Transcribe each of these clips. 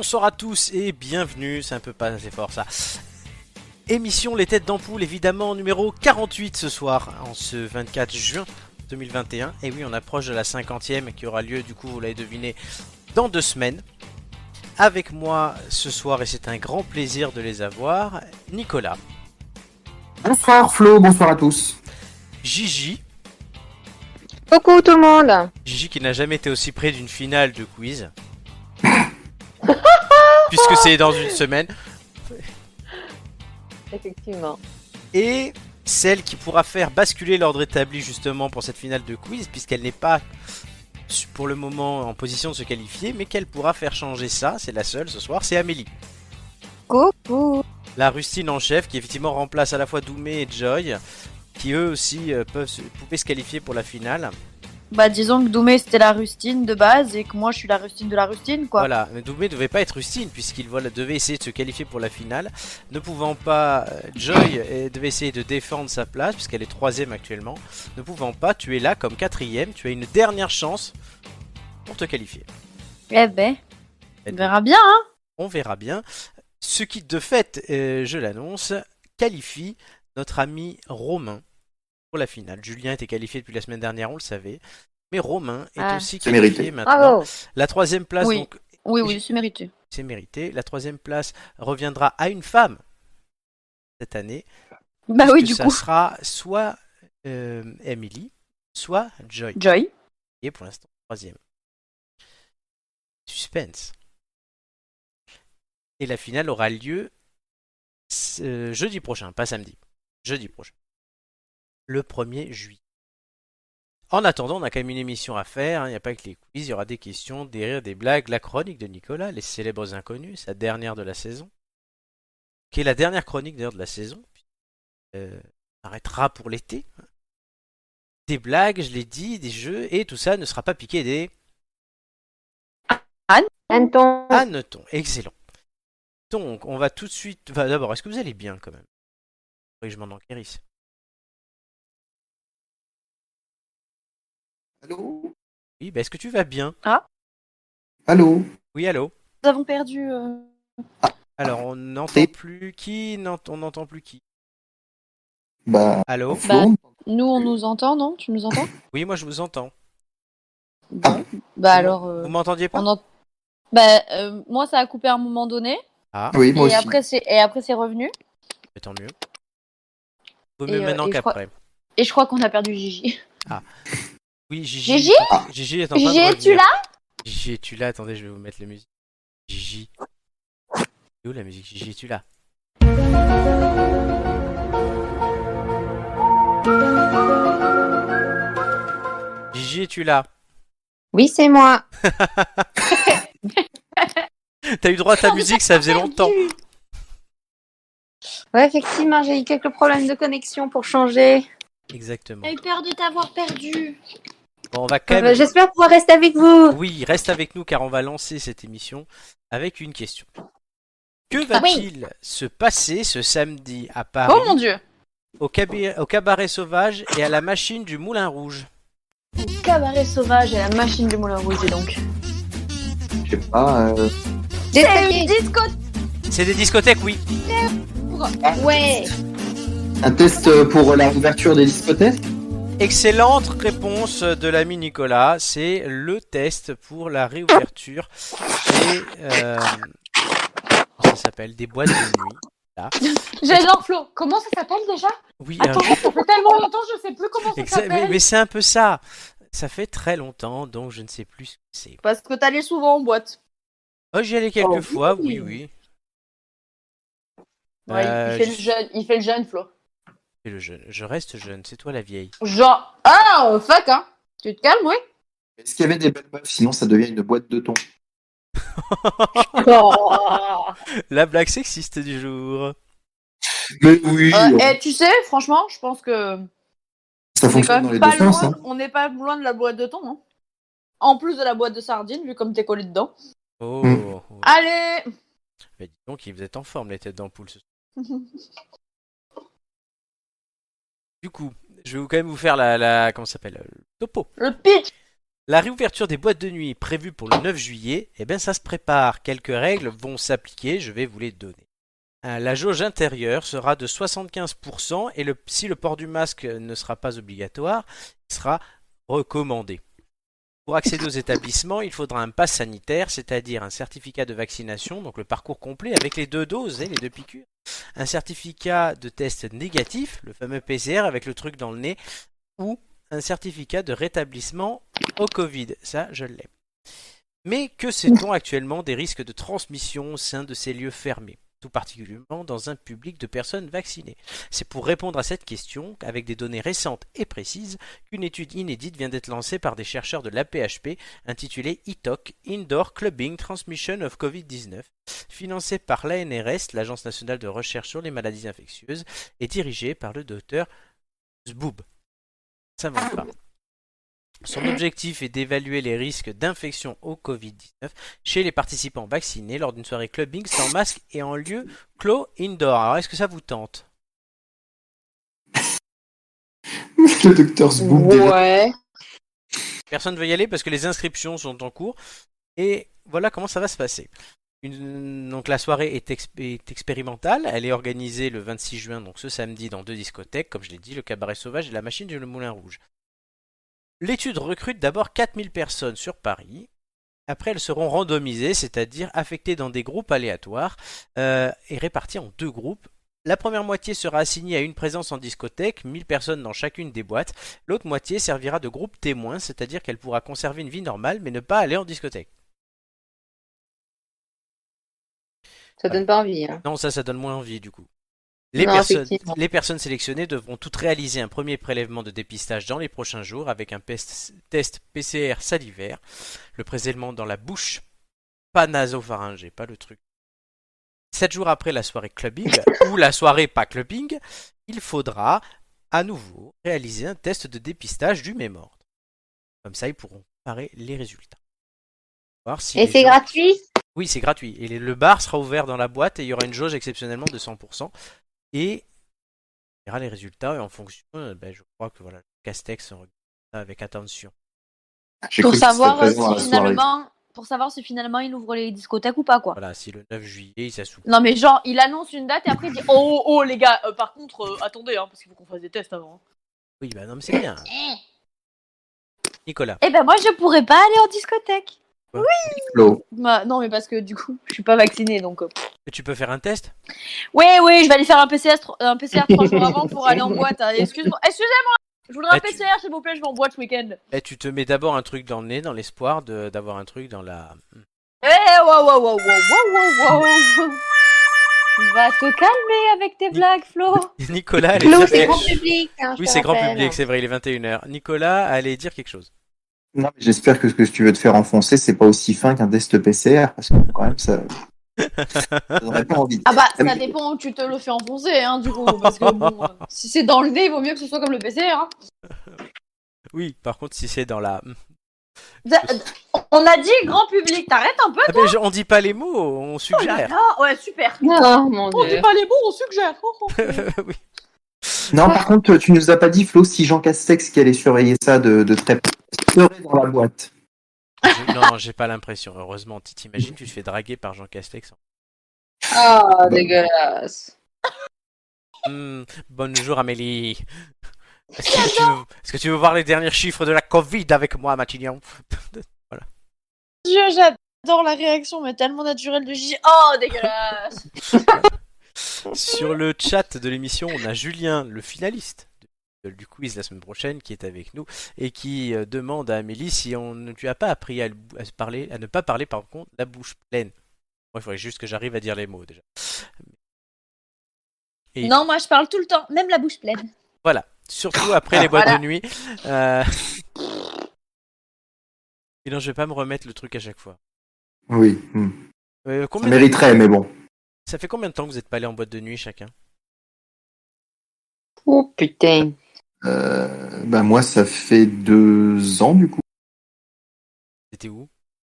Bonsoir à tous et bienvenue, c'est un peu pas assez fort ça. Émission Les Têtes d'Ampoule, évidemment numéro 48 ce soir, en ce 24 juin 2021. Et oui, on approche de la 50e qui aura lieu, du coup, vous l'avez deviné, dans 2 semaines. Avec moi ce soir, et c'est un grand plaisir de les avoir, Nicolas. Bonsoir Flo, bonsoir à tous. Gigi. Coucou tout le monde. Gigi qui n'a jamais été aussi près d'une finale de quiz. Puisque c'est dans 1 semaine. Effectivement. Et celle qui pourra faire basculer l'ordre établi justement pour cette finale de quiz, puisqu'elle n'est pas pour le moment en position de se qualifier, mais qu'elle pourra faire changer ça, c'est la seule ce soir, c'est Amélie. Coucou. La rustine en chef qui effectivement remplace à la fois Doumé et Joy, qui eux aussi pouvaient se qualifier pour la finale. Bah disons que Doumé c'était la rustine de base et que moi je suis la rustine de la rustine quoi. Voilà, mais Doumé devait pas être rustine puisqu'il devait essayer de se qualifier pour la finale. Ne pouvant pas, Joy devait essayer de défendre sa place puisqu'elle est 3ème actuellement. Ne pouvant pas, tu es là comme 4ème, tu as une dernière chance pour te qualifier. Eh ben, on verra bien hein. On verra bien. Ce qui de fait, je l'annonce, qualifie notre ami Romain pour la finale. Julien était qualifié depuis la semaine dernière, on le savait. Mais Romain est aussi qualifié maintenant. Bravo. La 3ème place, Oui. donc. Oui, c'est mérité. C'est mérité. La 3ème place reviendra à une femme cette année. Bah oui, du ça coup. sera soit Emily, soit Joy. Joy. Et pour l'instant, 3ème. Suspense. Et la finale aura lieu jeudi prochain, pas samedi. Jeudi prochain. Le 1er juillet. En attendant, on a quand même une émission à faire, il n'y a pas que les quiz, il y aura des questions, des rires, des blagues, la chronique de Nicolas, les célèbres inconnus, sa dernière de la saison, qui est la dernière chronique d'ailleurs de la saison, arrêtera pour l'été. Des blagues, je l'ai dit, des jeux, et tout ça ne sera pas piqué des hannetons. Excellent. Donc, on va tout de suite... Enfin, d'abord, est-ce que vous allez bien quand même? Il faudrait que je m'en enquérisse. Allô? Oui, bah est-ce que tu vas bien? Allô? Oui, allô? Nous avons perdu... Alors, on n'entend plus qui? On n'entend plus qui? Bah, Allô? Flo? Nous on nous entend, non? Tu nous entends? Oui, moi je vous entends. Bon. Bah alors... Vous m'entendiez pas? moi ça a coupé à un moment donné. Ah, Oui, moi Et aussi. après c'est revenu. mais tant mieux. Vaut mieux Et, maintenant et je qu'après. Et je crois qu'on a perdu Gigi. Oui, Gigi. Gigi Gigi est en train de Gigi, revenir. es-tu là? Gigi, es-tu là? Attendez, je vais vous mettre la musique. Gigi. C'est où la musique? Gigi, es-tu là? Gigi, es-tu là? Oui, c'est moi. T'as eu droit à ta musique, ça faisait longtemps. Ouais, effectivement, j'ai eu quelques problèmes de connexion pour changer. Exactement. J'ai eu peur de t'avoir perdu. Bon, on va quand même... J'espère pouvoir rester avec vous. Oui, reste avec nous car on va lancer cette émission avec une question. Que va-t-il se passer ce samedi à Paris Oh mon dieu. au cabaret sauvage et à la machine du Moulin Rouge? Cabaret sauvage et la machine du Moulin Rouge et donc. Je sais pas. C'est une discothèque. C'est des discothèques, oui. Ouais. Un test pour la réouverture des discothèques? Excellente réponse de l'ami Nicolas. C'est le test pour la réouverture des... ça s'appelle des boîtes de nuit. Là. J'adore Flo. Comment ça s'appelle déjà? Oui, Attends, ça fait tellement longtemps, je sais plus comment ça s'appelle. mais c'est un peu ça. Ça fait très longtemps, donc je ne sais plus ce que c'est. Parce que t'allais souvent en boîte. Oh, j'y allais quelques Oh, fois, oui. oui. Ouais, il fait le jeune Flo. Et le jeune. Je reste jeune, c'est toi la vieille. Genre, fuck hein. Tu te calmes, oui? Est-ce qu'il y avait des belles meufs? Sinon, ça devient une boîte de thon. Oh. La blague sexiste du jour. Mais oui, Et tu sais, franchement, je pense que ça on est quand fonctionne dans les même deux pas sens. loin. Hein. On n'est pas loin de la boîte de thon, hein. En plus de la boîte de sardines, vu comme t'es collé dedans. Oh. Allez. Mais dis donc, vous êtes en forme, les têtes d'ampoule ce soir. Du coup, je vais quand même vous faire la comment ça s'appelle? Le topo. Le pitch. La réouverture des boîtes de nuit prévue pour le 9 juillet, eh bien ça se prépare. Quelques règles vont s'appliquer, je vais vous les donner. La jauge intérieure sera de 75% et si le port du masque ne sera pas obligatoire, il sera recommandé. Pour accéder aux établissements, il faudra un pass sanitaire, c'est-à-dire un certificat de vaccination, donc le parcours complet avec les 2 doses, les 2 piqûres, un certificat de test négatif, le fameux PCR avec le truc dans le nez, ou un certificat de rétablissement au Covid. Ça, je l'ai. Mais que sait-on actuellement des risques de transmission au sein de ces lieux fermés, tout particulièrement dans un public de personnes vaccinées? C'est pour répondre à cette question, avec des données récentes et précises, qu'une étude inédite vient d'être lancée par des chercheurs de l'APHP intitulée ITOC, Indoor Clubbing Transmission of COVID-19, financée par l'ANRS, l'Agence nationale de recherche sur les maladies infectieuses, et dirigée par le docteur Zboub. Ça ne manque pas. Son objectif est d'évaluer les risques d'infection au Covid-19 chez les participants vaccinés lors d'une soirée clubbing sans masque et en lieu clos indoor. Alors, est-ce que ça vous tente? Le docteur Zboub. Ouais. Personne ne veut y aller parce que les inscriptions sont en cours. Et voilà comment ça va se passer. Donc la soirée est expérimentale. Elle est organisée le 26 juin, donc ce samedi, dans 2 discothèques, comme je l'ai dit, le Cabaret Sauvage et la Machine du Moulin Rouge. L'étude recrute d'abord 4000 personnes sur Paris. Après, elles seront randomisées, c'est-à-dire affectées dans des groupes aléatoires et réparties en 2 groupes. La première moitié sera assignée à une présence en discothèque, 1000 personnes dans chacune des boîtes. L'autre moitié servira de groupe témoin, c'est-à-dire qu'elle pourra conserver une vie normale mais ne pas aller en discothèque. Ça donne pas envie. Hein. Non, ça donne moins envie du coup. Non, Les personnes sélectionnées devront toutes réaliser un premier prélèvement de dépistage dans les prochains jours avec un test PCR salivaire, le prélèvement dans la bouche, pas nasopharyngé, pas le truc. 7 jours après la soirée clubbing, ou la soirée pas clubbing, il faudra à nouveau réaliser un test de dépistage du même ordre. Comme ça, ils pourront comparer les résultats. Voir si Et c'est gratuit? Oui, c'est gratuit. Et le bar sera ouvert dans la boîte et il y aura une jauge exceptionnellement de 100%. Et on verra les résultats et en fonction, je crois que voilà, Castex regarde ça avec attention. Pour savoir si finalement il ouvre les discothèques ou pas, quoi. Voilà, si le 9 juillet il s'assouplit. Non mais genre il annonce une date et après il dit oh les gars, par contre attendez parce qu'il faut qu'on fasse des tests avant. Oui, bah non mais c'est bien. Nicolas. Eh ben moi je pourrais pas aller en discothèque. Quoi? Oui. Flo. Bah, non mais parce que du coup je suis pas vaccinée donc. Et tu peux faire un test? Oui, je vais aller faire un PCR 3 jours avant pour aller en boîte. Excusez-moi, je voudrais un PCR s'il vous plaît, je vais en boîte ce week-end. Et tu te mets d'abord un truc dans le nez dans l'espoir d'avoir un truc dans la... Wow. Tu vas te calmer avec tes blagues, Flo. Nicolas allait Flo, dire... c'est grand public. Hein, Oui, c'est grand public, c'est vrai, il est 21h. Nicolas allait dire quelque chose. Non, mais j'espère que ce que tu veux te faire enfoncer, c'est pas aussi fin qu'un test PCR, parce que quand même, ça donnerait pas envie. Ah bah, ça dépend où tu te le fais enfoncer, hein, du coup, parce que bon, si c'est dans le nez, il vaut mieux que ce soit comme le PCR, hein. Oui, par contre, si c'est dans la... On a dit grand public, t'arrêtes un peu, Ah ben, on dit pas les mots, on suggère. Ouais, super. Non, mon On Dieu. dit pas les mots, on suggère. Oui. Non, par contre, tu nous as pas dit, Flo, si Jean Castex qui allait surveiller ça de très près serait dans la boîte. Non, j'ai pas l'impression. Heureusement, t'imagines, tu te fais draguer par Jean Castex. Ah, dégueulasse. Bonjour Amélie. Est-ce que tu veux voir les derniers chiffres de la Covid avec moi, Matignon? Voilà. J'adore la réaction, mais tellement naturelle de Gigi. Oh, dégueulasse. Sur le chat de l'émission, on a Julien, le finaliste du quiz la semaine prochaine, qui est avec nous et qui demande à Amélie si on ne lui a pas appris à ne pas parler par contre la bouche pleine. Moi, il faudrait juste que j'arrive à dire les mots déjà. Et... Non, moi je parle tout le temps, même la bouche pleine. Voilà, surtout après les boîtes de nuit. Et non, je vais pas me remettre le truc à chaque fois. Oui. Ça mériterait, mais bon. Ça fait combien de temps que vous n'êtes pas allé en boîte de nuit chacun? Oh putain. Moi, ça fait 2 ans du coup. C'était où?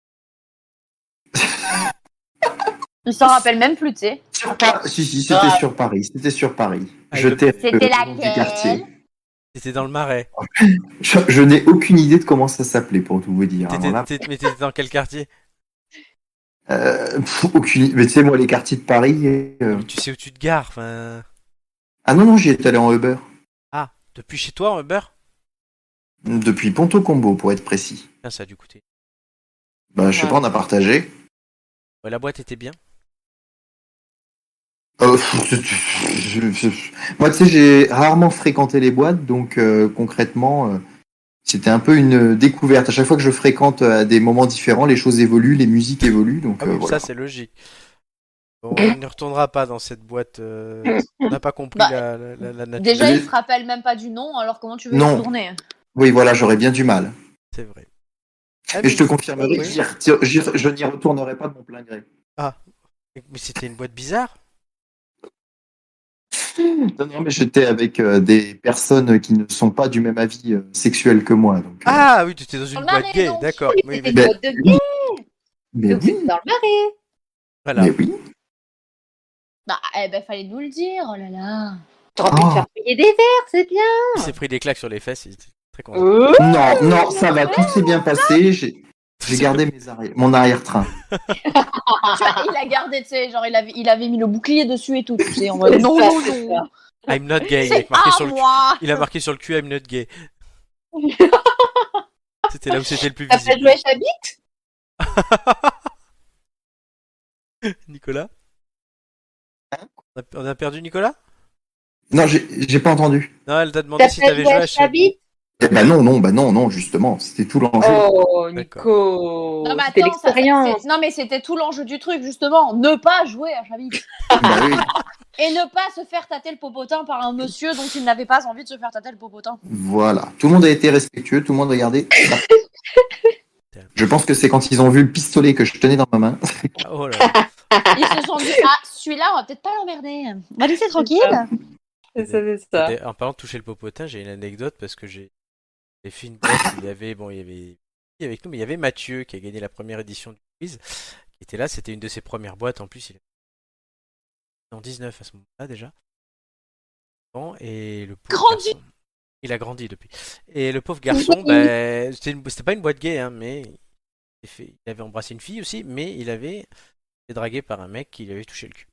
Il s'en rappelle même plus, tu sais. Si, c'était sur Paris. C'était sur Paris. Ah, C'était C'était du quartier. laquelle? T'étais dans le Marais. Je n'ai aucune idée de comment ça s'appelait, pour tout vous dire. Alors là, Mais t'étais dans quel quartier? aucune. Mais tu sais, moi, les quartiers de Paris. Tu sais où tu te gares, enfin... Ah non, non, j'y étais allé en Uber. Ah, depuis chez toi, en Uber? Depuis Ponto Combo, pour être précis. Ah, ça a dû coûter. Bah, je sais pas, on a partagé. Ouais, la boîte était bien. Euh, Moi, tu sais, j'ai rarement fréquenté les boîtes, donc concrètement, c'était un peu une découverte. À chaque fois que je fréquente à des moments différents, les choses évoluent, les musiques évoluent, donc Ah oui, voilà. ça c'est logique. Bon, on ne retournera pas dans cette boîte. On n'a pas compris Bah, la nature. Déjà, il se rappelle même pas du nom, alors comment tu veux Non. y retourner? Oui, voilà, j'aurais bien du mal. C'est vrai. Et je te confirmerai Oui. que je n'y retournerai pas de mon plein gré. Ah, mais c'était une boîte bizarre. Non, non, mais j'étais avec des personnes qui ne sont pas du même avis sexuel que moi. Donc, Ah oui, tu étais dans une le boîte Marais, gay, donc. d'accord. Oui, C'était oui. une boîte de oui. gay, mais donc oui, c'était dans le Marais. Voilà. mais oui. Bah, fallait nous le dire, oh là là. T'aurais pu te faire payer des verres, c'est bien. Il s'est pris des claques sur les fesses, il était très content. Non, non, ça va, tout s'est bien passé. J'ai gardé mon arrière-train. Tu vois, il a gardé, tu sais, genre il avait mis le bouclier dessus et tout, tu sais, en mode C'est non, ça, non, c'est non. I'm not gay, C'est sur le cul. moi. Il a marqué sur le cul I'm not gay. C'était là où c'était le plus T'as pas visible. joué à Chabit? Nicolas? On a perdu Nicolas? Non, j'ai pas entendu. Non, elle t'a demandé T'as si pas t'avais joué joué à à Chablis. Chabit? Eh ben non, non, bah non, non, justement, c'était tout l'enjeu. Oh, D'accord. Nico. Non, mais C'était attends, l'expérience. non, mais c'était tout l'enjeu du truc, justement. Ne pas jouer à Chavit. Bah oui, Et ne pas se faire tâter le popotin par un monsieur dont il n'avait pas envie de se faire tâter le popotin. voilà. Tout le monde a été respectueux, tout le monde a gardé. Je pense que c'est quand ils ont vu le pistolet que je tenais dans ma main. Oh là là. Ils se sont dit, ah, celui-là, on va peut-être pas l'emmerder. On va laisser tranquille. C'est ça. En parlant de toucher le popotin, j'ai une anecdote parce que j'ai fait une boîte où il y avait avec nous, mais il y avait Mathieu qui a gagné la première édition du quiz, qui était là, c'était une de ses premières boîtes en plus, il était en 19 à ce moment-là déjà. Bon, et le pauvre Grandi. garçon, il a grandi depuis. Et le pauvre garçon, ben, c'était pas une boîte gay, hein, mais il avait embrassé une fille aussi, mais il avait été dragué par un mec qui lui avait touché le cul.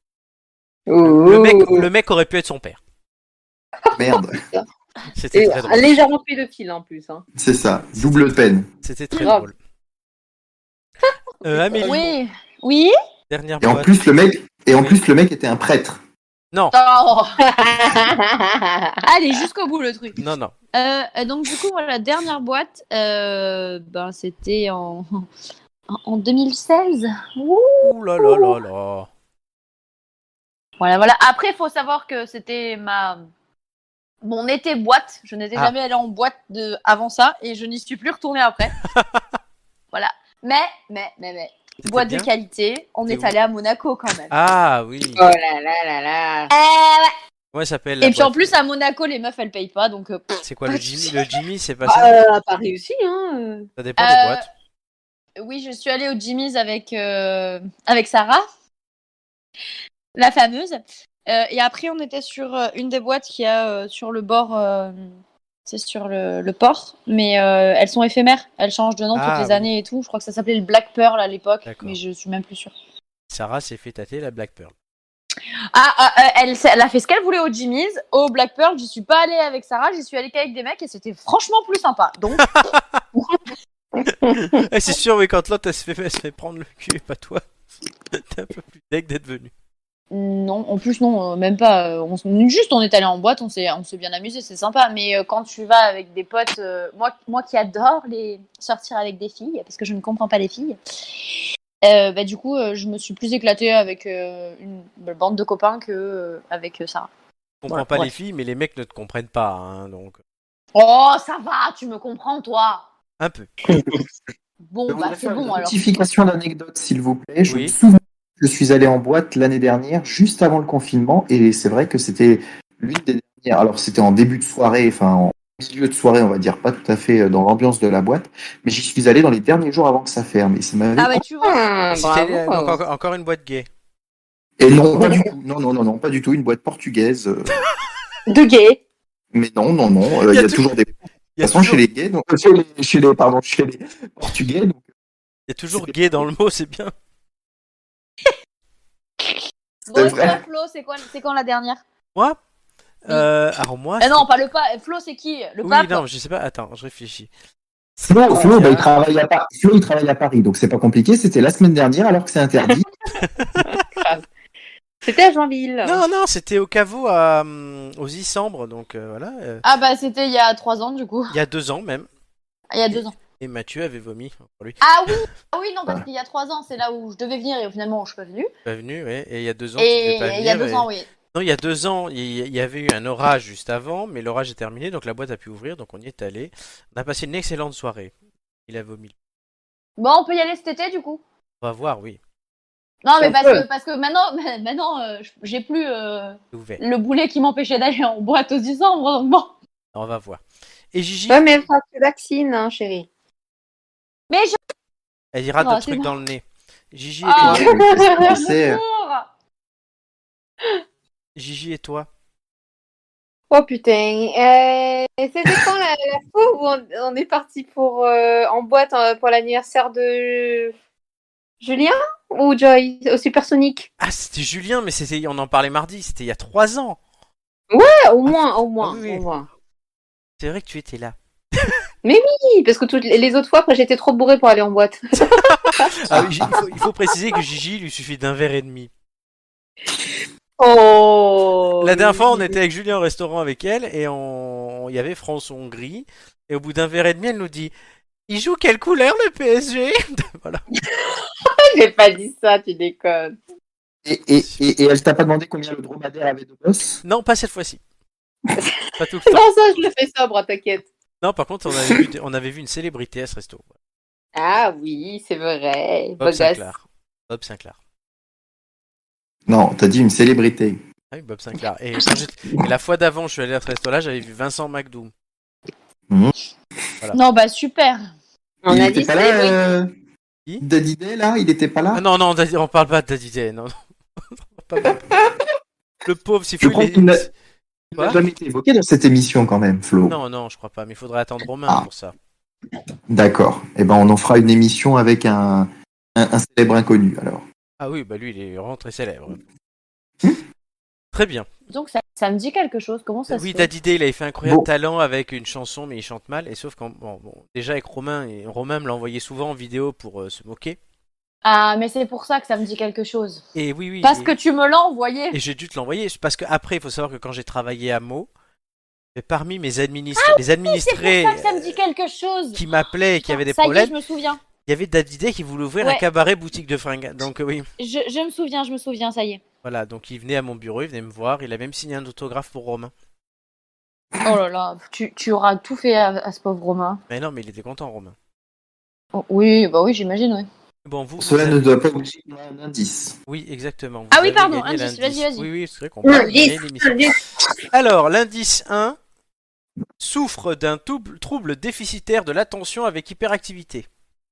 Le mec aurait pu être son père. Merde, C'était Et très drôle. légèrement pédophile en plus. Hein. c'est ça, double peine. C'était très Grave. drôle. Amélie, Oui. Oui. dernière Et en boîte. plus, le mec était un prêtre. Non, Oh. Allez, jusqu'au bout le truc. non, non. Donc du coup, voilà, la dernière boîte, c'était en 2016. Ouh. Ouh là là là là. Voilà. Après, il faut savoir que c'était mon été boîte. Je n'étais jamais allée en boîte avant ça et je n'y suis plus retournée après. Voilà. Mais, C'était boîte bien de qualité. On C'était est allé à Monaco quand même. Ah oui. Oh là là là là. Comment elle s'appelle Et la puis en boîte plus, à Monaco, les meufs, elles payent pas. Donc, C'est quoi le Jimmy? Le Jimmy, c'est pas ça? À Paris aussi, hein. Ça dépend des boîtes. oui, je suis allée au Jimmy's avec Sarah, la fameuse. Et après, on était sur une des boîtes qui a sur le bord, c'est sur le port, mais elles sont éphémères. Elles changent de nom Ah, toutes les oui. années et tout. Je crois que ça s'appelait le Black Pearl à l'époque, D'accord. mais je suis même plus sûre. Sarah s'est fait tâter la Black Pearl. Elle a fait ce qu'elle voulait au Jimmy's. Au Black Pearl, j'y suis pas allée avec Sarah, j'y suis allée qu'avec des mecs et c'était franchement plus sympa. Donc, Eh, c'est sûr, oui, quand l'autre elle se fait prendre le cul et pas toi, t'es un peu plus deg d'être venu. non, en plus, non, même pas. On est allé en boîte, on s'est bien amusé, c'est sympa. Mais quand tu vas avec des potes, moi qui adore sortir avec des filles, parce que je ne comprends pas les filles, du coup, je me suis plus éclatée avec une bande de copains que avec Sarah. Je comprends Voilà, pas les bref. filles, mais les mecs ne te comprennent pas, hein, donc Oh, ça va, tu me comprends, toi. un peu. Bon, Je voudrais c'est faire bon une alors. rectification d'anecdote, s'il vous plaît. Je Oui. me souviens que je suis allé en boîte l'année dernière, juste avant le confinement, et c'est vrai que c'était l'une des dernières. Alors, c'était en début de soirée, enfin, en milieu de soirée, on va dire, pas tout à fait dans l'ambiance de la boîte, mais j'y suis allé dans les derniers jours avant que ça ferme, et ça m'avait. Ah, tu vois. Ah, C'était bravo. donc encore une boîte gay. Et non, pas du tout. Non, pas du tout. Une boîte portugaise. De gay. Mais non, Il il y a y a tout- toujours des. De Il y a toute façon, chez toujours, les gays, donc chez les Portugais, donc il y a toujours gay dans le mot, c'est bien. Bon, et vrai. toi, Flo, c'est quand la dernière? Moi Oui. Alors moi. Ah non, pas le pape. Flo, c'est qui? Le Oui, pape? non, je sais pas. Attends, je réfléchis. Flo, bah, il travaille à Paris. Flo, il travaille à Paris, donc c'est pas compliqué. C'était la semaine dernière, alors que c'est interdit. C'était à Joinville. Non, c'était au caveau aux Isambres, donc voilà. Ah bah c'était il y a 3 ans du coup. Il y a 2 ans même. Ah, il y a 2 ans. Et Mathieu avait vomi pour lui. Ah oui, non, parce qu'il y a 3 ans, c'est là où je devais venir et finalement je suis pas venue. Pas venu, ouais. Et il y a 2 ans, tu Et devais pas il y a venir, 2 et- ans, oui. Non, il y a 2 ans, il y avait eu un orage juste avant, mais l'orage est terminé, donc la boîte a pu ouvrir, donc on y est allé. On a passé une excellente soirée. Il a vomi. Bon, on peut y aller cet été du coup. On va voir, oui. Non, mais On parce peut. que maintenant j'ai plus C'est ouvert. le boulet qui m'empêchait d'aller en boîte aux décembre, donc bon. On va voir. Et Gigi, Ouais, mais elle fera que vaccine, hein, chérie. Mais je. elle ira Oh, de c'est trucs bon. dans le nez. Gigi et Ah, toi Ouais, mon c'est- secours. Gigi et toi Oh putain. C'était quand la fois où on est parti pour en boîte pour l'anniversaire de Julien ou Joy au Supersonic? Ah, c'était Julien, mais on en parlait mardi, c'était il y a 3 ans. Ouais, au moins, oui, oui. au moins. C'est vrai que tu étais là. Oui, parce que toutes les autres fois, après, j'étais trop bourrée pour aller en boîte. Ah oui, il faut préciser que Gigi, il lui suffit d'un verre et demi. Oh. La dernière fois, on était avec Julien au restaurant avec elle et il y avait France Hongrie. Et au bout d'un verre et demi, elle nous dit: il joue quelle couleur le PSG? Voilà. J'ai pas dit ça, tu déconnes. Et elle t'a pas demandé combien le dromadaire avait de bosses? Non, pas cette fois-ci. Pas tout le temps. Non, ça, je le fais sobre, t'inquiète. Non, par contre, on avait vu une célébrité à ce resto. Ah oui, c'est vrai. Bob Beau gosse. Sinclair. Bob Sinclair. Non, t'as dit une célébrité. Ah oui, Bob Sinclair. Et la fois d'avant, je suis allé à ce resto-là, j'avais vu Vincent McDoom. Voilà. Non, bah super. On Il a était dit pas célébrité. là, Qui Daddy Day, là? Il était pas là? Ah non, on parle pas de Daddy Day, non. Pas- Le pauvre, s'il Je faut crois il qu'il n'a Quoi jamais été évoqué dans cette émission, quand même, Flo. Non, je crois pas, mais il faudrait attendre Romain Ah. pour ça. D'accord. Eh ben, on en fera une émission avec un célèbre inconnu, alors. Ah oui, bah lui, il est vraiment très célèbre. Très bien. Donc ça me dit quelque chose. Comment ça se Oui, fait? Daddy Day, il avait fait un incroyable Bon. talent avec une chanson, mais il chante mal. Et sauf qu'en bon, déjà avec Romain, et Romain me l'a envoyé souvent en vidéo pour se moquer. Ah, mais c'est pour ça que ça me dit quelque chose. Et oui. Parce que tu me l'as envoyé. Et j'ai dû te l'envoyer. Parce que après, il faut savoir que quand j'ai travaillé à Meaux, parmi mes administrés, les C'est administrés pour ça que ça me dit quelque chose. qui m'appelaient et qui avaient des Ça y est, problèmes, je me souviens. il y avait Daddy Day qui voulait ouvrir un Ouais. cabaret boutique de fringues. Donc oui, Je me souviens, ça y est. voilà. Donc il venait à mon bureau, il venait me voir. Il a même signé un autographe pour Romain. Oh là là, tu auras tout fait à ce pauvre Romain. Mais non, mais il était content, Romain. Oh, oui, bah oui, j'imagine, ouais. Bon, vous. Cela vous ne avez- doit pas oublier un indice. Oui, exactement. Vous Ah oui, avez pardon, gagné indice, l'indice. vas-y. Oui, c'est vrai qu'on peut gagner l'émission. Indice. Alors, l'indice 1 souffre d'un trouble déficitaire de l'attention avec hyperactivité.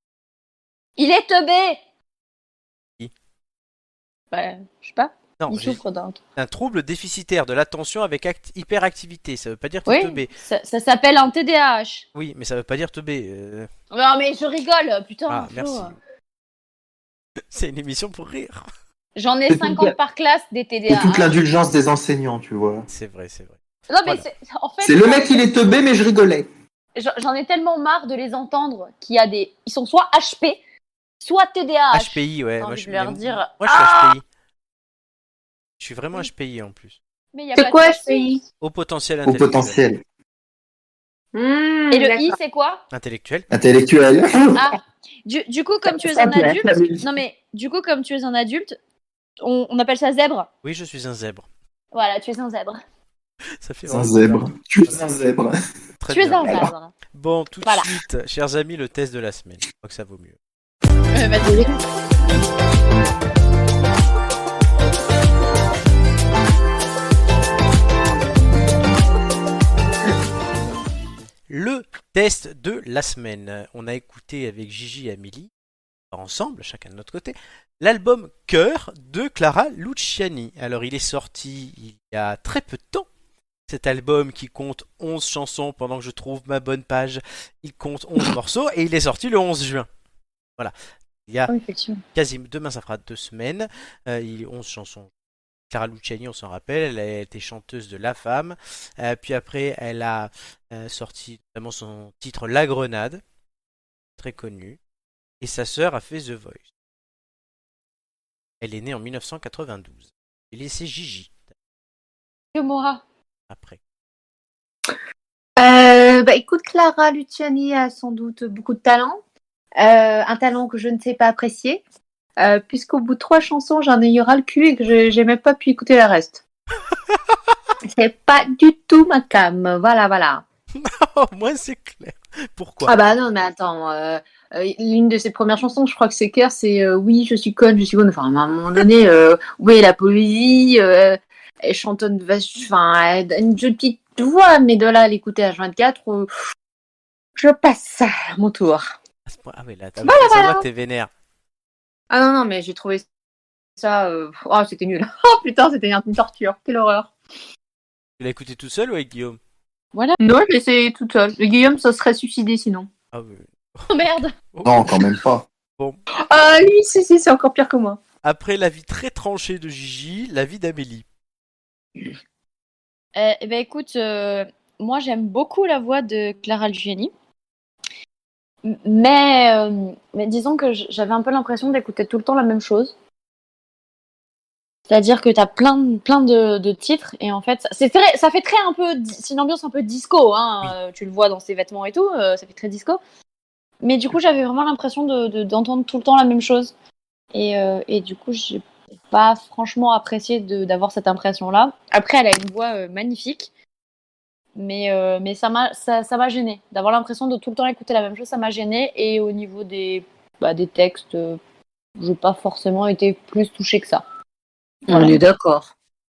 Il est teubé. Qui? Bah, je sais pas. Non, Il j'ai souffre d'un. un trouble déficitaire de l'attention avec hyperactivité. Ça veut pas dire Oui, teubé. ça s'appelle un TDAH. Oui, mais ça veut pas dire teubé. Non, mais je rigole, putain. Ah, Flo. merci. C'est une émission pour rire. J'en ai C'est 50 tout- par classe des C'est toute TDAH. l'indulgence des enseignants, tu vois. C'est vrai. Non, mais Voilà. en fait, C'est le mec, il est teubé, mais je rigolais. j'en ai tellement marre de les entendre qu'il y a des. Ils sont soit HP, soit TDAH. HPI, ouais. J'ai Moi, envie je de leur mais dire, moi, je suis HPI. Je suis vraiment Oui. HPI en plus. Mais il y a C'est pas quoi de souci. HPI? Au potentiel Au intellectuel. potentiel. Et le I, c'est quoi? Intellectuel. Intellectuel. Ah, du coup, comme tu es un adulte. Non, mais du coup, comme tu es un adulte, on appelle ça zèbre. Oui, je suis un zèbre. Voilà, tu es un zèbre. Ça fait C'est un vraiment zèbre. bizarre. Tu es un zèbre. Très Tu es bien. un zèbre. Bon, tout de Voilà. suite, chers amis, le test de la semaine. Je crois que ça vaut mieux. Vas-y. Le test de la semaine. On a écouté avec Gigi et Amélie, ensemble, chacun de notre côté, l'album Cœur de Clara Luciani. Alors, il est sorti il y a très peu de temps. Cet album qui compte 11 chansons pendant que je trouve ma bonne page, il compte 11 morceaux et il est sorti le 11 juin. Voilà. Il y a Oui, effectivement. quasiment, demain ça fera 2 semaines. Il y a 11 chansons. Clara Luciani, on s'en rappelle, elle a été chanteuse de La Femme. Puis après, elle a sorti notamment son titre La Grenade, très connu. Et sa sœur a fait The Voice. Elle est née en 1992. Et c'est Gigi, Mora. après. Écoute, Clara Luciani a sans doute beaucoup de talent. Un talent que je ne sais pas apprécier. Puisqu'au bout de 3 chansons, j'en ai eu ras le cul et que j'ai même pas pu écouter le reste. C'est pas du tout ma cam. Voilà. Oh, moi c'est clair. Pourquoi? Ah bah non, mais attends. L'une de ses premières chansons, je crois que c'est Cœur, c'est Oui, je suis conne. Enfin, à un moment donné, oui, la poésie, elle chantonne, enfin, elle a une jolie petite voix, mais de là à l'écouter à H24, je passe à mon tour. Ah oui, là, Voilà. ça voit que t'es vénère. Ah non, mais j'ai trouvé ça. Oh, c'était nul. Oh putain, c'était une torture. Quelle horreur. Tu l'as écouté tout seul ou avec Guillaume? Voilà. Non, je l'ai essayé toute seule. Le Guillaume, ça serait suicidé sinon. Ah oui. Oh merde. Non, quand même pas. Ah, lui, si, c'est encore pire que moi. Après l'avis très tranché de Gigi, l'avis d'Amélie. Écoute, moi j'aime beaucoup la voix de Clara Luciani. Mais disons que j'avais un peu l'impression d'écouter tout le temps la même chose. C'est-à-dire que t'as plein de titres et en fait, ça fait très un peu, c'est une ambiance un peu disco, hein. Tu le vois dans ses vêtements et tout, ça fait très disco. Mais du coup, j'avais vraiment l'impression d'entendre tout le temps la même chose. Et du coup, j'ai pas franchement apprécié d'avoir cette impression-là. Après, elle a une voix magnifique. Mais ça m'a gêné. D'avoir l'impression de tout le temps écouter la même chose, ça m'a gêné. Et au niveau des textes, j'ai pas forcément été plus touchée que ça. Voilà. On est d'accord.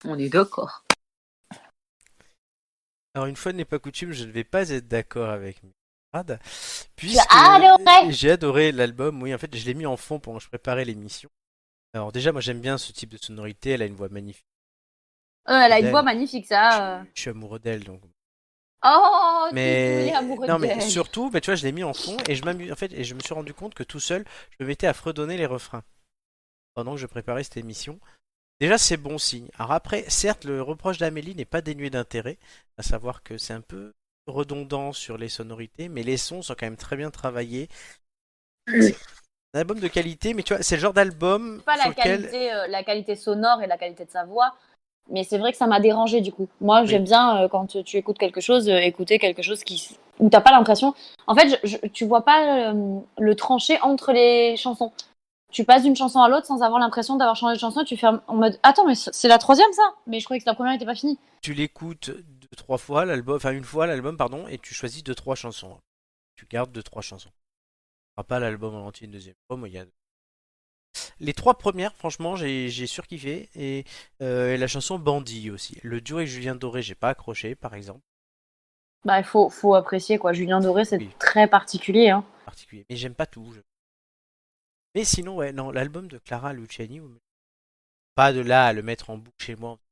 Alors une fois n'est pas coutume, je ne vais pas être d'accord avec mes camarades, puisque j'ai adoré l'album. Oui, en fait, je l'ai mis en fond pendant que je préparais l'émission. Alors déjà, moi j'aime bien ce type de sonorité. Elle a une voix magnifique. Elle a une voix magnifique, ça. Je suis amoureux d'elle, donc. Oh, Mais tu es amoureux non, mais d'elle. surtout, tu vois, je l'ai mis en fond et je m'amuse. En fait, et je me suis rendu compte que tout seul, je me mettais à fredonner les refrains pendant que je préparais cette émission. Déjà, c'est bon signe. Alors après, certes, le reproche d'Amélie n'est pas dénué d'intérêt, à savoir que c'est un peu redondant sur les sonorités, mais les sons sont quand même très bien travaillés. C'est un album de qualité, mais tu vois, c'est le genre d'album Pas sur la qualité sonore et la qualité de sa voix, mais c'est vrai que ça m'a dérangé du coup. Moi, j'aime bien quand tu écoutes quelque chose, écouter quelque chose où t'as pas l'impression. En fait, tu vois pas le tranché entre les chansons. Tu passes d'une chanson à l'autre sans avoir l'impression d'avoir changé de chanson. Tu fais en mode attends, mais c'est la troisième ça. Mais je croyais que la première était pas finie. Tu l'écoutes 2-3 fois l'album, enfin une fois l'album, pardon, et tu choisis 2-3 chansons. Tu gardes 2-3 chansons. Tu feras pas l'album en entier une deuxième fois. Moi, il y a les 3 premières, franchement, j'ai surkiffé. Et la chanson Bandit aussi. Le duo avec Julien Doré, j'ai pas accroché, par exemple. Bah, il faut apprécier quoi. Julien Doré, c'est très particulier. Hein. Particulier. Mais j'aime pas tout. Mais sinon, ouais, non, l'album de Clara Luciani, pas de là à le mettre en boucle chez moi.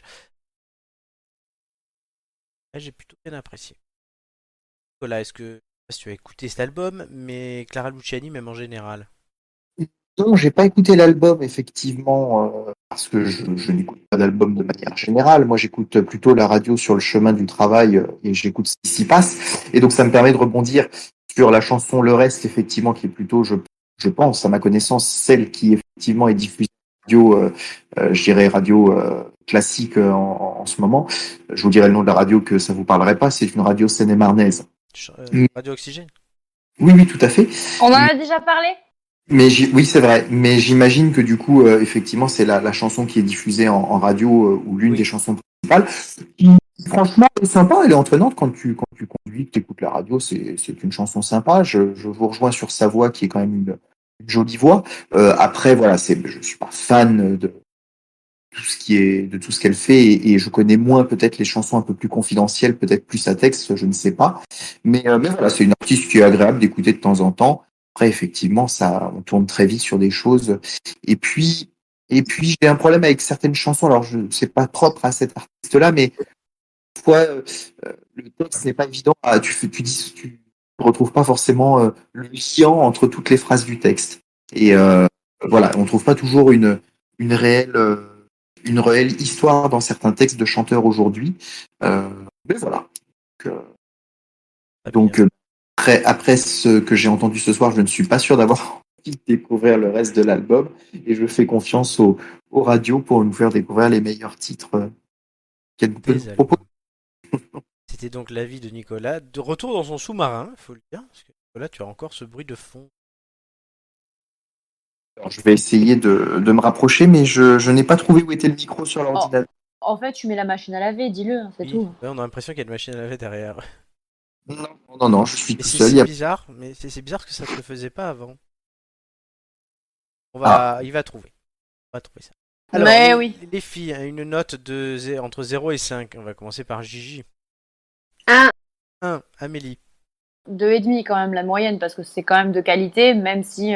J'ai plutôt bien apprécié. Voilà, est-ce que tu as écouté cet album, mais Clara Luciani, même en général? Non, j'ai pas écouté l'album effectivement parce que je n'écoute pas d'album de manière générale. Moi, j'écoute plutôt la radio sur le chemin du travail et j'écoute ce qui s'y passe. Et donc, ça me permet de rebondir sur la chanson Le Reste, effectivement, qui est plutôt, je pense, à ma connaissance, celle qui effectivement est diffusée radio, je dirais radio classique en ce moment. Je vous dirai le nom de la radio que ça vous parlerait pas. C'est une radio seine-et-marnaise. Radio Oxygène. Oui, tout à fait. On en a déjà parlé. Mais oui, c'est vrai. Mais j'imagine que du coup, effectivement, c'est la chanson qui est diffusée en radio ou l'une des chansons principales. Qui, franchement, est sympa. Elle est entraînante quand tu conduis, que tu écoutes la radio. C'est une chanson sympa. Je vous rejoins sur sa voix, qui est quand même une jolie voix. Après, voilà, je suis pas fan de tout ce qu'elle fait et je connais moins peut-être les chansons un peu plus confidentielles, peut-être plus à texte, je ne sais pas. Mais voilà, c'est une artiste qui est agréable d'écouter de temps en temps. Après, effectivement, on tourne très vite sur des choses. Et puis, j'ai un problème avec certaines chansons. Alors, c'est pas propre à cet artiste-là, mais fois, le texte n'est pas évident. Tu retrouves pas forcément le lien entre toutes les phrases du texte. Et voilà, on trouve pas toujours une réelle histoire dans certains textes de chanteurs aujourd'hui. Mais voilà. Donc, après ce que j'ai entendu ce soir, je ne suis pas sûr d'avoir envie de découvrir le reste de l'album. Et je fais confiance aux radios pour nous faire découvrir les meilleurs titres qu'elles peuvent nous proposer. C'était donc l'avis de Nicolas. De retour dans son sous-marin, il faut le dire. Parce que Nicolas, tu as encore ce bruit de fond. Alors, je vais essayer de me rapprocher, mais je n'ai pas trouvé où était le micro sur l'ordinateur. En fait, tu mets la machine à laver, dis-le, c'est tout. Ouais, on a l'impression qu'il y a une machine à laver derrière. Non, je suis tout seul. C'est bizarre, mais c'est bizarre parce que ça ne le faisait pas avant. Il va trouver. On va trouver ça. Alors, mais oui. Les filles, une note entre 0 et 5. On va commencer par Gigi. 1. Amélie. 2,5 quand même la moyenne, parce que c'est quand même de qualité, même si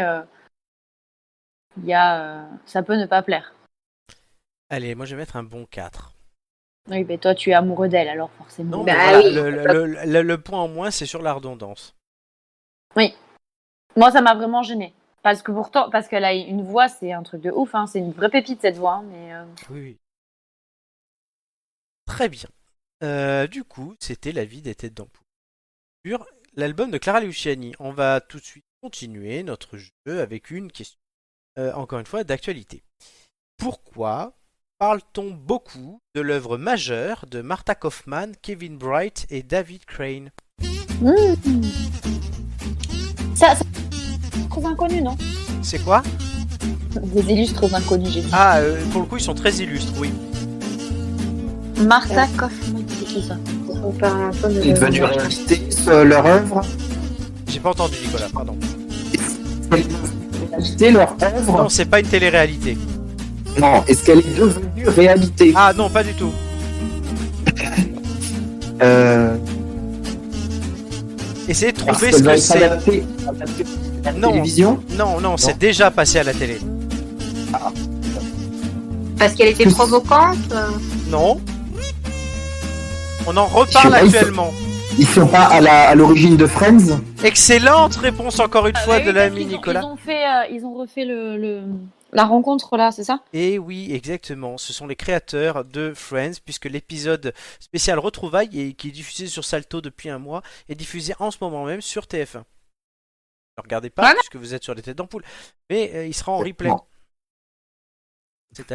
ça peut ne pas plaire. Allez, moi je vais mettre un bon 4. Oui, mais toi tu es amoureux d'elle, alors forcément. Non, voilà, oui. le point en moins, c'est sur la redondance. Oui. Moi, ça m'a vraiment gênée. Parce qu'elle a une voix, c'est un truc de ouf, hein. C'est une vraie pépite cette voix. Mais Oui. Très bien. Du coup, c'était l'avis des têtes d'ampoule sur l'album de Clara Luciani. On va tout de suite continuer notre jeu avec une question, encore une fois, d'actualité. Pourquoi parle-t-on beaucoup de l'œuvre majeure de Martha Kaufman, Kevin Bright et David Crane? Ça c'est trop inconnu, non? C'est quoi? Des illustres inconnus, j'ai dit. Ah, pour le coup, ils sont très illustres, oui. Martha Kaufman, c'est qui ça? C'est devenu réalité leur œuvre? J'ai pas entendu, Nicolas, pardon. Réalité leur œuvre? Non, c'est pas une télé-réalité. Non, est-ce qu'elle est devenue réalité? Ah non, pas du tout. Essayez de trouver ce que c'est. Non, télévision? Non, c'est déjà passé à la télé. Ah. Parce qu'elle était provocante? Non. On en reparle actuellement. Ils sont pas à l'origine de Friends? Excellente réponse encore une fois de l'ami Nicolas. Ils ont refait la rencontre là, c'est ça? Et oui, exactement. Ce sont les créateurs de Friends, puisque l'épisode spécial Retrouvailles, et qui est diffusé sur Salto depuis un mois, est diffusé en ce moment même sur TF1. Ne regardez pas, puisque vous êtes sur les têtes d'ampoule. Mais il sera en replay. Cet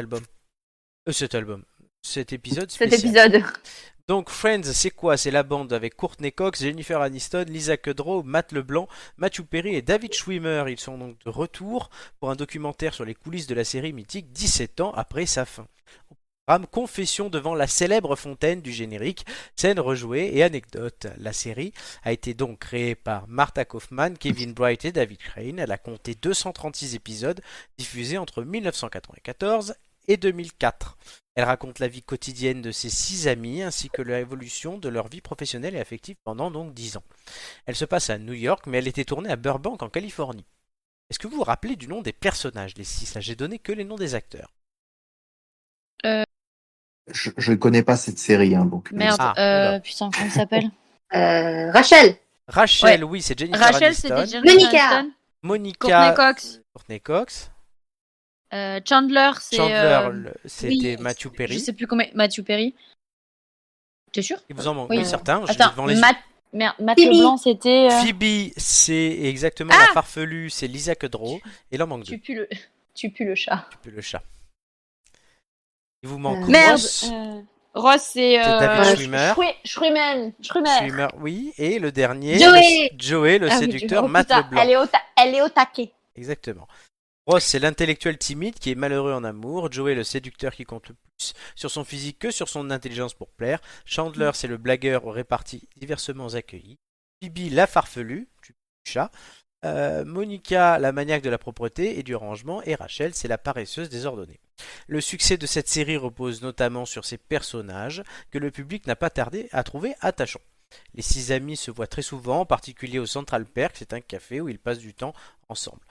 épisode spécial. Cet épisode. Donc Friends, c'est quoi? C'est la bande avec Courtney Cox, Jennifer Aniston, Lisa Kudrow, Matt LeBlanc, Matthew Perry et David Schwimmer. Ils sont donc de retour pour un documentaire sur les coulisses de la série mythique 17 ans après sa fin. Au programme, confession devant la célèbre fontaine du générique, scène rejouée et anecdote. La série a été donc créée par Martha Kaufman, Kevin Bright et David Crane. Elle a compté 236 épisodes diffusés entre 1994 et 2004. Elle raconte la vie quotidienne de ses 6 amis ainsi que l'évolution de leur vie professionnelle et affective pendant donc 10 ans. Elle se passe à New York, mais elle était tournée à Burbank en Californie. Est-ce que vous vous rappelez du nom des personnages des 6? Là, j'ai donné que les noms des acteurs. Je ne connais pas cette série, hein, donc. Merde, putain, comment ça s'appelle? Rachel. Rachel, oui, c'est Jennifer Aniston. Rachel, c'était Jennifer Aniston. Monica. Courtney Cox. Chandler, c'était Matthew Perry. Je sais plus comment. Matthew Perry. T'es sûr? Il vous en manque certains. Attends, Matt LeBlanc, c'était. Phoebe, c'est exactement la farfelue, c'est Lisa Kudrow. Et il en manque 2. Tu pues le chat. Il vous manque Ross. Ross, c'est David Schwimmer. Schwimmer. Oui. Et le dernier, Joey, le séducteur Matt LeBlanc. Elle est au taquet. Exactement. Ross, c'est l'intellectuel timide qui est malheureux en amour. Joey, le séducteur qui compte plus sur son physique que sur son intelligence pour plaire. Chandler, c'est le blagueur réparti diversement accueilli. Phoebe, la farfelue, du chat. Monica, la maniaque de la propreté et du rangement. Et Rachel, c'est la paresseuse désordonnée. Le succès de cette série repose notamment sur ces personnages que le public n'a pas tardé à trouver attachants. Les 6 amis se voient très souvent, en particulier au Central Perk, c'est un café où ils passent du temps ensemble.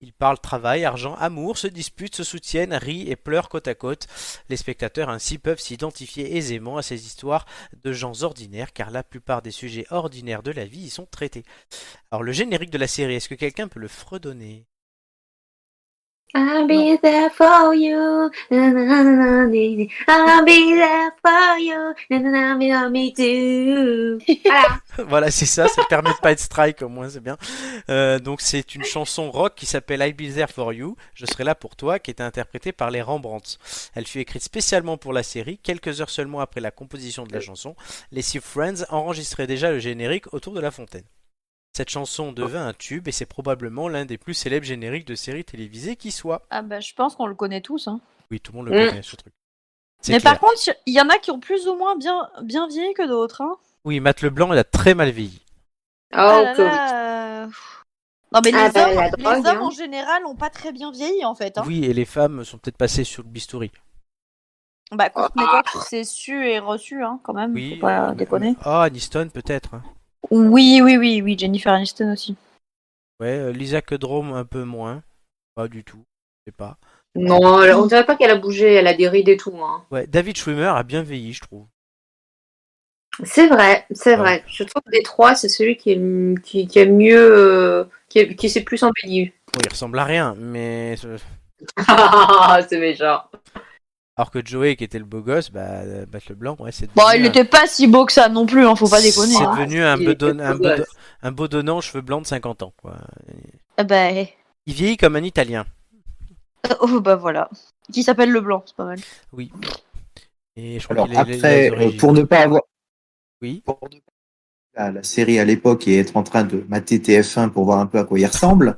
Ils parlent travail, argent, amour, se disputent, se soutiennent, rient et pleurent côte à côte. Les spectateurs ainsi peuvent s'identifier aisément à ces histoires de gens ordinaires car la plupart des sujets ordinaires de la vie y sont traités. Alors le générique de la série, est-ce que quelqu'un peut le fredonner? I'll be there for you. Na, na, na, na, na, I'll be there for you. Na, na, na, na, me too. Voilà. Voilà, c'est ça permet de pas être strike au moins, c'est bien. Donc c'est une chanson rock qui s'appelle I'll Be There For You, Je serai là pour toi, qui était interprétée par les Rembrandts. Elle fut écrite spécialement pour la série, quelques heures seulement après la composition de la chanson. Les Six Friends enregistraient déjà le générique autour de la fontaine. Cette chanson devint un tube et c'est probablement l'un des plus célèbres génériques de séries télévisées qui soit. Ah bah je pense qu'on le connaît tous. Hein. Oui, tout le monde le connaît ce truc. Mais par contre, il y en a qui ont plus ou moins bien vieilli que d'autres. Hein. Oui, Matt Leblanc, il a très mal vieilli. Oh, là Covid. là. Non mais Ah, les bah, hommes, la drogue, hein. en général ont pas très bien vieilli en fait. Hein. Oui, et les femmes sont peut-être passées sur le bistouri. Bah Courtney Cox, c'est su et reçu hein, quand même. Oui, Faut pas déconner. Ah, Aniston peut-être. Hein. Oui, Jennifer Aniston aussi. Ouais, Lisa Kudrow un peu moins. Pas du tout. Je sais pas. Non, on dirait pas qu'elle a bougé, elle a des rides et tout. Hein. Ouais, David Schwimmer a bien vieilli, je trouve. C'est vrai. Je trouve que des trois, c'est celui qui est mieux, qui s'est plus embelli. Bon, il ressemble à rien, mais C'est méchant. alors que Joey, qui était le beau gosse, Matt Leblanc, ouais, c'est Bon, devenu il était pas si beau que ça non plus, hein, faut pas déconner. c'est Hein. devenu un bedonnant cheveux blancs de 50 ans, quoi. Bah, Il vieillit comme un Italien. oh bah voilà. Qui s'appelle Leblanc, c'est pas mal. Oui. Et je crois Alors qu'il est après, les origines. pour ne pas avoir Oui. la série à l'époque et être en train de mater TF1 pour voir un peu à quoi il ressemble,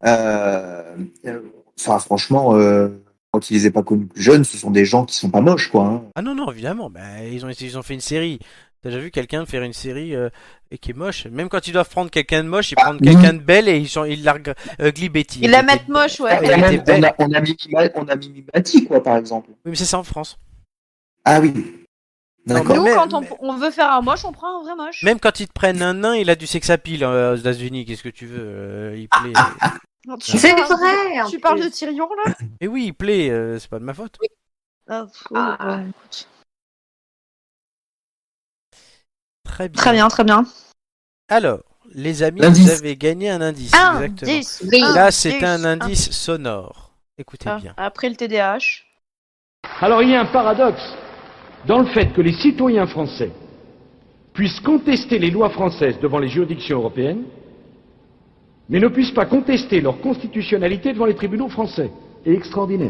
ça franchement, quand ils les aient pas connus plus jeunes, ce sont des gens qui sont pas moches, quoi. Hein. Ah non, évidemment. Ils ont fait une série. T'as déjà vu quelqu'un faire une série et qui est moche? Même quand ils doivent prendre quelqu'un de moche, ils prennent quelqu'un de belle et ils larguent Ugly Betty. Ils la mettent moche, ouais. Elle était belle. On a Mimi Mati, quoi, par exemple. Oui, mais c'est ça en France. Ah oui. D'accord. Nous, Mais- quand on veut faire un moche, on prend un vrai moche. Même quand ils te prennent un nain, il a du sex appeal aux États-Unis. Qu'est-ce que tu veux? Il plaît. Non, tu C'est parles- vrai. en Tu parles de plus. Tyrion, là Et oui, il plaît. C'est pas de ma faute. Ah, Ah. écoute. Très bien. Très bien. Alors, les amis, L'indice. vous avez gagné un indice. Exactement. 10. Oui. Là, c'est un indice sonore. Écoutez bien. Après le TDAH. Alors il y a un paradoxe dans le fait que les citoyens français puissent contester les lois françaises devant les juridictions européennes, mais ne puissent pas contester leur constitutionnalité devant les tribunaux français. Et extraordinaire.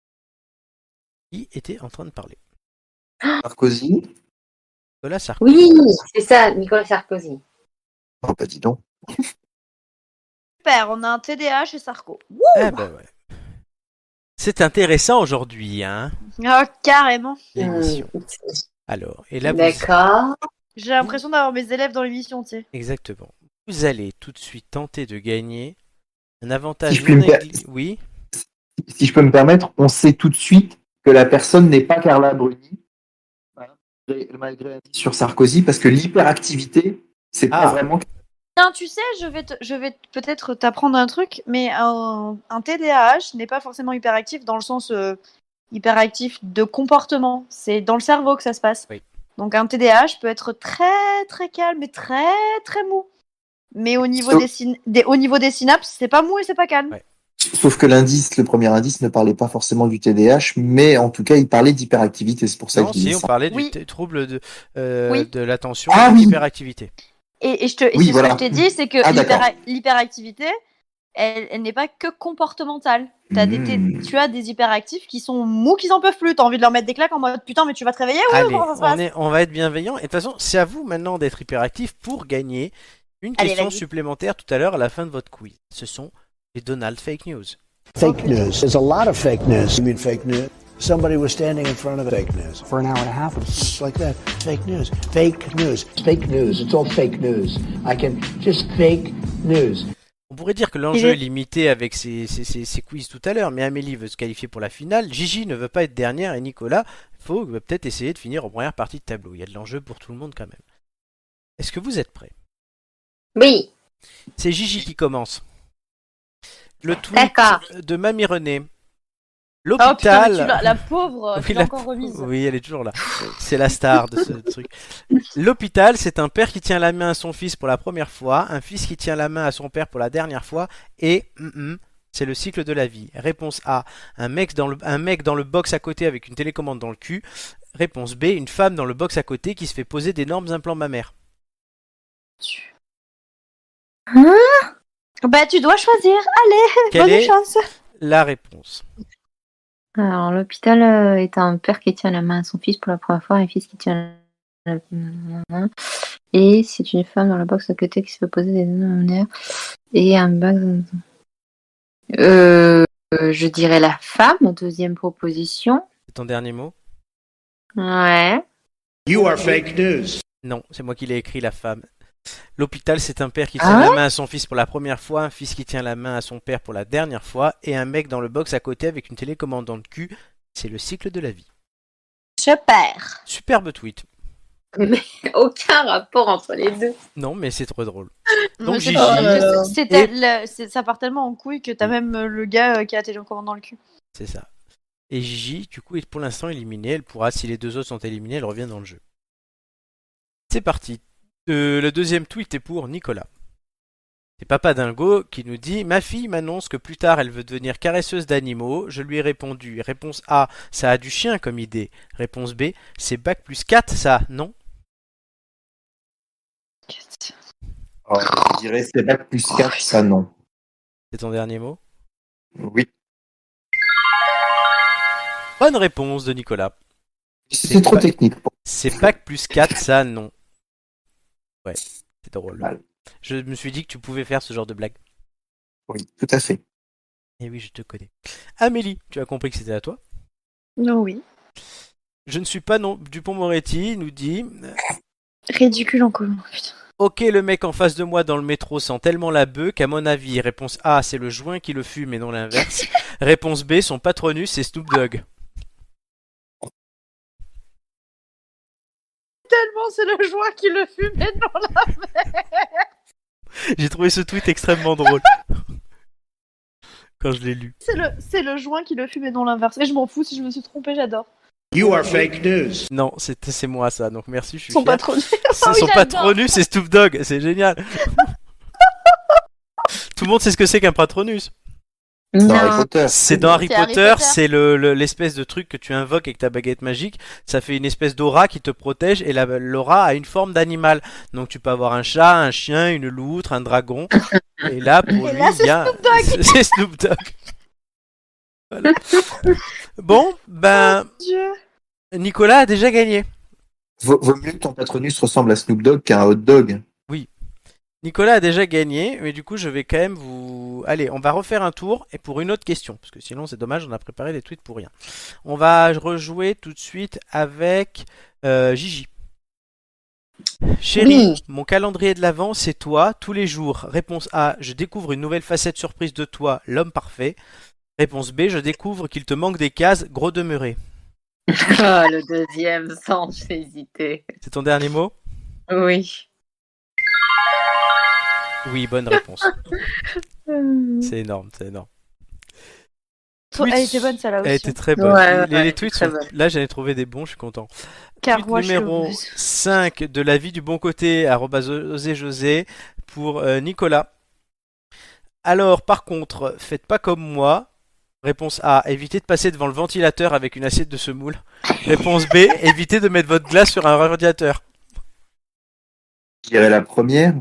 Qui était en train de parler? Sarkozy. Nicolas Sarkozy. Oui, c'est ça, Nicolas Sarkozy. Oh, bah dis donc. Super, on a un TDAH et Sarko. Ah bah ouais. C'est intéressant aujourd'hui, hein, Ah, carrément. l'émission. Alors, et là, D'accord. J'ai l'impression d'avoir mes élèves dans l'émission, tu sais. exactement. Vous allez tout de suite tenter de gagner un avantage Si je puis me Oui. Si je peux me permettre, on sait tout de suite que la personne n'est pas Carla Bruni, voilà, malgré l'indice sur Sarkozy, parce que l'hyperactivité, c'est pas vraiment. Non, tu sais, je vais peut-être t'apprendre un truc, mais un TDAH n'est pas forcément hyperactif dans le sens hyperactif de comportement. C'est dans le cerveau que ça se passe. Oui. Donc un TDAH peut être très très calme et très très mou. Mais au niveau, au niveau des synapses, c'est pas mou et c'est pas calme. Ouais. Sauf que l'indice, le premier indice, ne parlait pas forcément du TDAH, mais en tout cas, il parlait d'hyperactivité. C'est pour ça Non, qu'il disait si, on ça. parlait Oui. du trouble de Oui. de l'attention Ah et de oui. l'hyperactivité. Et ce Oui, que voilà. je t'ai dit, c'est que Ah, d'accord. l'hyperactivité, elle n'est pas que comportementale. Tu as des hyperactifs qui sont mous, qui en peuvent plus. T'as envie de leur mettre des claques en mode putain, mais tu vas te réveiller ou Allez, comment ça se passe on va être bienveillant. Et de toute façon, c'est à vous maintenant d'être hyperactif pour gagner une Allez, question vas-y. supplémentaire tout à l'heure à la fin de votre quiz. Ce sont les Donald Fake News. Fake news. There's a lot of fake news. You mean fake news? Somebody was standing in front of fake news for an hour and a half. It's like that. Fake news. Fake news. Fake news. It's all fake news. I can just fake news. On pourrait dire que l'enjeu est limité avec ces quiz tout à l'heure, mais Amélie veut se qualifier pour la finale, Gigi ne veut pas être dernière et Nicolas faut peut-être essayer de finir en première partie de tableau. Il y a de l'enjeu pour tout le monde quand même. Est-ce que vous êtes prêts? Oui. C'est Gigi qui commence. Le tweet D'accord. de Mamie René. Oh putain, L'hôpital. mais la pauvre, Oui, tu l'as encore remise. Oui, elle est toujours là. C'est la star de ce truc. L'hôpital, c'est un père qui tient la main à son fils pour la première fois, un fils qui tient la main à son père pour la dernière fois, et c'est le cycle de la vie. Réponse A, un mec dans le box à côté avec une télécommande dans le cul. Réponse B, une femme dans le box à côté qui se fait poser d'énormes implants mammaires. Bah, tu dois choisir. Allez, Quelle bonne est chance. la réponse? Alors, l'hôpital est un père qui tient la main à son fils pour la première fois, un fils qui tient la... Et c'est une femme dans la box à côté qui se fait poser des nerfs et un bag... je dirais la femme, deuxième proposition. C'est ton dernier mot? Ouais. You are fake news. Non, c'est moi qui l'ai écrit, la femme. L'hôpital, c'est un père qui tient la main à son fils pour la première fois, un fils qui tient la main à son père pour la dernière fois, et un mec dans le box à côté avec une télécommande dans le cul. C'est le cycle de la vie. Super. Superbe tweet. Mais aucun rapport entre les deux. Non, mais c'est trop drôle. Donc, Mais Gigi. ça part tellement en couille que t'as même le gars qui a la télécommande dans le cul. C'est ça. Et Gigi, du coup, est pour l'instant éliminée. Elle pourra, si les deux autres sont éliminés, elle revient dans le jeu. C'est parti. Le deuxième tweet est pour Nicolas. C'est Papa Dingo qui nous dit: ma fille m'annonce que plus tard elle veut devenir caresseuse d'animaux. Je lui ai répondu. Réponse A, ça a du chien comme idée. Réponse B, c'est bac plus 4 ça, non? Alors, je dirais c'est bac plus 4, ça non. C'est ton dernier mot? Oui. Bonne réponse de Nicolas. C'est trop technique. C'est bac plus 4 ça, non. Ouais, c'est drôle. Mal. Je me suis dit que tu pouvais faire ce genre de blague. Oui, tout à fait. Et oui, je te connais. Amélie, tu as compris que c'était à toi? Non, oui. Je ne suis pas non. Dupont-Moretti nous dit: Ridicule en commun, putain. ok, le mec en face de moi dans le métro sent tellement la bœuf qu'à mon avis, réponse A, c'est le joint qui le fume et non l'inverse. Réponse B, son patronus, c'est Snoop Dogg. Tellement c'est le joint qui le fume et non la... J'ai trouvé ce tweet extrêmement drôle. Quand je l'ai lu. C'est le joint qui le fume et non l'inverse. Et je m'en fous si je me suis trompée, j'adore. You are fake news. Non, c'est moi ça, donc merci, je suis Son fier. patronus. Son Oui, j'adore. patronus, c'est Snoop Dogg, c'est génial. Tout le monde sait ce que c'est qu'un patronus. Dans Harry Potter. C'est dans Harry C'est Harry Potter, Potter. c'est l'espèce de truc que tu invoques avec ta baguette magique. Ça fait une espèce d'aura qui te protège et l'aura a une forme d'animal. Donc tu peux avoir un chat, un chien, une loutre, un dragon. Et là, pour Et lui, là, il y a... c'est Snoop Dogg. Voilà. Bon, ben, Dieu. Nicolas a déjà gagné. Vaut mieux que ton patronus ressemble à Snoop Dogg qu'à un hot dog. Nicolas a déjà gagné, mais du coup, je vais quand même vous... Allez, on va refaire un tour, et pour une autre question, parce que sinon, c'est dommage, on a préparé des tweets pour rien. On va rejouer tout de suite avec Gigi. Chérie, Oui. mon calendrier de l'Avent, c'est toi, tous les jours. Réponse A, je découvre une nouvelle facette surprise de toi, l'homme parfait. Réponse B, je découvre qu'il te manque des cases, gros demeuré. Ah, le deuxième, sans hésiter. C'est ton dernier mot? Oui. Oui, bonne réponse. C'est énorme, c'est énorme. Elle était bonne celle-là aussi. Elle était très bonne. Ouais, les ouais, tweets très sont... bonne. Là, j'en ai trouvé des bons, je suis content. Car Tweet moi, je suis numéro heureuse. 5 de la vie du bon côté, @osé pour Nicolas. Alors, par contre, faites pas comme moi. Réponse A, évitez de passer devant le ventilateur avec une assiette de semoule. Réponse B, évitez de mettre votre glace sur un radiateur. Je dirais la première.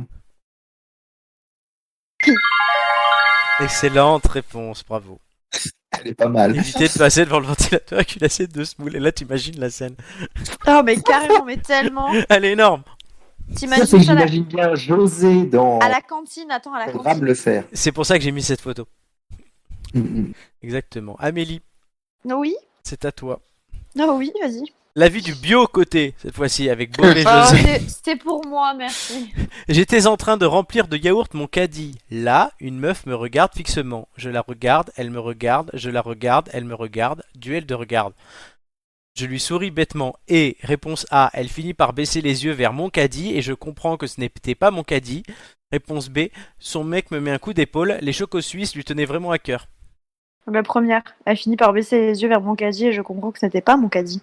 Excellente réponse, bravo. Elle est pas mal. Évitez de passer devant le ventilateur avec une assiette de semoule. Et là, t'imagines la scène. Oh, mais carrément, mais tellement. Elle est énorme. Ça, T'imagines c'est que ça à la... j'imagine bien José dans à la cantine, attends, à la Programme cantine. le faire. C'est pour ça que j'ai mis cette photo. Mhm. Exactement. Amélie, Oui, c'est à toi. oui, vas-y. La vie du bio côté, cette fois-ci, avec Bob et Oh, José. c'était pour moi, merci. J'étais en train de remplir de yaourt mon caddie. Là, une meuf me regarde fixement. Je la regarde, elle me regarde, je la regarde, elle me regarde. Duel de regard. Je lui souris bêtement et, réponse A, elle finit par baisser les yeux vers mon caddie et je comprends que ce n'était pas mon caddie. Réponse B. Son mec me met un coup d'épaule. Les chocos suisses lui tenaient vraiment à cœur. La première. Elle finit par baisser les yeux vers mon caddie et je comprends que ce n'était pas mon caddie.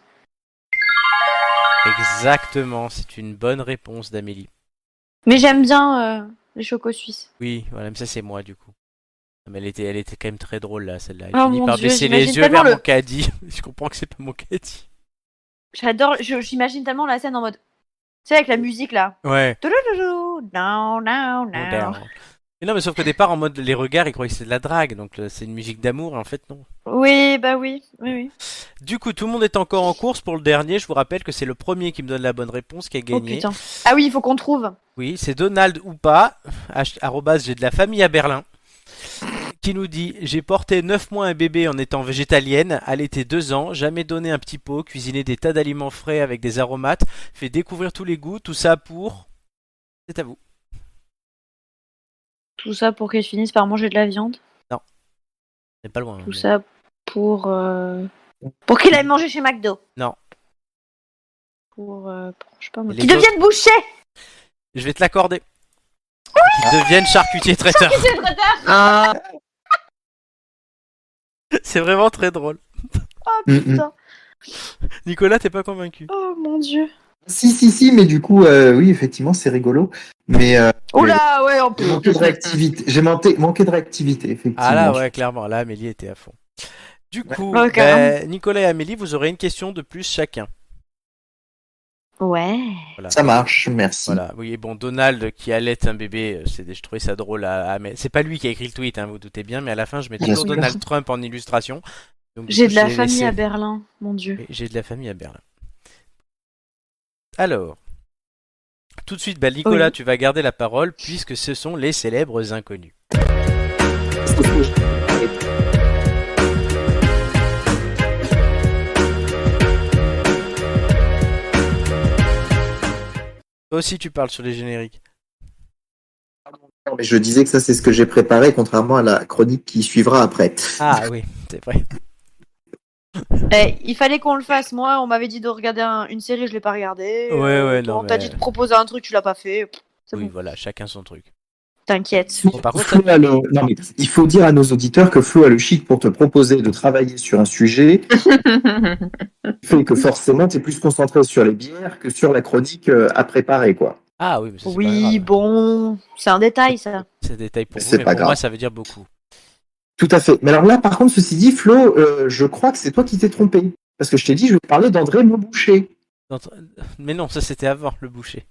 Exactement, c'est une bonne réponse d'Amélie. Mais j'aime bien les chocos suisses. Oui, voilà, mais ça c'est moi du coup. Mais elle était quand même très drôle là, celle-là. Elle Oh finit mon par Dieu, baisser les j'imagine yeux tellement vers le- mon caddie. Je comprends que c'est pas mon caddie. J'adore, j'imagine tellement la scène en mode. Tu sais, avec la musique là. Ouais. Toulouloulou, down, down, down. Mais non, mais sauf qu'au départ, en mode les regards, ils croyaient que c'était de la drague, donc c'est une musique d'amour, et en fait non. Oui, bah oui, oui, oui. Du coup, tout le monde est encore en course pour le dernier. Je vous rappelle que c'est le premier qui me donne la bonne réponse qui a Oh gagné. putain. Ah oui, il faut qu'on trouve. Oui, c'est Donald ou pas, j'ai de la famille à Berlin, qui nous dit: j'ai porté 9 mois un bébé en étant végétalienne, allaité 2 ans, jamais donné un petit pot, cuisiné des tas d'aliments frais avec des aromates, fait découvrir tous les goûts, tout ça pour... C'est à vous. Tout ça pour qu'elle finisse par manger de la viande. C'est pas loin. Tout ça pour qu'il aille manger chez McDo. Non. Pour je sais pas moi. Les Qu'il devienne boucher. Je vais te l'accorder. Qu'ils deviennent charcutier traiteur. Ah, C'est vraiment très drôle. Oh putain. Nicolas, t'es pas convaincu? Oh mon dieu. si, mais du coup, oui, effectivement, c'est rigolo. Mais Oh là, ouais, en j'ai manqué de réactivité. Manqué de réactivité, effectivement. Ah là, ouais, clairement. Là, Amélie était à fond. Du coup, Ouais, carrément. Nicolas et Amélie, vous aurez une question de plus chacun. Ouais. Voilà. Ça marche, merci. Voilà, oui, bon, Donald qui allait un bébé, je trouvais ça drôle mais c'est pas lui qui a écrit le tweet, hein, vous doutez bien, mais à la fin, je mets Bien toujours sûr. Donald Trump en illustration. Donc, du J'ai coup, de la je l'ai famille laissé. à Berlin, mon dieu. Oui, j'ai de la famille à Berlin. Alors, tout de suite, Nicolas, Oui. tu vas garder la parole puisque ce sont les célèbres inconnus. Toi aussi, tu parles sur les génériques. Non, mais je disais que ça, c'est ce que j'ai préparé, contrairement à la chronique qui suivra après. Ah oui, c'est vrai. Il fallait qu'on le fasse. Moi, on m'avait dit de regarder une série, je l'ai pas regardée. Ouais, toi, non, on t'a mais- dit de proposer un truc, tu l'as pas fait. Pff, c'est Oui, bon. voilà, chacun son truc. T'inquiète. Bon, par contre, Flo a non, mais il faut dire à nos auditeurs que Flo a le chic pour te proposer de travailler sur un sujet, fait que forcément, tu es plus concentré sur les bières que sur la chronique à préparer, quoi. Ah oui, mais ça, c'est pas Oui, grave. bon, c'est un détail ça. C'est un détail pour C'est vous, mais pas pour moi, grave. ça veut dire beaucoup. Tout à fait. Mais alors là, par contre, ceci dit, Flo, je crois que c'est toi qui t'es trompé. Parce que je t'ai dit, je vais te parler d'André Montboucher. Mais non, ça c'était avant le boucher.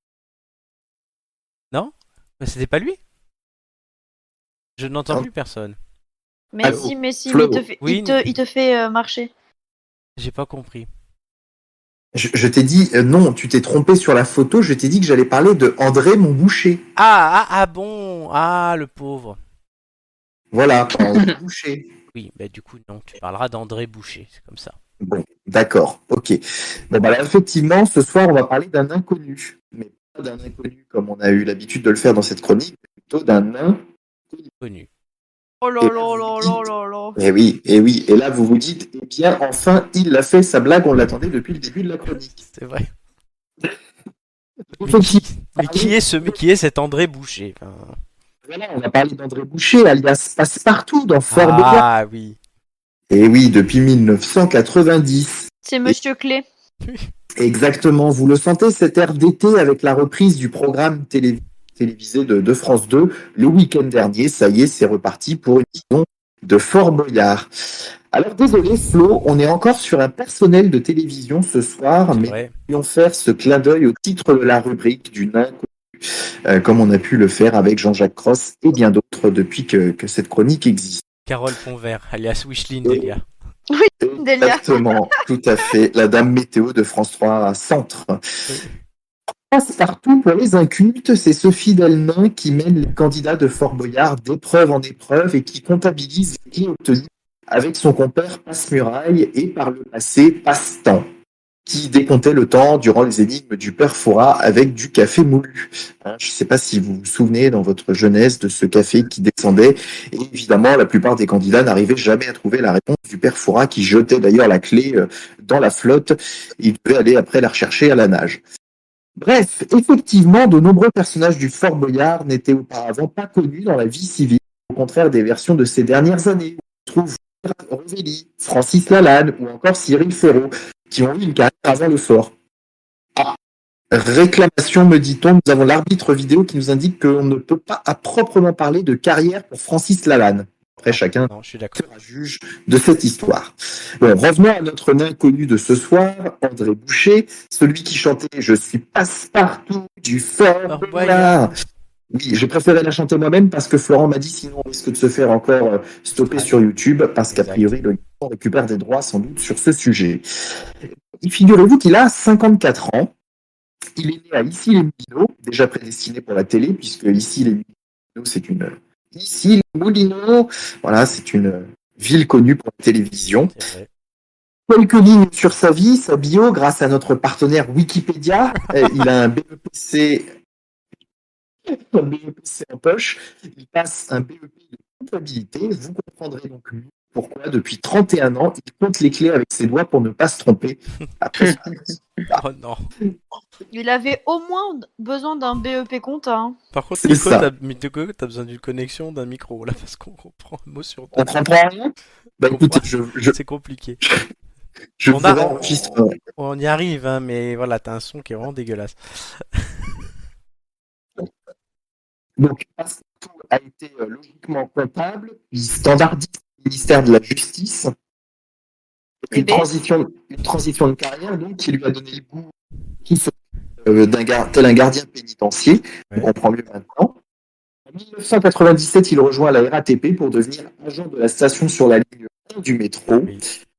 Non? Mais c'était pas lui? Je n'entends Non. plus personne. Mais Allô, si, mais Flo. il te fait, Oui. il te fait marcher. J'ai pas compris. Je t'ai dit, non, tu t'es trompé sur la photo, je t'ai dit que j'allais parler de André Montboucher. Ah bon! Ah, le pauvre. Voilà, André Boucher. Oui, bah du coup, non, tu parleras d'André Boucher, c'est comme ça. Bon, d'accord, ok. Bon, bah, là, effectivement, ce soir, on va parler d'un inconnu. Mais pas d'un inconnu comme on a eu l'habitude de le faire dans cette chronique, mais plutôt d'un nain. Connu. Oh là Et là vous là dites- là là là. Eh oui, eh oui. Et là, vous vous dites, eh bien, enfin, il l'a fait, sa blague, on l'attendait depuis le début de la chronique. C'est vrai. Effectivement. Mais qui est cet André Boucher? Enfin, Voilà, on a parlé d'André Boucher, alias Passepartout, dans Fort Boyard. Ah oui. Et oui, depuis 1990. C'est Monsieur Clé. Exactement, vous le sentez, cet air d'été avec la reprise du programme télévisé de France 2 le week-end dernier. Ça y est, c'est reparti pour une émission de Fort Boyard. Alors désolé Flo, on est encore sur un personnel de télévision ce soir, mais Ouais. nous allons faire ce clin d'œil au titre de la rubrique du nain connu, comme on a pu le faire avec Jean-Jacques Cross et bien d'autres depuis que cette chronique existe. Carole Ponvert, alias Wishlin Delia. Delia. Exactement, tout à fait. La dame météo de France 3 Centre. Passe-partout pour les incultes, c'est Sophie Delnain qui mène les candidats de Fort Boyard d'épreuve en épreuve et qui comptabilise les gains obtenus avec son compère Passe-Muraille et par le passé Passe-Temps, qui décomptait le temps durant les énigmes du père Fouras avec du café moulu. Hein, je ne sais pas si vous vous souvenez dans votre jeunesse de ce café qui descendait. Et évidemment, la plupart des candidats n'arrivaient jamais à trouver la réponse du père Fouras qui jetait d'ailleurs la clé dans la flotte. Il devait aller après la rechercher à la nage. Bref, effectivement, de nombreux personnages du Fort Boyard n'étaient auparavant pas connus dans la vie civile, au contraire des versions de ces dernières années. On trouve Rovelli, Francis Lalanne ou encore Cyril Ferraud, qui ont eu une carrière avant le fort. Ah, réclamation, me dit-on, nous avons l'arbitre vidéo qui nous indique qu'on ne peut pas à proprement parler de carrière pour Francis Lalanne. Après, chacun Non, je suis d'accord. sera juge de cette histoire. Bon, revenons à notre inconnu de ce soir, André Boucher, celui qui chantait « Je suis passe-partout du Fort Boyard ». Oui, j'ai préféré la chanter moi-même parce que Florent m'a dit sinon on risque de se faire encore stopper sur YouTube parce qu'a priori on récupère des droits sans doute sur ce sujet. Et figurez-vous qu'il a 54 ans. Il est né à Issy-les-Moulineaux, déjà prédestiné pour la télé puisque Issy-les-Moulineaux voilà, c'est une ville connue pour la télévision. Quelques lignes sur sa vie, sa bio, grâce à notre partenaire Wikipédia. Il a un BEPC en poche. Il passe un BEP de comptabilité. Vous comprendrez donc mieux pourquoi, depuis 31 ans, il compte les clés avec ses doigts pour ne pas se tromper. Après, Oh non. Il avait au moins besoin d'un BEP compta. Hein. Par contre, C'est Nico, ça. t'as besoin d'une connexion d'un micro là parce qu'on comprend un mot sur deux. on comprend rien. Bah écoutez, C'est compliqué. je On vous a- enregistre. On y arrive, hein, mais voilà, t'as un son qui est vraiment dégueulasse. Donc, Passepartout a été logiquement comptable, puis standardiste du ministère de la Justice. Une transition de carrière donc, qui lui a donné le goût qui se- tel un gardien pénitentiaire. Ouais. On comprend mieux maintenant. En 1997, il rejoint la RATP pour devenir agent de la station sur la ligne 1 du métro. Oui.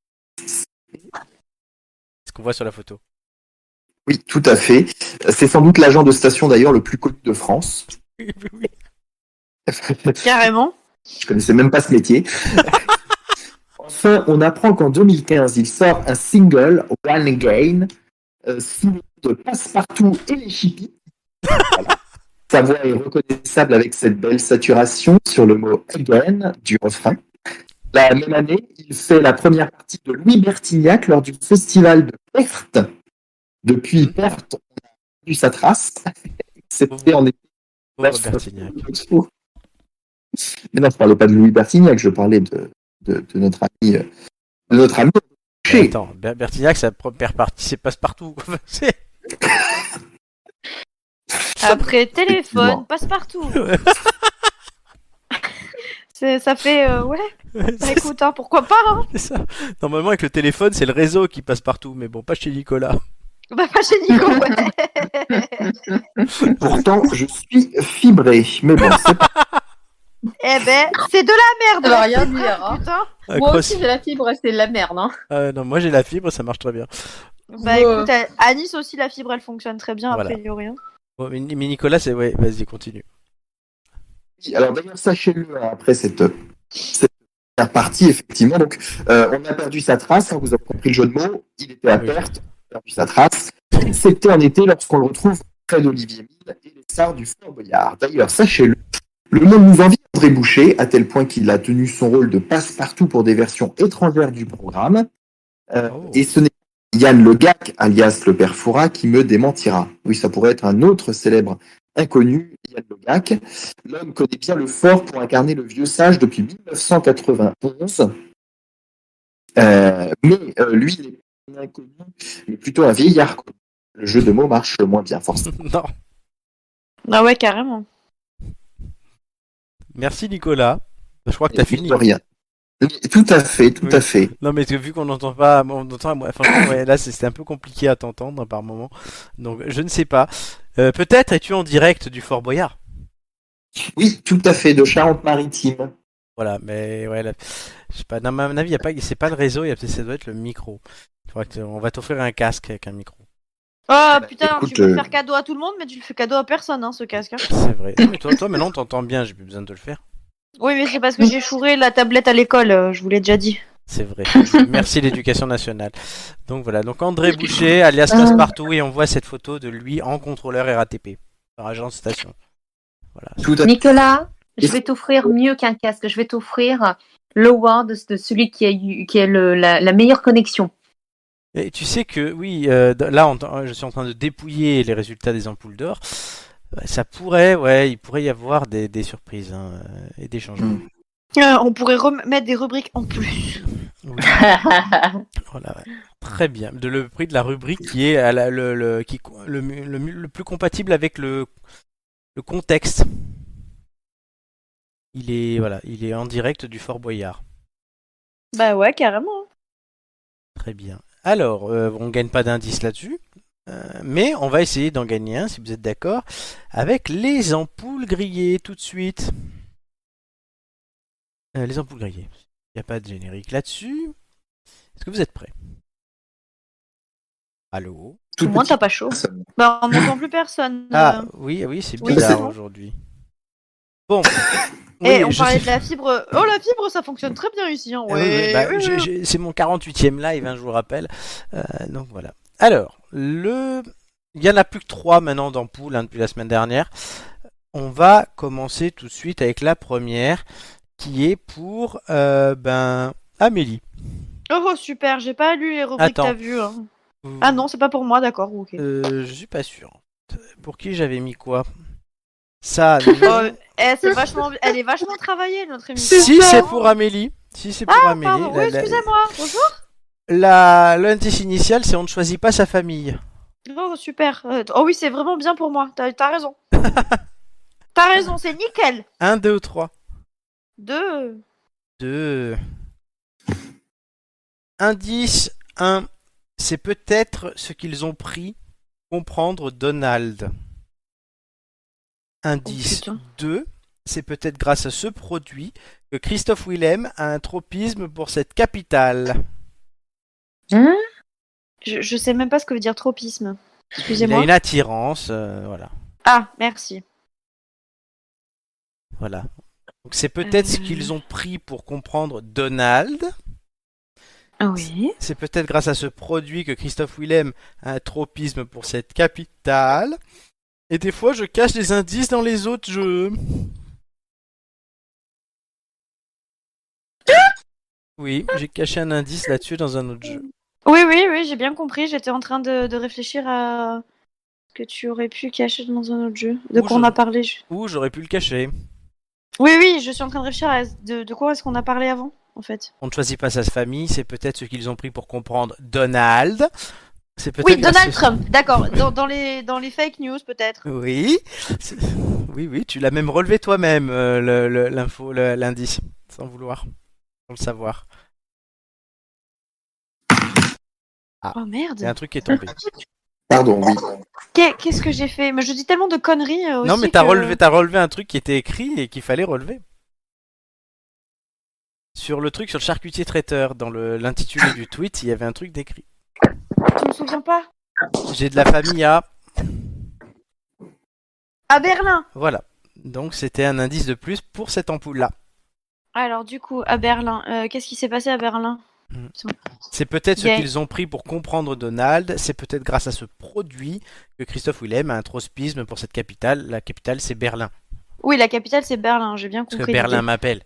Ce qu'on voit sur la photo. Oui, tout à fait. C'est sans doute l'agent de station d'ailleurs le plus connu de France. Oui. Carrément. Je connaissais même pas ce métier. Enfin, on apprend qu'en 2015, il sort un single, One Again, sous le nom de Passepartout et les Chippies. Voilà. Sa voix est reconnaissable avec cette belle saturation sur le mot Again du refrain. La même année, il fait la première partie de Louis Bertignac lors du festival de Perth. Depuis Perth, on a vu sa trace. C'était en été. Pauvre Bertignac. Mais non, je parlais pas de Louis Bertignac, je parlais de notre ami. De notre ami. Mais attends, Bertignac, sa première partie, c'est passe-partout. Quoi. Après, téléphone, Effectivement. passe-partout. Ça fait... ouais, bah écoute, hein, pourquoi pas hein. C'est ça. Normalement, avec le téléphone, c'est le réseau qui passe partout, mais bon, pas chez Nicolas. Bah pas chez Nico, ouais. Pourtant, je suis fibré. Mais bon, c'est pas. Eh ben, c'est de la merde. Ça veut rien dire, hein. Putain. Moi aussi, j'ai la fibre, c'est de la merde. Hein. Non, moi j'ai la fibre, ça marche très bien. Bah écoute, à Nice aussi, la fibre, elle fonctionne très bien, Voilà. a priori. Hein. Bon, mais Nicolas, c'est... Ouais, vas-y, continue. Alors d'ailleurs, sachez-le, après cette première partie, effectivement, donc on a perdu sa trace, hein, vous avez compris le jeu de mots, il était à Oui. Perth, on a perdu sa trace, excepté en été lorsqu'on le retrouve près d'Olivier Mille et les stars du Fort Boyard. D'ailleurs, sachez-le, le monde nous envie André Boucher, à tel point qu'il a tenu son rôle de passe-partout pour des versions étrangères du programme. Et ce n'est pas Yann Le Gac, alias le père Fouras, qui me démentira. Oui, ça pourrait être un autre célèbre inconnu, Yann Le Gac. L'homme connaît bien le fort pour incarner le vieux sage depuis 1991. Mais lui, il est pas un inconnu, mais plutôt un vieillard. Le jeu de mots marche moins bien, forcément. Non. Ah ouais, carrément. Merci Nicolas. Je crois que t'as fini. De rien. Tout à fait, tout Oui. à fait. Non, mais vu qu'on n'entend pas, on entend, franchement, ouais, là c'était un peu compliqué à t'entendre par moment. Donc je ne sais pas. Peut-être es-tu en direct du Fort Boyard. Oui, tout à fait, de Charente-Maritime. Voilà, mais ouais, là, je sais pas. Dans mon avis, c'est pas le réseau, ça doit être le micro. On va t'offrir un casque avec un micro. Oh putain, écoute, tu peux le faire cadeau à tout le monde, mais tu le fais cadeau à personne, hein, ce casque. Hein. C'est vrai. Non, mais toi maintenant t'entends bien, j'ai plus besoin de te le faire. Oui, mais c'est parce que j'ai chouré la tablette à l'école, je vous l'ai déjà dit. C'est vrai. Merci l'éducation nationale. Donc voilà, donc André Boucher, alias Passepartout, et on voit cette photo de lui en contrôleur RATP, par agent de station. Voilà. Tout à fait. Nicolas, je vais t'offrir mieux qu'un casque. Je vais t'offrir l'award de celui qui a la meilleure connexion. Et tu sais que, oui, là, je suis en train de dépouiller les résultats des ampoules d'or. Ça pourrait, il pourrait y avoir des surprises et des changements. On pourrait mettre des rubriques en plus. Oui. Voilà, ouais. Très bien. Le prix de la rubrique qui est le plus compatible avec le contexte. Il est en direct du Fort Boyard. Bah ouais, carrément. Très bien. Alors, on gagne pas d'indice là-dessus, mais on va essayer d'en gagner un, si vous êtes d'accord, avec les ampoules grillées tout de suite. Les ampoules grillées. Il n'y a pas de générique là-dessus. Est-ce que vous êtes prêts? Allô? Tout Au moins, petit. t'as pas chaud. Bah, on n'entend plus personne. Ah, oui, c'est oui, bizarre c'est bon. aujourd'hui. Bon. Et Oui, on je parlait sais. de la fibre. Oh, la fibre, ça fonctionne très bien ici. Hein. Oui, oui, bah, Ouais. c'est mon 48e live, je vous rappelle. Donc voilà. Alors, il y en a plus que 3 maintenant d'ampoules depuis la semaine dernière. On va commencer tout de suite avec la première, qui est pour Amélie. Oh, super, j'ai pas lu les rubriques que Attends. t'as vues. Hein. Ah non, c'est pas pour moi, d'accord. Ok. Je suis pas sûr. Pour qui j'avais mis quoi? Ça, Oh, non. elle est vachement travaillée, notre émission. Si c'est pour Amélie. Si c'est pour Amélie. Pardon, oui, excusez-moi. Bonjour. L'indice initial, c'est on ne choisit pas sa famille. Oh, super. Oh oui, c'est vraiment bien pour moi. T'as raison. T'as raison, c'est nickel. 1, 2 ou 3. 2. 2. Indice 1. C'est peut-être ce qu'ils ont pris pour comprendre Donald. Indice putain. 2. C'est peut-être grâce à ce produit que Christophe Willem a un tropisme pour cette capitale. Je sais même pas ce que veut dire tropisme. Il a Excusez-moi. une attirance, voilà. Ah, merci. Voilà. Donc c'est peut-être ce qu'ils ont pris pour comprendre Donald. Oui. C'est peut-être grâce à ce produit que Christophe Willem a un tropisme pour cette capitale. Et des fois, je cache des indices dans les autres jeux. Oui, j'ai caché un indice là-dessus dans un autre jeu. Oui, j'ai bien compris. J'étais en train de réfléchir à ce que tu aurais pu cacher dans un autre jeu. De quoi on a parlé. Ou j'aurais pu le cacher. Oui, je suis en train de réfléchir à de quoi est-ce qu'on a parlé avant, en fait. On ne choisit pas sa famille, c'est peut-être ce qu'ils ont pris pour comprendre Donald. C'est peut-être Oui, Donald grâce- Trump, d'accord. Dans les fake news, peut-être. Oui. Oui, tu l'as même relevé toi-même, l'indice, sans vouloir, sans le savoir. Oh merde. Il y a un truc qui est tombé. Pardon, oui. Qu'est-ce que j'ai fait? Mais je dis tellement de conneries aussi. Non, mais t'as relevé un truc qui était écrit et qu'il fallait relever. Sur le charcutier traiteur, dans l'intitulé du tweet, il y avait un truc d'écrit. Je me souviens pas. J'ai de la famille à... À Berlin. Voilà. Donc c'était un indice de plus pour cette ampoule-là. Alors du coup, à Berlin, qu'est-ce qui s'est passé à Berlin? C'est peut-être ce Yeah. qu'ils ont pris pour comprendre Donald. C'est peut-être grâce à ce produit que Christophe Willem a un tropisme pour cette capitale. La capitale, c'est Berlin. Oui, la capitale c'est Berlin, j'ai bien Parce compris. que Berlin l'idée. m'appelle.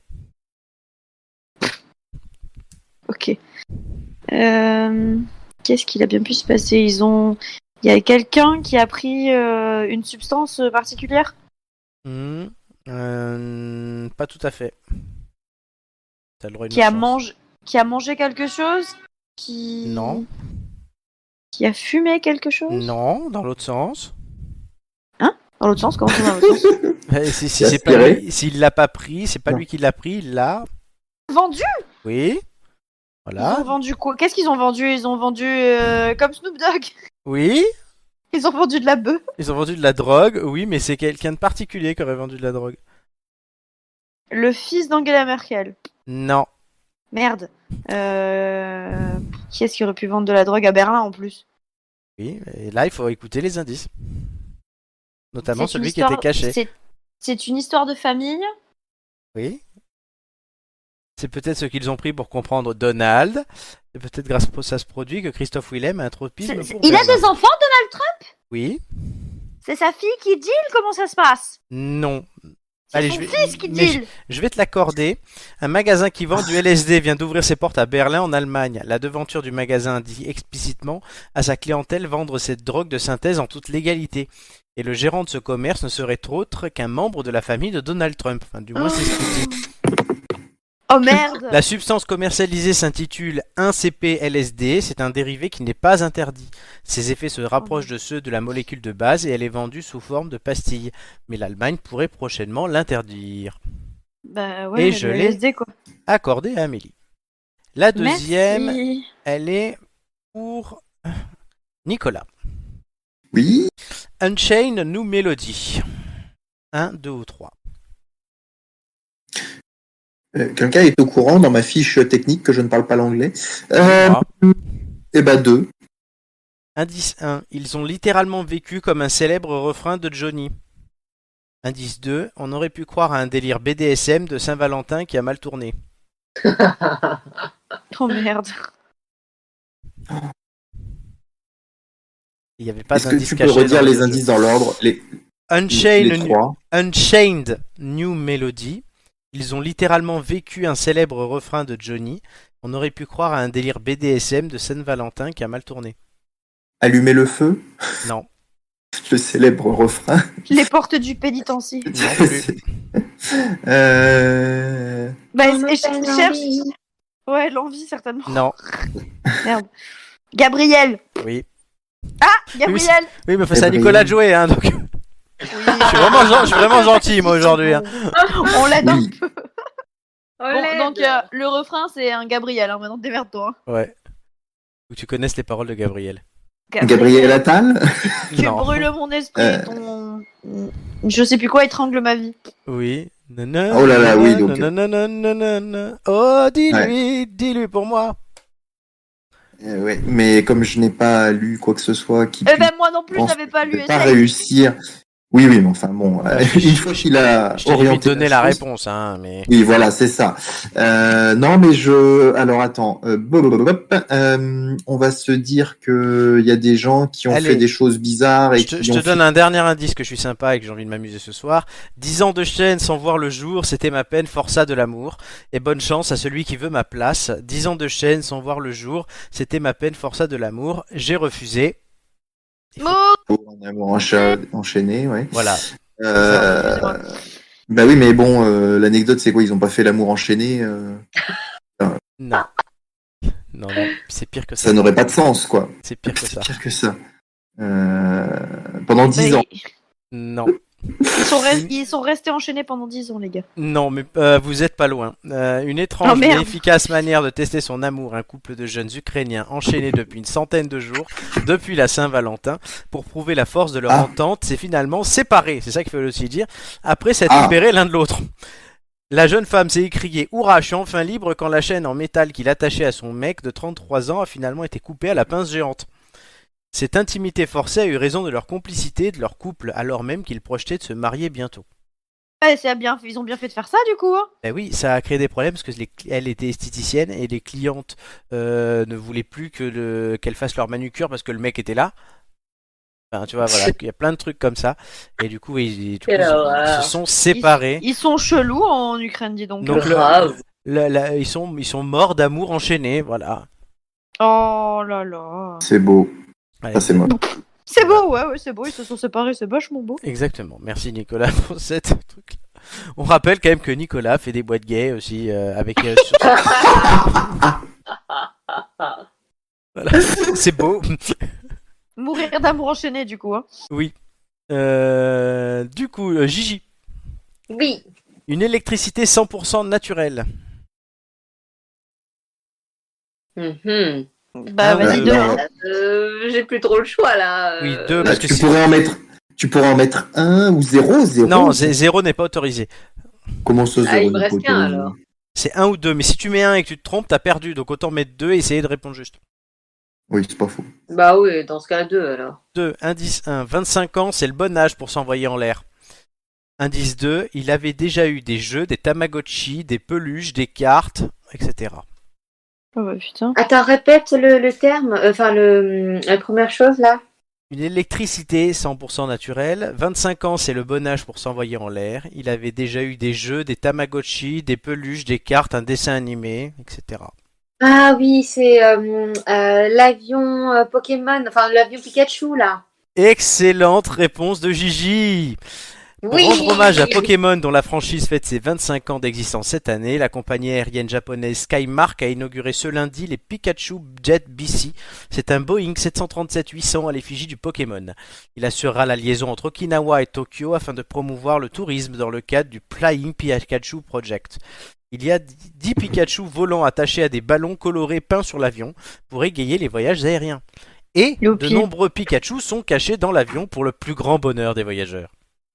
Ok. Qu'est-ce qu'il a bien pu se passer? Il y a quelqu'un qui a pris une substance particulière? Pas tout à fait. T'as le droit à une Qui a, chance. qui a mangé quelque chose? Non. Qui a fumé quelque chose? Non, dans l'autre sens. Dans l'autre sens, comment ça dans l'autre sens? C'est pas lui, s'il l'a pas pris, c'est pas Non. lui qui l'a pris, il l'a. Vendu? Oui. Ils Voilà. ont vendu quoi? Qu'est-ce qu'ils ont vendu? Ils ont vendu comme Snoop Dogg. Oui. Ils ont vendu de la bœuf. Ils ont vendu de la drogue, oui, mais c'est quelqu'un de particulier qui aurait vendu de la drogue. Le fils d'Angela Merkel. Non. Merde. Qui est-ce qui aurait pu vendre de la drogue à Berlin en plus? Oui, et là, il faut écouter les indices. Notamment C'est une celui qui histoire- était caché. C'est une histoire de famille. Oui. C'est peut-être ce qu'ils ont pris pour comprendre Donald. C'est peut-être grâce à ce produit que Christophe Willem a un tropisme pour Il a Berlin. des enfants, Donald Trump? Oui. C'est sa fille qui deal? Comment ça se passe? Non. Allez, son je vais, fils qui mais deal. je vais te l'accorder. Un magasin qui vend du LSD vient d'ouvrir ses portes à Berlin, en Allemagne. La devanture du magasin dit explicitement à sa clientèle vendre cette drogue de synthèse en toute légalité. Et le gérant de ce commerce ne serait autre qu'un membre de la famille de Donald Trump. Enfin, du moins, c'est ce qu'il dit. Oh merde. La substance commercialisée s'intitule 1-CP-LSD. C'est un dérivé qui n'est pas interdit. Ses effets se rapprochent de ceux de la molécule de base et elle est vendue sous forme de pastilles. Mais l'Allemagne pourrait prochainement l'interdire. Bah ouais, Et je le l'ai LSD, quoi. Accordé à Amélie. La deuxième, Merci. elle est pour Nicolas. Oui. Unchained New Melody. 1, 2 ou 3. Quelqu'un est au courant dans ma fiche technique que je ne parle pas l'anglais. Eh ben 2. Indice 1. Ils ont littéralement vécu comme un célèbre refrain de Johnny. Indice 2. On aurait pu croire à un délire BDSM de Saint-Valentin qui a mal tourné. Oh merde. Il n'y avait pas Est-ce que d'indice tu peux caché redire dans les le jeu. indices dans l'ordre les Unchained, 3. Unchained New Melody. Ils ont littéralement vécu un célèbre refrain de Johnny. On aurait pu croire à un délire BDSM de Saint-Valentin qui a mal tourné. Allumer le feu. Non. Le célèbre refrain. Les portes du pénitencier. Non plus. Bah, et cherche. Ouais, l'envie, certainement. Non. Merde. Gabriel. Oui. Gabriel. Oui, mais c'est à Gabriel. Nicolas de jouer, hein, donc. Oui. Je suis vraiment gentil, moi, aujourd'hui. Hein. On l'adore. Oui. Bon, donc, le refrain, c'est un Gabriel. Hein. Maintenant, démerde-toi. Hein. Ouais. Faut que tu connaisses les paroles de Gabriel. Gabriel Attal. Tu Non. brûles mon esprit. Ton... Je sais plus quoi, étrangle ma vie. Oui. Oh là là, oui, donc. Oh, dis-lui pour moi. Ouais, mais comme je n'ai pas lu quoi que ce soit qui Eh ben, moi non plus, je pense n'avais pas que je lu. vais pas essaye. réussir. Oui, mais enfin bon, une fois qu'il a Je t'ai orienté donné la chose- réponse, hein, mais. Oui, voilà, c'est ça. Non, mais alors attends. On va se dire que il y a des gens qui ont Allez. fait des choses bizarres et Je te donne un dernier indice que je suis sympa et que j'ai envie de m'amuser ce soir. 10 ans de chaîne sans voir le jour, c'était ma peine, forçat de l'amour. Et bonne chance à celui qui veut ma place. 10 ans de chaîne sans voir le jour, c'était ma peine, forçat de l'amour. J'ai refusé. un amour enchaîné, ouais. Voilà. Excusez-moi. Bah oui, mais bon, l'anecdote c'est quoi? Ils ont pas fait l'amour enchaîné. Non. Non, c'est pire que ça. Ça n'aurait pas de sens, quoi. C'est pire que ça. C'est pire que ça. Pendant 10 Bah, ans. Non. Ils sont restés enchaînés pendant 10 ans, les gars. Non, mais vous êtes pas loin. Une étrange Oh, mais merde. efficace manière de tester son amour, un couple de jeunes Ukrainiens enchaînés depuis une centaine de jours, depuis la Saint-Valentin, pour prouver la force de leur entente, s'est finalement séparés, c'est ça qu'il faut aussi dire, après s'être libérés l'un de l'autre. La jeune femme s'est écriée « Hourra, je suis enfin libre » quand la chaîne en métal qu'il attachait à son mec de 33 ans a finalement été coupée à la pince géante. Cette intimité forcée a eu raison de leur complicité, de leur couple, alors même qu'ils projetaient de se marier bientôt. Ouais, ils ont bien fait de faire ça, du coup. Hein. Ben oui, ça a créé des problèmes parce que elle était esthéticienne et les clientes ne voulaient plus qu'elles fassent leur manucure parce que le mec était là. Enfin, tu vois, voilà, il y a plein de trucs comme ça. Et du coup, ils se sont séparés. Ils sont chelous en Ukraine, dis donc. Donc ils sont morts d'amour enchaîné, voilà. Oh là là. C'est beau. Allez, Ça, c'est moche. C'est beau, ouais, c'est beau, ils se sont séparés, c'est vachement beau. Exactement. Merci Nicolas pour cette truc. On rappelle quand même que Nicolas fait des boîtes gays aussi avec. Voilà. C'est beau. Mourir d'amour enchaîné, du coup. Hein. Oui. Du coup, Gigi. Oui. Une électricité 100% naturelle. Mhm. Bah, vas-y, ouais, deux. ouais. Hein. J'ai plus trop le choix là. Oui, deux Bah, parce que tu pourrais en mettre un ou zéro. Non, zéro n'est pas autorisé. Comment ça, zéro il me n'est reste pas qu'un, autorisé alors. C'est un ou deux, mais si tu mets un et que tu te trompes, t'as perdu. Donc autant mettre deux et essayer de répondre juste. Oui, c'est pas faux. Bah oui, dans ce cas 2 alors. 2. Indice 1. 25 ans, c'est le bon âge pour s'envoyer en l'air. Indice 2. Il avait déjà eu des jeux, des Tamagotchi, des peluches, des cartes, etc. Oh bah putain. Attends, répète le terme, enfin la première chose là. Une électricité 100% naturelle. 25 ans, c'est le bon âge pour s'envoyer en l'air. Il avait déjà eu des jeux, des Tamagotchi, des peluches, des cartes, un dessin animé, etc. Ah oui, c'est l'avion Pokémon, enfin l'avion Pikachu là. Excellente réponse de Gigi. Pour Oui. rendre hommage à Pokémon dont la franchise fête ses 25 ans d'existence cette année, la compagnie aérienne japonaise Skymark a inauguré ce lundi les Pikachu Jet BC. C'est un Boeing 737-800 à l'effigie du Pokémon. Il assurera la liaison entre Okinawa et Tokyo afin de promouvoir le tourisme dans le cadre du Flying Pikachu Project. Il y a 10 Pikachu volants attachés à des ballons colorés peints sur l'avion pour égayer les voyages aériens. Et Youpi. de nombreux Pikachu sont cachés dans l'avion pour le plus grand bonheur des voyageurs.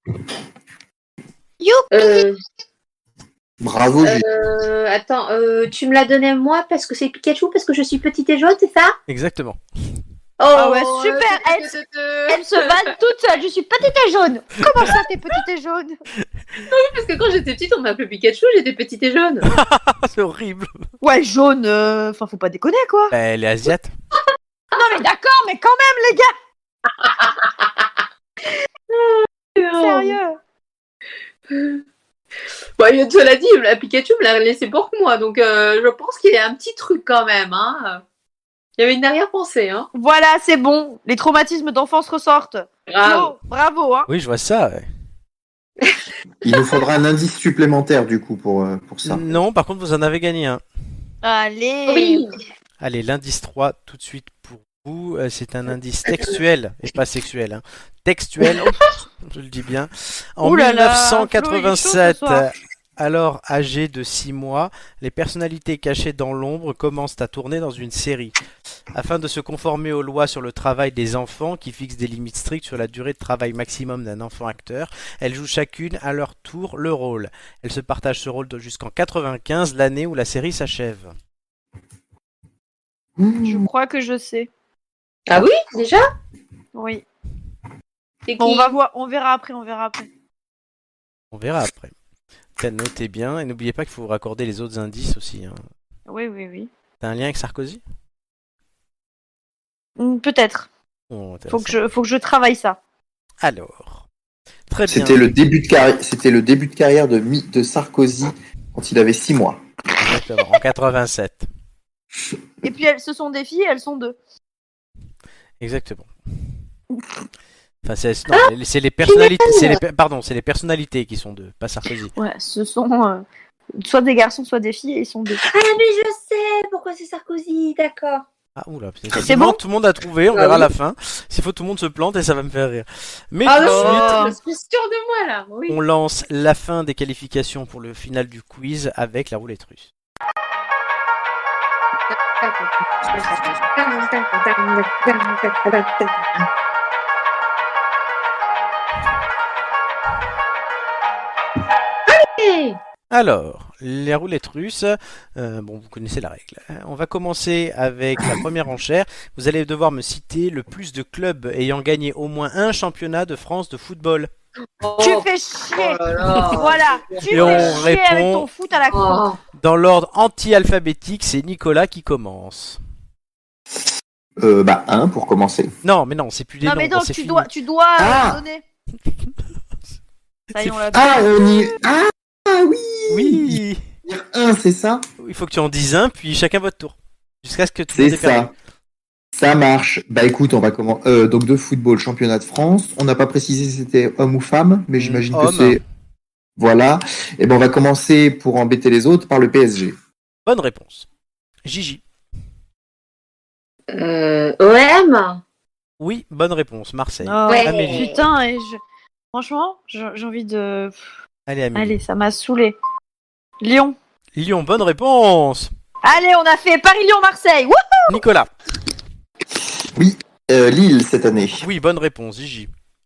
Euh, Bravo, Gigi. attends, tu me l'as donné moi parce que c'est Pikachu, parce que je suis petite et jaune, c'est ça? Exactement. Ah ouais, super. Elle se vanne toute seule. Je suis petite et jaune. Comment ça, t'es petite et jaune? Parce que quand j'étais petite, on m'appelait Pikachu, j'étais petite et jaune. C'est horrible. Ouais, jaune. Enfin, faut pas déconner, quoi. Bah, elle est asiate. Non, mais d'accord, mais quand même, les gars. Sérieux. Ouais, cela dit, la Pikachu me l'a laissé pour moi, donc je pense qu'il y a un petit truc quand même. Hein. Il y avait une arrière-pensée. Hein. Voilà, c'est bon. Les traumatismes d'enfance ressortent. Bravo. Bravo, hein. Oui, je vois ça. Ouais. Il nous faudra un indice supplémentaire du coup pour ça. Non, par contre, vous en avez gagné un. Allez. Oui. Allez, l'indice 3, tout de suite pour vous. C'est un indice textuel et pas sexuel. Hein. Textuel, je le dis bien. En Ouh là là, 1987, Flo, il est chaud ce soir. alors âgé de 6 mois, les personnalités cachées dans l'ombre commencent à tourner dans une série. Afin de se conformer aux lois sur le travail des enfants qui fixent des limites strictes sur la durée de travail maximum d'un enfant acteur, elles jouent chacune à leur tour le rôle. Elles se partagent ce rôle jusqu'en 95, l'année où la série s'achève. Je crois que je sais. Ah oui, déjà? Oui. C'est Bon, qui? on va voir. On verra après. On verra après. Notez bien et n'oubliez pas qu'il faut vous raccorder les autres indices aussi. Hein. Oui. T'as un lien avec Sarkozy? Peut-être. Oh, Faut que je travaille ça. Alors, très bien. C'était le début de carrière de Sarkozy quand il avait 6 mois. Exactement, en 87. Et puis ce sont des filles, elles sont deux. Exactement. Enfin, c'est les personnalités. C'est les personnalités qui sont deux, pas Sarkozy. Ouais, ce sont soit des garçons, soit des filles, et ils sont deux. Ah mais je sais pourquoi c'est Sarkozy, d'accord. Ah oula, C'est bon. tout le monde a trouvé, on verra à la fin. S'il faut, tout le monde se plante et ça va me faire rire. Mais tout de suite, je suis sûre de moi là. Oui. on lance la fin des qualifications pour le final du quiz avec la roulette russe. Alors, les roulettes russes, bon, vous connaissez la règle. On va commencer avec la première enchère. Vous allez devoir me citer le plus de clubs ayant gagné au moins un championnat de France de football. Tu fais chier. Oh là là. Voilà. Tu Et on fais chier avec répond- ton foot à la con. Oh. Dans l'ordre anti-alphabétique, c'est Nicolas qui commence. 1 pour commencer. Non, mais non, c'est plus des Non mais nombres, donc c'est tu fini. dois Ah. donner. Ça y est, on l'a Oui. Oui, 1, c'est ça? il faut que tu en dises un, puis chacun votre tour. Jusqu'à ce que tout le C'est monde ait perdu. ça. Ça marche. Bah écoute, on va commencer. Donc de football, championnat de France. On n'a pas précisé si c'était homme ou femme, mais j'imagine que homme. c'est. Voilà. Et ben on va commencer pour embêter les autres par le PSG. Bonne réponse. Gigi. OM. Oui, bonne réponse. Marseille. Oh, Ouais. Amélie. putain, franchement, j'ai envie de. Allez, Amélie. Allez, ça m'a saoulé. Lyon. Lyon, bonne réponse. Allez, on a fait Paris-Lyon-Marseille. Nicolas. Lille cette année. Oui, bonne réponse. Gigi.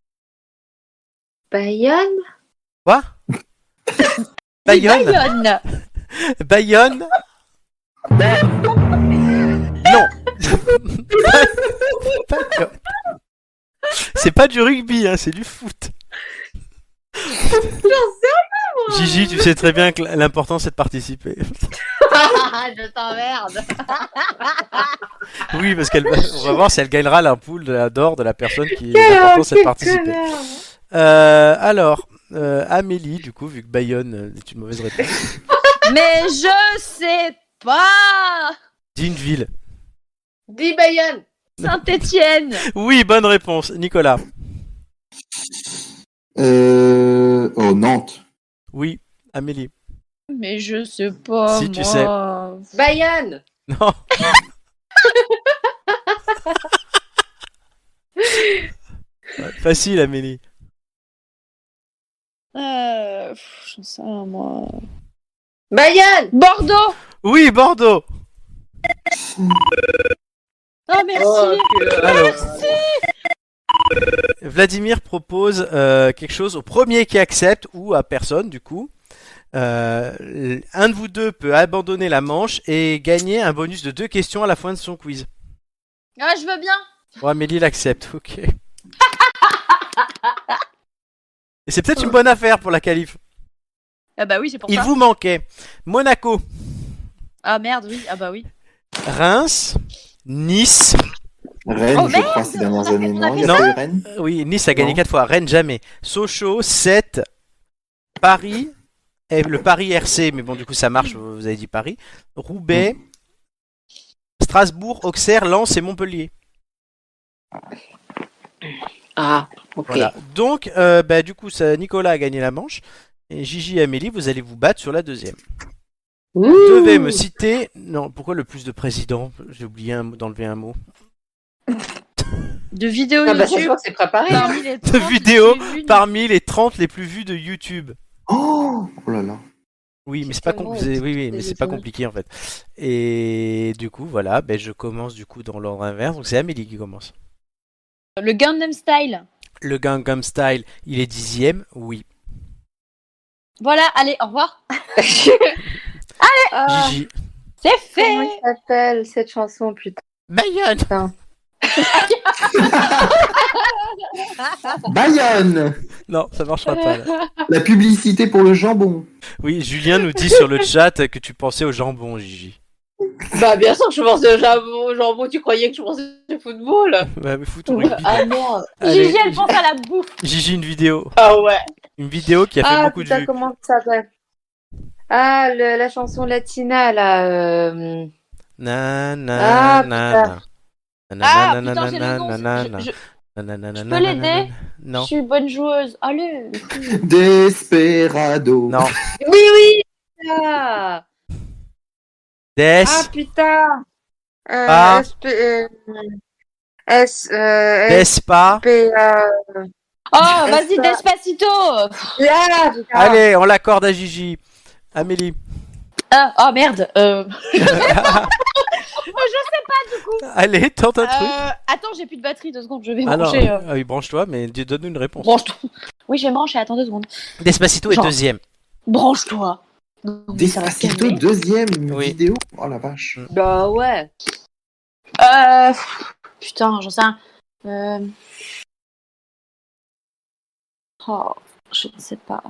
Bayonne. Quoi? Bayonne. Bayonne. Bayonne. Non. Bayonne. C'est pas du rugby, hein, c'est du foot. Gigi, tu sais très bien que l'important c'est de participer. Je t'emmerde. Oui, parce on va voir si elle gagnera l'ampoule d'or de la personne qui l'important c'est de participer. Alors, Amélie, du coup, vu que Bayonne est une mauvaise réponse. Mais je sais pas. Dis une ville. Dis Bayonne. Saint-Étienne. Oui, bonne réponse. Nicolas. Oh, Nantes. Oui, Amélie. Mais je sais pas. Si, tu moi. sais. Bayonne. Non. Ouais, facile, Amélie. J'en sais rien, moi. Bayonne. Bordeaux. Oui, Bordeaux. Oh merci. Alors, Vladimir propose quelque chose au premier qui accepte ou à personne du coup. Un de vous deux peut abandonner la manche et gagner un bonus de 2 questions à la fin de son quiz. Ah, je veux bien. Bon, Amélie l'accepte, ok. Et c'est peut-être une bonne affaire pour la qualif. Ah bah oui, c'est pour Il ça. vous manquait Monaco, Ah merde, oui. Ah bah oui. Reims, Nice. Rennes, Oh, je crois, ces dernières années. on a Non, fait il y ça a pas eu Rennes. Oui, Nice a gagné Non. 4 fois, Rennes jamais. Sochaux, 7, Paris, et le Paris RC, mais bon, du coup ça marche, vous avez dit Paris. Roubaix, Strasbourg, Auxerre, Lens et Montpellier. Ah, ok. Voilà. Donc, du coup, Nicolas a gagné la manche. Et Gigi et Amélie, vous allez vous battre sur la deuxième. Vous devez me citer. Non, pourquoi le plus de présidents? J'ai oublié d'enlever un mot. De vidéos Ah bah ça se YouTube. voit que c'est préparé. hein. Parmi les De 30 vidéos les plus vues. parmi les 30 les plus vues de YouTube. Oh là là. Oui, mais c'est pas Exactement, oui, mais c'est pas compliqué en fait. Et du coup, voilà, je commence du coup dans l'ordre inverse. Donc c'est Amélie qui commence. Le Gangnam Style. Le Gangnam Style, il est 10e, oui. Voilà, allez, au revoir. Ah, Gigi. C'est comment fait. il s'appelle cette chanson, putain. Bayonne. Bayonne. Non, ça marchera pas. Là. La publicité pour le jambon. Oui, Julien nous dit sur le chat que tu pensais au jambon, Gigi. Bah bien sûr que je pensais au jambon, tu croyais que je pensais au football. Bah, foot ou rugby. Ah merde. Allez, Gigi, elle pense à la bouffe. Gigi, une vidéo. Ah ouais. Une vidéo qui a fait Ah beaucoup de putain, vues. comment ça s'appelle? Ah, la chanson latina, là. Na na Ah, na na. Ah, putain, j'ai le nom. Je peux l'aider? Je Non. suis bonne joueuse. Allez. Desperado. Non. Oui. Ah, Des. ah putain. Ah. Despa. Oh, vas-y, Est-ce Despacito. Ah, putain. Allez, on l'accorde à Gigi. Amélie. Ah, oh merde. Allez, tente un truc. Attends, j'ai plus de batterie, 2 secondes, je vais Ah non, brancher. ah oui, branche-toi, mais donne-nous une réponse. Branche-toi. Oui, je vais me brancher, attends 2 secondes. Despacito est Genre. deuxième. Branche-toi. Non, mais ça va se Despacito, calmer. deuxième Oui. vidéo. Oh la vache. Bah ouais. Putain, j'en sais rien. Oh, je ne sais pas.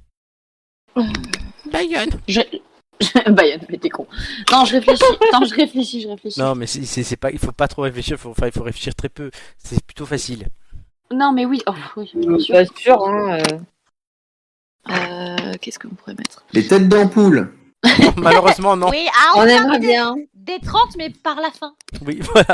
Bayonne. Bayonne, mais t'es con. Non, je réfléchis. Attends, je réfléchis. Non, mais c'est pas, il faut pas trop réfléchir, il faut réfléchir très peu. C'est plutôt facile. Non, mais oui. Oh, oui, bien sûr. Pas sûr, hein. Qu'est-ce qu'on pourrait mettre? Les têtes d'ampoule. Malheureusement, non. Oui, On aimerait bien. Des 30, mais par la fin. Oui, voilà.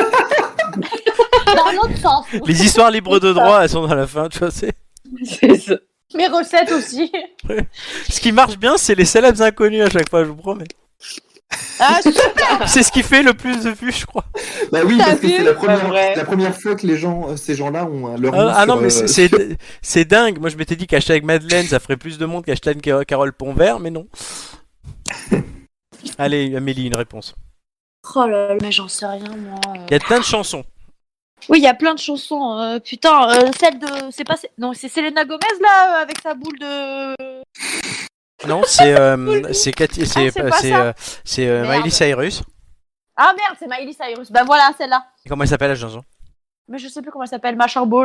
Dans l'autre sens. Les histoires libres de droit, elles sont dans la fin, tu vois. C'est ça. Mes recettes aussi. Ce qui marche bien, c'est les célèbres inconnus à chaque fois, je vous promets. Ah, super. C'est ce qui fait le plus de vues, je crois. Bah oui, T'as parce que vu c'est Pas vrai. la première fois que ces gens-là ont leur nom Ah non, sur, mais c'est sur- c'est dingue. Moi, je m'étais dit qu'Hashtag Madeleine, ça ferait plus de monde qu'Hashtag Carole Ponvert, mais non. Allez, Amélie, une réponse. Oh là là, mais j'en sais rien, moi. Il y a plein de chansons. Oui, il y a plein de chansons. Putain, celle de. C'est pas. Non, c'est Selena Gomez, là, avec sa boule de. Non, c'est Cathy, c'est pas ça. c'est Merde. Miley Cyrus. Ah merde, c'est Miley Cyrus. Bah voilà, celle-là. Comment elle s'appelle la chanson? Mais je sais plus comment elle s'appelle, Machin Ball.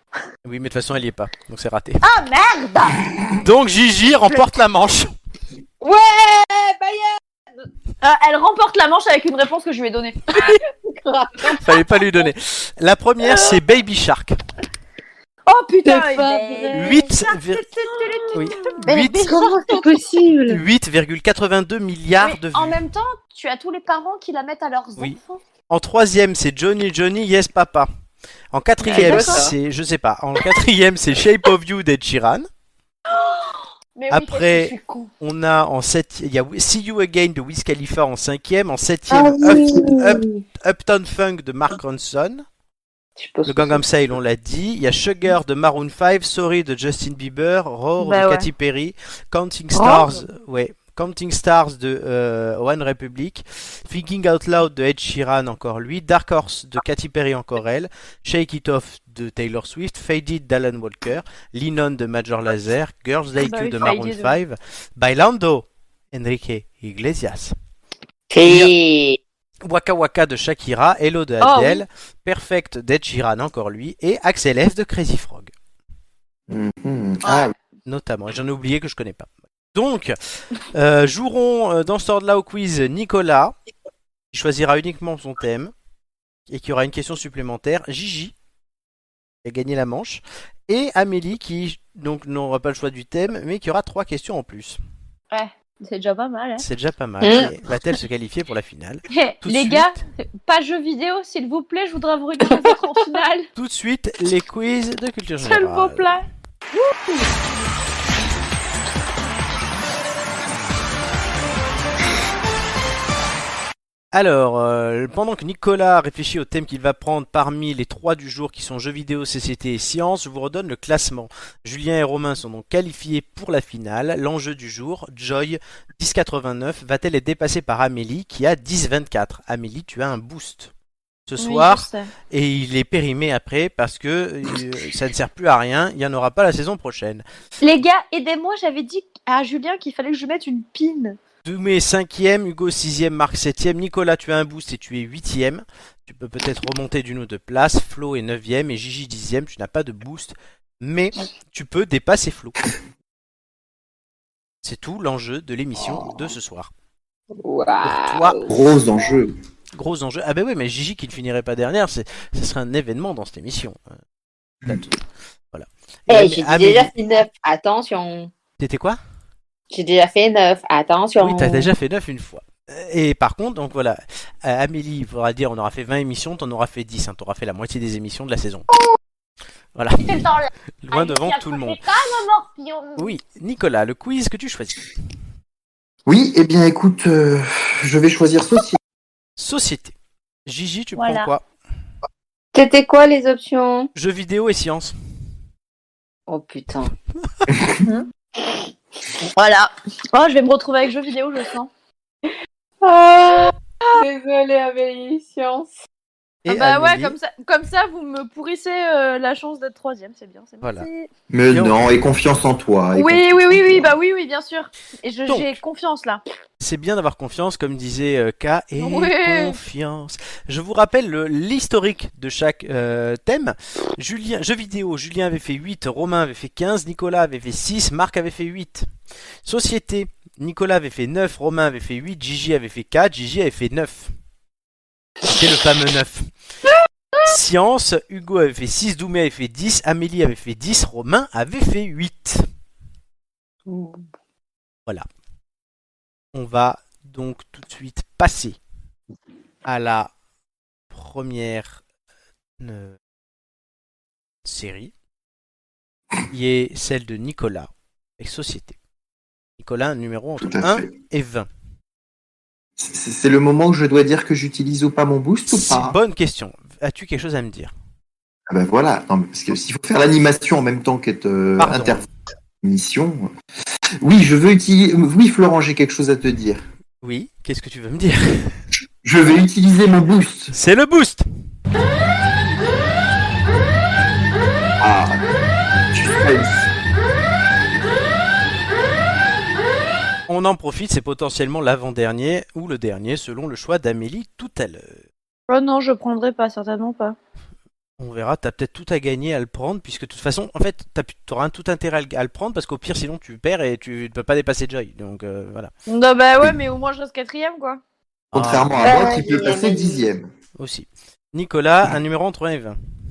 Oui, mais de toute façon, elle y est pas, donc c'est raté. Ah merde. Donc Gigi remporte la manche. Ouais, Bayern. Elle remporte la manche avec une réponse que je lui ai donnée. Fallait pas lui donner. La première, c'est Baby Shark. Oh putain. C'est pas vrai. 8, oui. Mais 8 Comment c'est possible? 8,82 milliards Oui, de vues. en même temps, tu as tous les parents qui la mettent à leurs Oui. enfants. En troisième, c'est Johnny Johnny Yes Papa. En quatrième, Ah, d'accord. c'est, je sais pas. En quatrième, c'est Shape of You d'Ed Sheeran. Mais oui, Après- qu'est-ce que je suis con. On a en septième, il y a See You Again de Wiz Khalifa en cinquième. En Ah septième, oui. Uptown Funk de Mark Ronson. Je pense Le que Gangnam Style, on l'a dit. Il y a Sugar de Maroon 5, Sorry de Justin Bieber, Roar Bah de ouais. Katy Perry, Counting Stars, Counting Stars de One Republic, Thinking Out Loud de Ed Sheeran, encore lui, Dark Horse de Katy Perry, encore elle, Shake It Off de Taylor Swift, Faded d'Alan Walker, Lean On de Major Lazer, Girls Like Bah You oui, de Maroon Faded, 5, Bailando, Enrique Iglesias, c'est. Waka Waka de Shakira, Hello de Oh, Adele, Perfect d'Ed Sheeran, encore lui, et Axel F de Crazy Frog. Ah, Notamment, et j'en ai oublié que je connais pas. Donc, joueront dans ce ordre-là au quiz Nicolas, qui choisira uniquement son thème, et qui aura une question supplémentaire, Gigi, qui a gagné la manche, et Amélie, qui donc n'aura pas le choix du thème, mais qui aura 3 questions en plus. Ouais, c'est déjà pas mal. Hein. C'est déjà pas mal. Mm. Et va-t-elle se qualifier pour la finale? Tout de Les suite- gars, pas jeux vidéo, s'il vous plaît, je voudrais vous regarder votre en finale. Tout de suite, les quiz de culture S'il vous générale. plaît. Alors, pendant que Nicolas réfléchit au thème qu'il va prendre parmi les 3 du jour qui sont jeux vidéo, société et sciences, je vous redonne le classement. Julien et Romain sont donc qualifiés pour la finale. L'enjeu du jour, Joy 10,89, va-t-elle être dépassée par Amélie qui a 10,24? Amélie, tu as un boost ce soir Oui, je sais. et il est périmé après parce que ça ne sert plus à rien, il n'y en aura pas la saison prochaine. Les gars, aidez-moi, j'avais dit à Julien qu'il fallait que je mette une pin. Doumé 5ème, Hugo 6ème, Marc 7ème, Nicolas tu as un boost et tu es 8ème. Tu peux peut-être remonter d'une ou deux places. Flo est 9ème et Gigi 10ème, tu n'as pas de boost. Mais tu peux dépasser Flo. C'est tout l'enjeu de l'émission de ce soir. Pour toi, gros enjeu. gros enjeu. Ah ben oui, mais Gigi qui ne finirait pas dernière, ce serait un événement dans cette émission. Voilà. Eh, j'ai Amélie- déjà fait 9. Attention. C'était quoi? J'ai déjà fait 9. Attention. Oui, t'as déjà fait 9 une fois. Et par contre, donc voilà, Amélie, il faudra dire, on aura fait 20 émissions, t'en auras fait 10, hein, t'auras fait la moitié des émissions de la saison. Voilà, C'est le temps là. loin devant tout le monde. Pas un morpion. Oui, Nicolas, le quiz que tu choisis. Oui, eh bien écoute, je vais choisir Société. Société. Gigi, tu Voilà. prends quoi? C'était quoi les options? Jeux vidéo et sciences. Oh putain. Voilà. Oh, je vais me retrouver avec jeux vidéo, je sens. Ah, désolée, Amélie, science. Et Ah bah ouais, Amélie. comme ça, vous me pourrissez la chance d'être troisième, c'est bien. Voilà. Merci. Mais Et on- non, et confiance en toi. et Oui, confiance oui, en oui, toi. bah oui, bien sûr. Et Donc. j'ai confiance là. C'est bien d'avoir confiance, comme disait K, et Ouais. confiance. Je vous rappelle l'historique de chaque thème. Julien, jeux vidéo, Julien avait fait 8, Romain avait fait 15, Nicolas avait fait 6, Marc avait fait 8. Société, Nicolas avait fait 9, Romain avait fait 8, Gigi avait fait 4, Gigi avait fait 9. C'est le fameux 9. Science, Hugo avait fait 6, Doumé avait fait 10, Amélie avait fait 10, Romain avait fait 8. Voilà. On va donc tout de suite passer à la première série, qui est celle de Nicolas et Société. Nicolas, un numéro entre Tout à 1 fait. et 20. C'est le moment où je dois dire que j'utilise ou pas mon boost ou C'est pas? une bonne question. As-tu quelque chose à me dire? Ah ben voilà, non, mais parce que s'il faut faire l'animation en même temps qu'être Pardon. intermission. Oui, je veux utiliser. Oui, Florent, j'ai quelque chose à te dire. Oui, qu'est-ce que tu veux me dire? Je vais utiliser mon boost. C'est le boost! Ah, suspense. On en profite, c'est potentiellement l'avant-dernier ou le dernier selon le choix d'Amélie tout à l'heure. Oh non, je prendrai pas, certainement pas. On verra, t'as peut-être tout à gagner à le prendre, puisque de toute façon, en fait, t'auras tout intérêt à le prendre, parce qu'au pire, sinon, tu perds et tu ne peux pas dépasser Joy. Donc, voilà. Non, bah ouais, mais au moins je reste 4ème, quoi. Contrairement Ah. à moi qui peut passer 10e. Aussi. Nicolas, un numéro entre 1 et 20.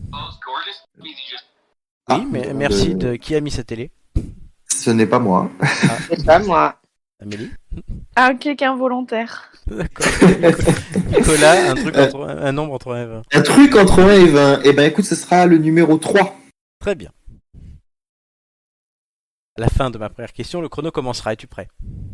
Ah, Oui, mais merci de qui a mis sa télé. Ce n'est pas moi. C'est pas moi. Amélie. Ah, quelqu'un volontaire. D'accord. Nicolas, un nombre entre 1 et 20. Un truc entre 1 et 20. Eh ben écoute, ce sera le numéro 3. Très bien. À la fin de ma première question, le chrono commencera. Es-tu prêt?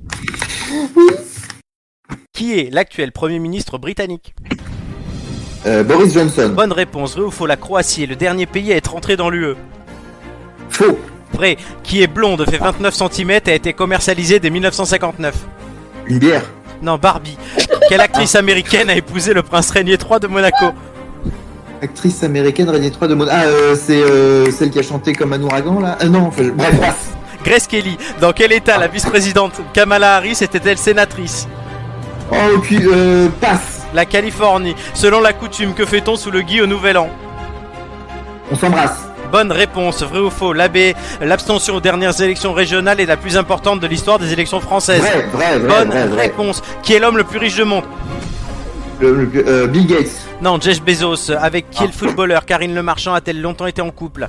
Qui est l'actuel Premier ministre britannique? Boris Johnson. Bonne réponse. Vrai ou faux? La Croatie est le dernier pays à être entré dans l'UE. Faux. Vrai. Qui est blonde, fait 29 cm et a été commercialisée dès 1959. Une bière. Non, Barbie. Quelle actrice américaine a épousé le prince Régnier III de Monaco? Actrice américaine, Régnier 3 de mode. Ah, c'est celle qui a chanté comme un ouragan là. Non, enfin, bref, passe. Grace Kelly. Dans quel état la vice-présidente Kamala Harris était-elle sénatrice? Oh, puis passe. La Californie. Selon la coutume, que fait-on sous le gui au Nouvel An? On s'embrasse. Bonne réponse. Vrai ou faux? L'abstention aux dernières élections régionales est la plus importante de l'histoire des élections françaises. Vrai. Bonne réponse. Qui est l'homme le plus riche du monde? Bill Gates. Non, Jeff Bezos. Avec qui est le footballeur Karine Le Marchand a-t-elle longtemps été en couple?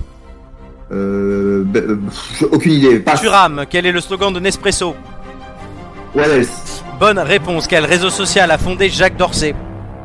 Aucune idée. Passe. Thuram. Quel est le slogan de Nespresso? What else? Bonne réponse. Quel réseau social a fondé Jacques Dorsey?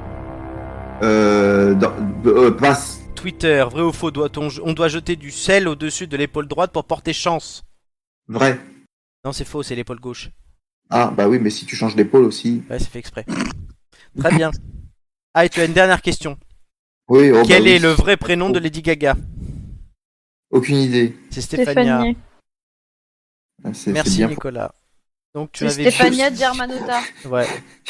Passe. Twitter. Vrai ou faux? On doit jeter du sel au-dessus de l'épaule droite pour porter chance? Vrai. Non, c'est faux, c'est l'épaule gauche. Ah, bah oui, mais si tu changes d'épaule aussi. Ouais, c'est fait exprès. Très bien. Ah, et tu as une dernière question. Oui, oh, Quel bah est oui. le vrai prénom de Lady Gaga? Aucune idée. C'est Stéphania. Ah, c'est Merci bien. Nicolas. Donc tu C'est avais Stéphania Germanotta. Ouais.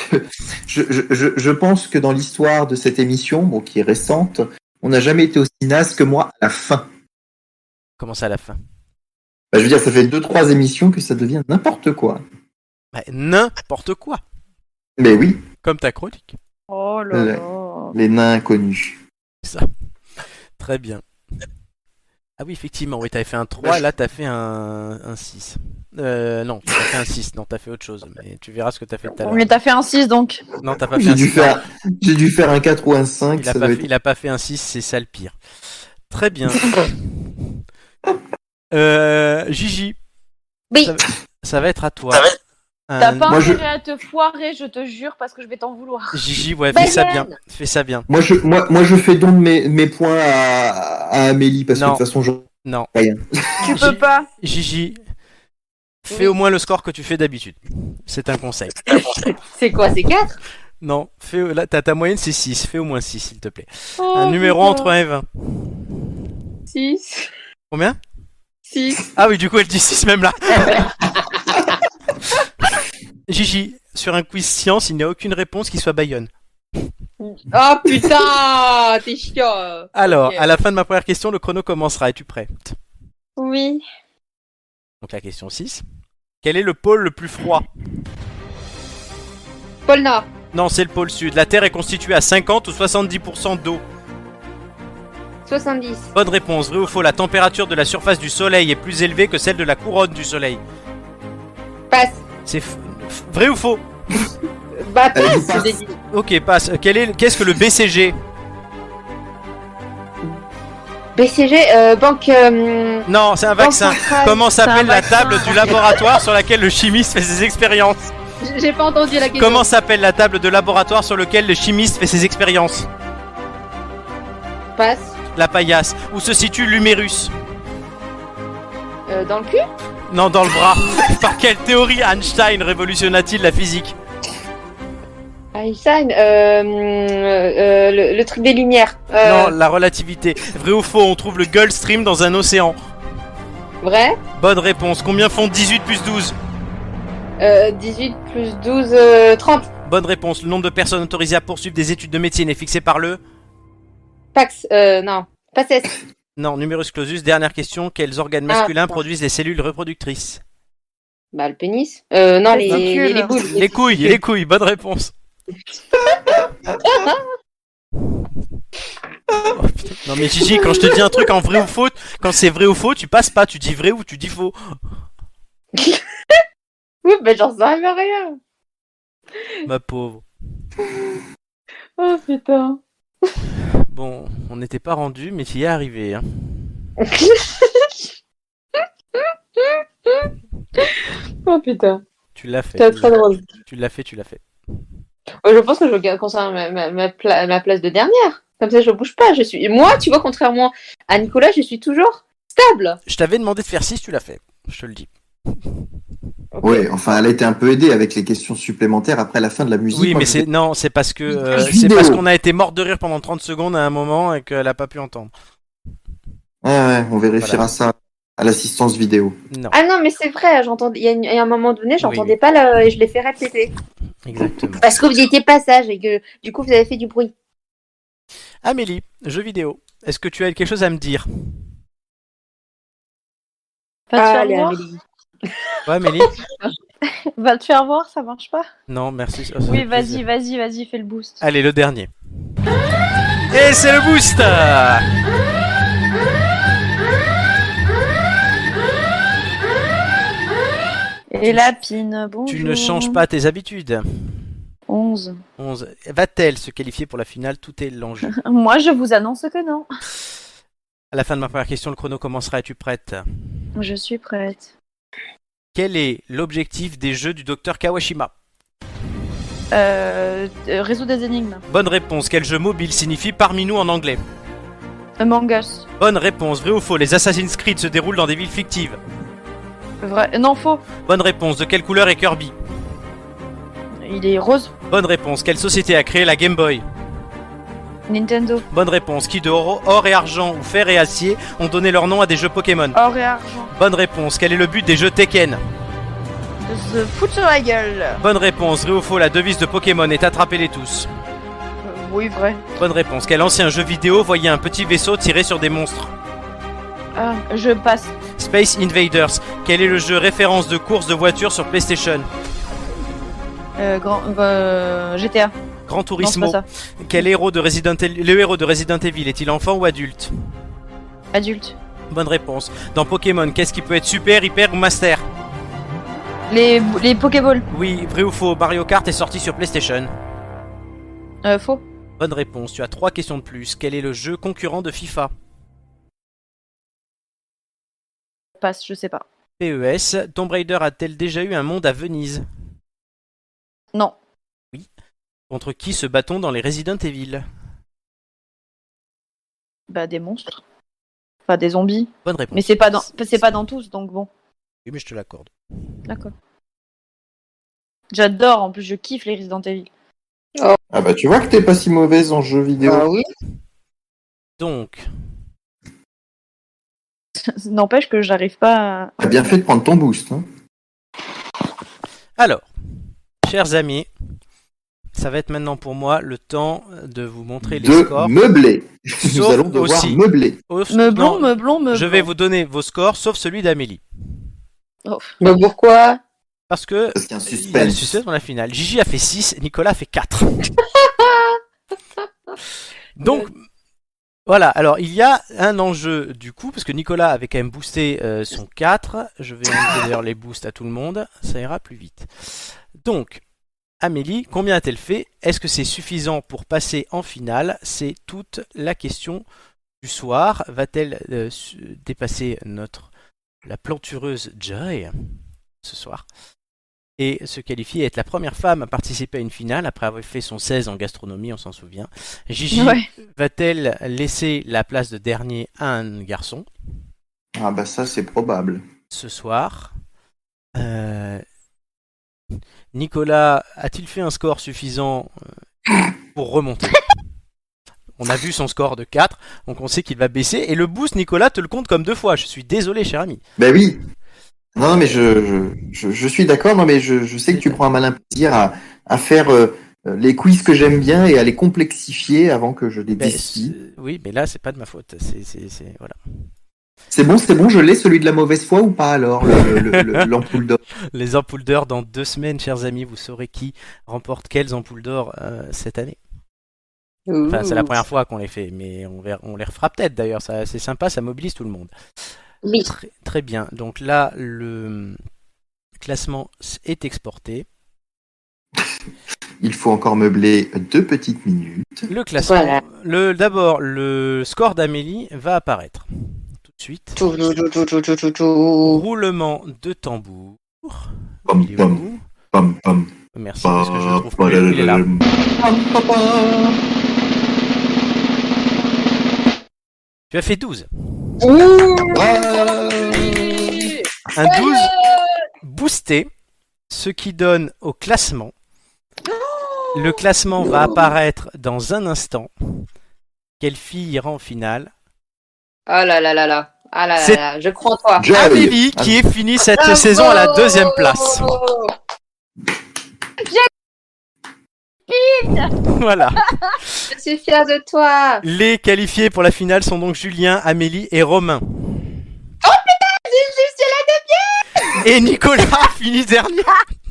Je pense que dans l'histoire de cette émission, bon, qui est récente, on n'a jamais été aussi naze que moi à la fin. Comment ça à la fin? Bah, je veux dire, ça fait 2-3 émissions que ça devient n'importe quoi. Bah, n'importe quoi. Mais oui, Comme ta chronique. Oh là là. les nains inconnus. Ça. Très bien. Ah oui, effectivement, oui, t'avais fait un 3, là t'as fait un 6. Non, t'as fait un 6, non, t'as fait autre chose, mais tu verras ce que t'as fait tout à l'heure. Mais t'as fait un 6 donc. Non, t'as pas fait un 6. J'ai dû faire un 4 ou un 5. Il a pas fait un 6, c'est ça le pire. Très bien. Gigi. Oui. Ça va être à toi. T'as pas moi, intérêt à te foirer, je te jure, parce que je vais t'en vouloir. Gigi, ouais, fais ça bien. Fais ça bien. Moi, je fais donc mes points à Amélie parce que de toute façon, je Non. rien. Tu peux pas. Gigi, fais au moins le score que tu fais d'habitude. C'est un conseil. C'est quoi, c'est 4? Non, là, ta moyenne c'est 6. Fais au moins 6, s'il te plaît. Oh, Un numéro putain. entre 1 et 20. 6. Combien? 6. Ah oui, du coup, elle dit 6 même là. Gigi, sur un quiz science, il n'y a aucune réponse qui soit Bayonne. Oh putain, t'es chiant. Alors, Ok. à la fin de ma première question, le chrono commencera. Es-tu prêt? Oui. Donc la question 6. Quel est le pôle le plus froid? Pôle Nord. Non, c'est le pôle sud. La Terre est constituée à 50 ou 70% d'eau. 70. Bonne réponse. Vrai ou faux? La température de la surface du Soleil est plus élevée que celle de la couronne du Soleil. Passe. C'est vrai ou faux? Bah passe, passe. j'ai dit. Ok, passe. Qu'est-ce que le BCG? BCG, banque... Non, c'est un Banque vaccin. centrale. Comment s'appelle C'est un la vaccin. table du laboratoire sur laquelle le chimiste fait ses expériences? J'ai pas entendu la question. Comment s'appelle la table de laboratoire sur laquelle le chimiste fait ses expériences? Passe. La paillasse. Où se situe l'humérus? Dans le cul? Non, dans le bras. Par quelle théorie Einstein révolutionna-t-il la physique? Einstein, le truc des lumières. Non, la relativité. Vrai ou faux? On trouve le Gulf Stream dans un océan. Vrai? Bonne réponse. Combien font 18 plus 12? 18 plus 12, 30. Bonne réponse. Le nombre de personnes autorisées à poursuivre des études de médecine est fixé par le... Pax, non. Passes. Non, numerus clausus. Dernière question. Quels organes masculins putain. produisent les cellules reproductrices? Bah, le pénis. Non, les testicules. boules. Les couilles, les couilles. Bonne réponse. Oh Non mais Gigi, quand je te dis un truc en vrai ou faux, quand c'est vrai ou faux, tu passes pas, tu dis vrai ou tu dis faux. Oui, mais j'en sais rien. Ma pauvre. Oh putain. Bon, on n'était pas rendu, mais tu y es arrivé. Hein. Oh putain. Tu l'as fait. C'est très drôle. Tu l'as fait. Je pense que je conserve ma place de dernière. Comme ça, je bouge pas. Moi, tu vois, contrairement à Nicolas, je suis toujours stable. Je t'avais demandé de faire 6, tu l'as fait. Je te le dis. Ok. Ouais, enfin, elle a été un peu aidée avec les questions supplémentaires après la fin de la musique. Oui, Moi, mais je- c'est parce que Une c'est vidéo. parce qu'on a été mort de rire pendant 30 secondes à un moment et qu'elle a pas pu entendre. Ouais, on vérifiera Voilà. ça à l'assistance vidéo. Non, Ah non, mais c'est vrai. Il y a un moment donné, j'entendais pas et je l'ai fait répéter. exactement. Parce que vous étiez pas sage et que du coup, vous avez fait du bruit. Amélie, jeu vidéo. Est-ce que tu as quelque chose à me dire? Va te faire Allez, voir. Amélie. Ouais, Amélie? Va te faire voir, ça marche pas. Non, merci. ça Oui, fait plaisir. vas-y, fais le boost. Allez, le dernier. Et c'est le boost! Et Lapine, bonjour. Tu ne changes pas tes habitudes. 11. 11. Va-t-elle se qualifier pour la finale? Tout est l'enjeu. Moi, je vous annonce que non. À la fin de ma première question, le chrono commencera. Es-tu prête? Je suis prête. Quel est l'objectif des jeux du docteur Kawashima? Réseau des énigmes. Bonne réponse. Quel jeu mobile signifie parmi nous en anglais? Among Us. Bonne réponse. Vrai ou faux? Les Assassin's Creed se déroulent dans des villes fictives. Vrai. Non, faux. Bonne réponse. De quelle couleur est Kirby? Il est rose. Bonne réponse. Quelle société a créé la Game Boy? Nintendo. Bonne réponse. Qui de or et argent ou fer et acier ont donné leur nom à des jeux Pokémon? Or et argent. Bonne réponse. Quel est le but des jeux Tekken? Se foutre sur la gueule. Bonne réponse. Vrai ou faux? La devise de Pokémon est attrapez-les tous. Oui, vrai. Bonne réponse. Quel ancien jeu vidéo voyait un petit vaisseau tirer sur des monstres? Ah, je passe. Space Invaders. Quel est le jeu référence de course de voiture sur PlayStation? GTA. Gran Non, c'est Turismo. pas ça. Quel héros de le héros de Resident Evil est-il enfant ou adulte? Adulte. Bonne réponse. Dans Pokémon, qu'est-ce qui peut être super, hyper ou master? Les Pokéballs. Oui, vrai ou faux? Mario Kart est sorti sur PlayStation. Faux. Bonne réponse. Tu as 3 questions de plus. Quel est le jeu concurrent de FIFA? Passe, je sais pas. PES. Tomb Raider a-t-elle déjà eu un monde à Venise? Non. Contre qui se bat-on dans les Resident Evil? Bah, des monstres. Enfin, des zombies. Bonne réponse. Mais c'est pas dans tous, donc bon. Oui, mais je te l'accorde. D'accord. J'adore, en plus, je kiffe les Resident Evil. Ah bah tu vois que t'es pas si mauvaise en jeu vidéo. Ah oui. Donc, N'empêche que j'arrive pas à... T'as bien fait de prendre ton boost. Hein. alors, chers amis, ça va être maintenant pour moi le temps de vous montrer les De scores. meubler. Nous Sauf allons devoir aussi- meubler. Non, Meublon. je vais vous donner vos scores, sauf celui d'Amélie. Mais pourquoi? Parce que Parce qu'il y a un il y a le suspense. suspense dans la finale. Gigi a fait 6, Nicolas a fait 4. Donc, voilà. Alors, il y a un enjeu du coup, parce que Nicolas avait quand même boosté son 4. Je vais enlever d'ailleurs les boosts à tout le monde. Ça ira plus vite. Donc, Amélie, combien a-t-elle fait? Est-ce que c'est suffisant pour passer en finale? C'est toute la question du soir. Va-t-elle dépasser la plantureuse Joy ce soir et se qualifier et être la première femme à participer à une finale après avoir fait son 16 en gastronomie, on s'en souvient. Gigi Ouais. va-t-elle laisser la place de dernier à un garçon Ah bah ça c'est probable. ce soir? Nicolas a-t-il fait un score suffisant pour remonter? On a vu son score de 4, donc on sait qu'il va baisser. Et le boost, Nicolas, te le compte comme 2 fois. Je suis désolé, cher ami. Ben oui. Non mais je suis d'accord. Non mais je sais que tu prends un malin plaisir à faire les quiz que j'aime bien et à les complexifier avant que je les décide. Oui, mais là, c'est pas de ma faute. Voilà. C'est bon, je l'ai celui de la mauvaise foi ou pas alors l'ampoule d'or. Les ampoules d'or dans 2 semaines, chers amis. Vous saurez qui remporte quelles ampoules d'or cette année. Enfin, c'est la première fois qu'on les fait, mais on les refera peut-être d'ailleurs. C'est sympa, ça mobilise tout le monde. Oui. Très bien. Donc là, le classement est exporté. Il faut encore meubler 2 petites minutes. Le classement. Voilà. D'abord, le score d'Amélie va apparaître tout de suite. Roulement de tambour. Pom, Il est pom, où ? pom, pom. Merci parce que je le trouve plus. Il est là. Tu as fait 12. Un 12 boosté, ce qui donne au classement. Le classement va apparaître dans un instant. Quelle fille ira en finale ? Oh là là là là. Ah là C'est- là là, je crois en toi. Joy. Amélie qui est finie cette Bravo. saison à la 2e place. Voilà. Je suis fière de toi. Les qualifiés pour la finale sont donc Julien, Amélie et Romain. Et Nicolas finit dernier.